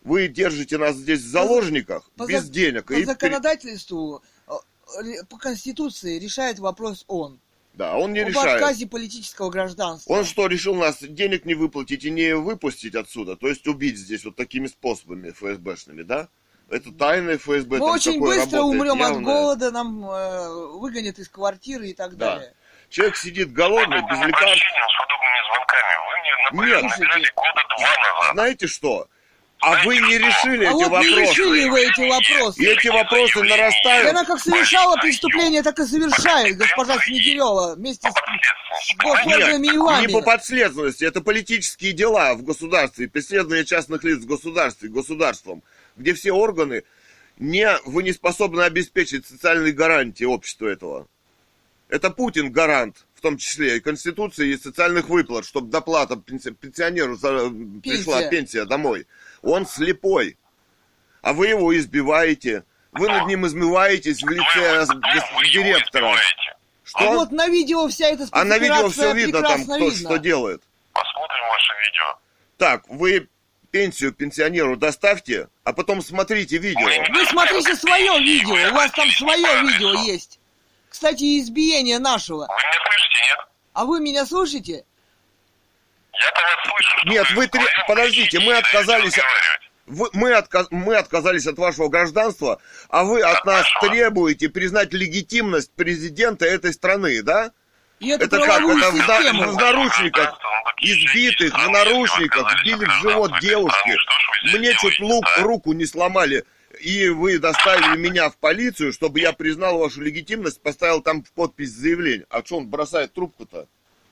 Вы держите нас здесь в заложниках, по, без за, денег. По и законодательству, по Конституции решает вопрос он. Да, он не Об решает. отказе политического гражданства. Он что, решил нас денег не выплатить и не выпустить отсюда? То есть убить здесь вот такими способами эф эс бэшными, да? Это тайное эф эс бэ. Мы там очень такое быстро работает, умрем явное. от голода, нам э, выгонят из квартиры и так Да. далее. Человек сидит голодный, без лекарств. Обращением с подобными звонками вы мне Нет. например, набирали года два назад. Знаете что? А вы не решили А эти вот не вопросы. решили вы эти вопросы. И эти вопросы И нарастают. она как совершала преступление, так и совершает госпожа Снегирева вместе с, с госорганами и вами. Не по подследственности, это политические дела в государстве, преследование частных лиц в государстве, государством, где все органы, не, вы не способны обеспечить социальные гарантии общества этого. Это Путин гарант, в том числе и Конституции, и социальных выплат, чтобы доплата пенсионеру пришла Пенсия. пенсия домой. Он слепой, а вы его избиваете, вы над ним измываетесь в лице директора. Что? А вот на видео вся эта А на видео спецоперация все видно там, прекрасно кто видно. что делает. Посмотрим ваше видео. Так, вы пенсию пенсионеру доставьте, а потом смотрите видео. Вы смотрите свое видео, у вас там свое видео есть. Кстати, избиение нашего. Вы меня слышите, нет? А вы меня слышите? Я-то вас слышу. Что Нет, вы тре- вдвоем подождите, кричите мы и даете отказались от- разговаривать. Вы- мы, отка- мы отказались от вашего гражданства, а вы от нас требуете признать легитимность президента этой страны, да? И эту Это как? правовую Это в, на- систему. в наручниках, избитых, в наручниках, били в живот девушки. Мне чуть лук, руку не сломали. И вы доставили меня в полицию, чтобы я признал вашу легитимность, поставил там подпись заявления. А что он бросает трубку-то?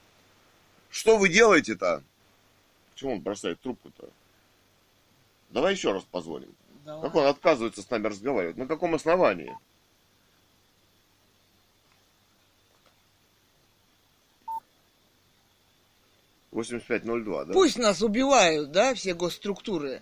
Что вы делаете-то? Почему он бросает трубку-то? Давай еще раз позвоним. Давай. Как он отказывается с нами разговаривать? На каком основании? восемьдесят пять ноль два, да? Пусть нас убивают, да, все госструктуры.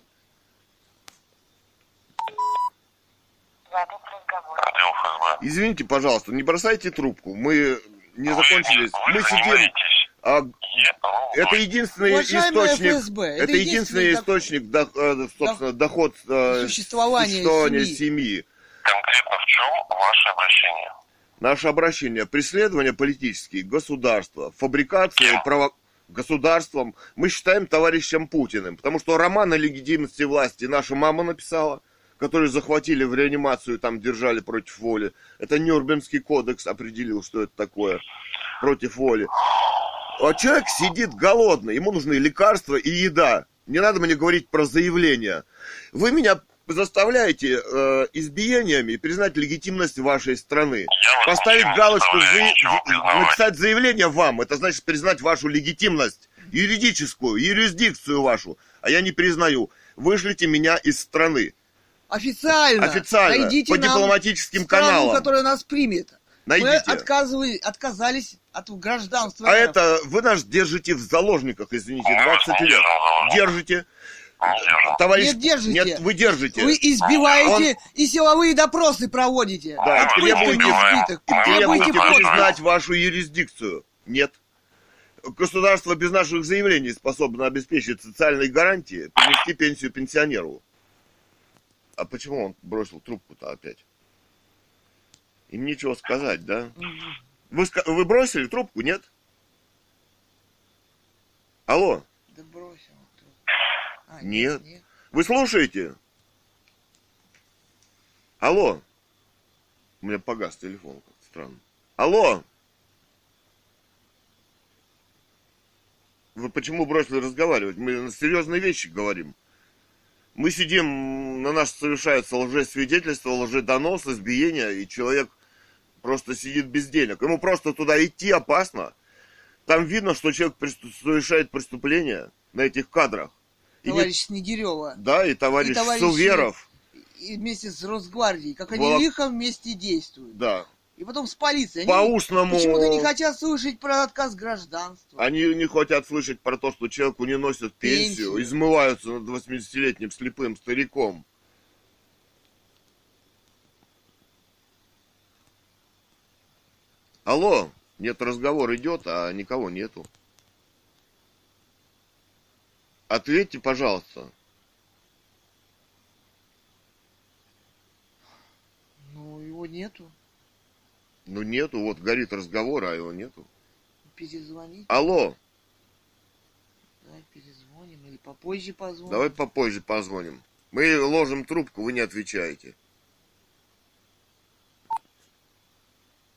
Запись разговора. Отдел эф эс бэ. Извините, пожалуйста, не бросайте трубку. Мы не закончили. Вы Мы сидим. занимаетесь. а, Я- ну, это единственный Уважаемый источник. эф эс бэ, Это, это единственный единственный источник, до- э, собственно, доход э, Существования существования семьи. семьи. Конкретно в чем ваше обращение? Наше обращение: преследование политические, государства, фабрикация право государством мы считаем товарищем Путиным, потому что роман о легитимности власти наша мама написала, который захватили в реанимацию, там держали против воли. Это Нюрнбергский кодекс определил, что это такое против воли. А человек сидит голодный, ему нужны лекарства и еда. Не надо мне говорить про заявления. Вы меня заставляете э, избиениями признать легитимность вашей страны. вас Поставить ничего не галочку, заставляю, за- ничего за- признавать. написать заявление вам. Это значит признать вашу легитимность, юридическую, юрисдикцию вашу. А я не признаю. Вышлите меня из страны. Официально. Официально, Найдите по нам дипломатическим страну, каналам. которая нас примет. Найдите. Мы отказывали, отказались от гражданства. А эр эф. это вы нас держите в заложниках, извините, Мы вас двадцать не лет. держим в заложниках. Держите. Не держим. Товарищ... Нет, держите. Нет, вы держите. Вы избиваете и силовые допросы проводите. Да, Над и требуете- пытками избитых. И И требуете требуете подпись. признать вашу юрисдикцию. Нет. Государство без наших заявлений способно обеспечить социальные гарантии, принести пенсию пенсионеру. А почему он бросил трубку-то опять? Им нечего сказать, да? Вы, ска- вы бросили трубку, нет? Алло, Да бросил. А, Нет. вы слушаете? Алло. У меня погас телефон, как странно. Алло. Вы почему бросили разговаривать? Мы серьезные вещи говорим. Мы сидим, на нас совершается лжесвидетельство, лжедонос, избиение, и человек просто сидит без денег. Ему просто туда идти опасно. Там видно, что человек преступ- совершает преступление на этих кадрах. И не- Товарищ Снегирева. Да, и товарищ, И товарищ Суверов. И вместе с Росгвардией, как они Волок- лихо вместе действуют. Да. И потом с полицией. По Они устному... почему-то не хотят слышать про отказ гражданства. Они не хотят слышать про то, что человеку не носят пенсию, Пенсию. измываются над восьмидесятилетним слепым стариком. Алло, нет, разговор идет, а никого нету. Ответьте, пожалуйста. Ну, его нету. Ну нету, вот горит разговор, а его нету. Перезвонить. Алло, Давай перезвоним или попозже позвоним. давай попозже позвоним. Мы ложим трубку, вы не отвечаете.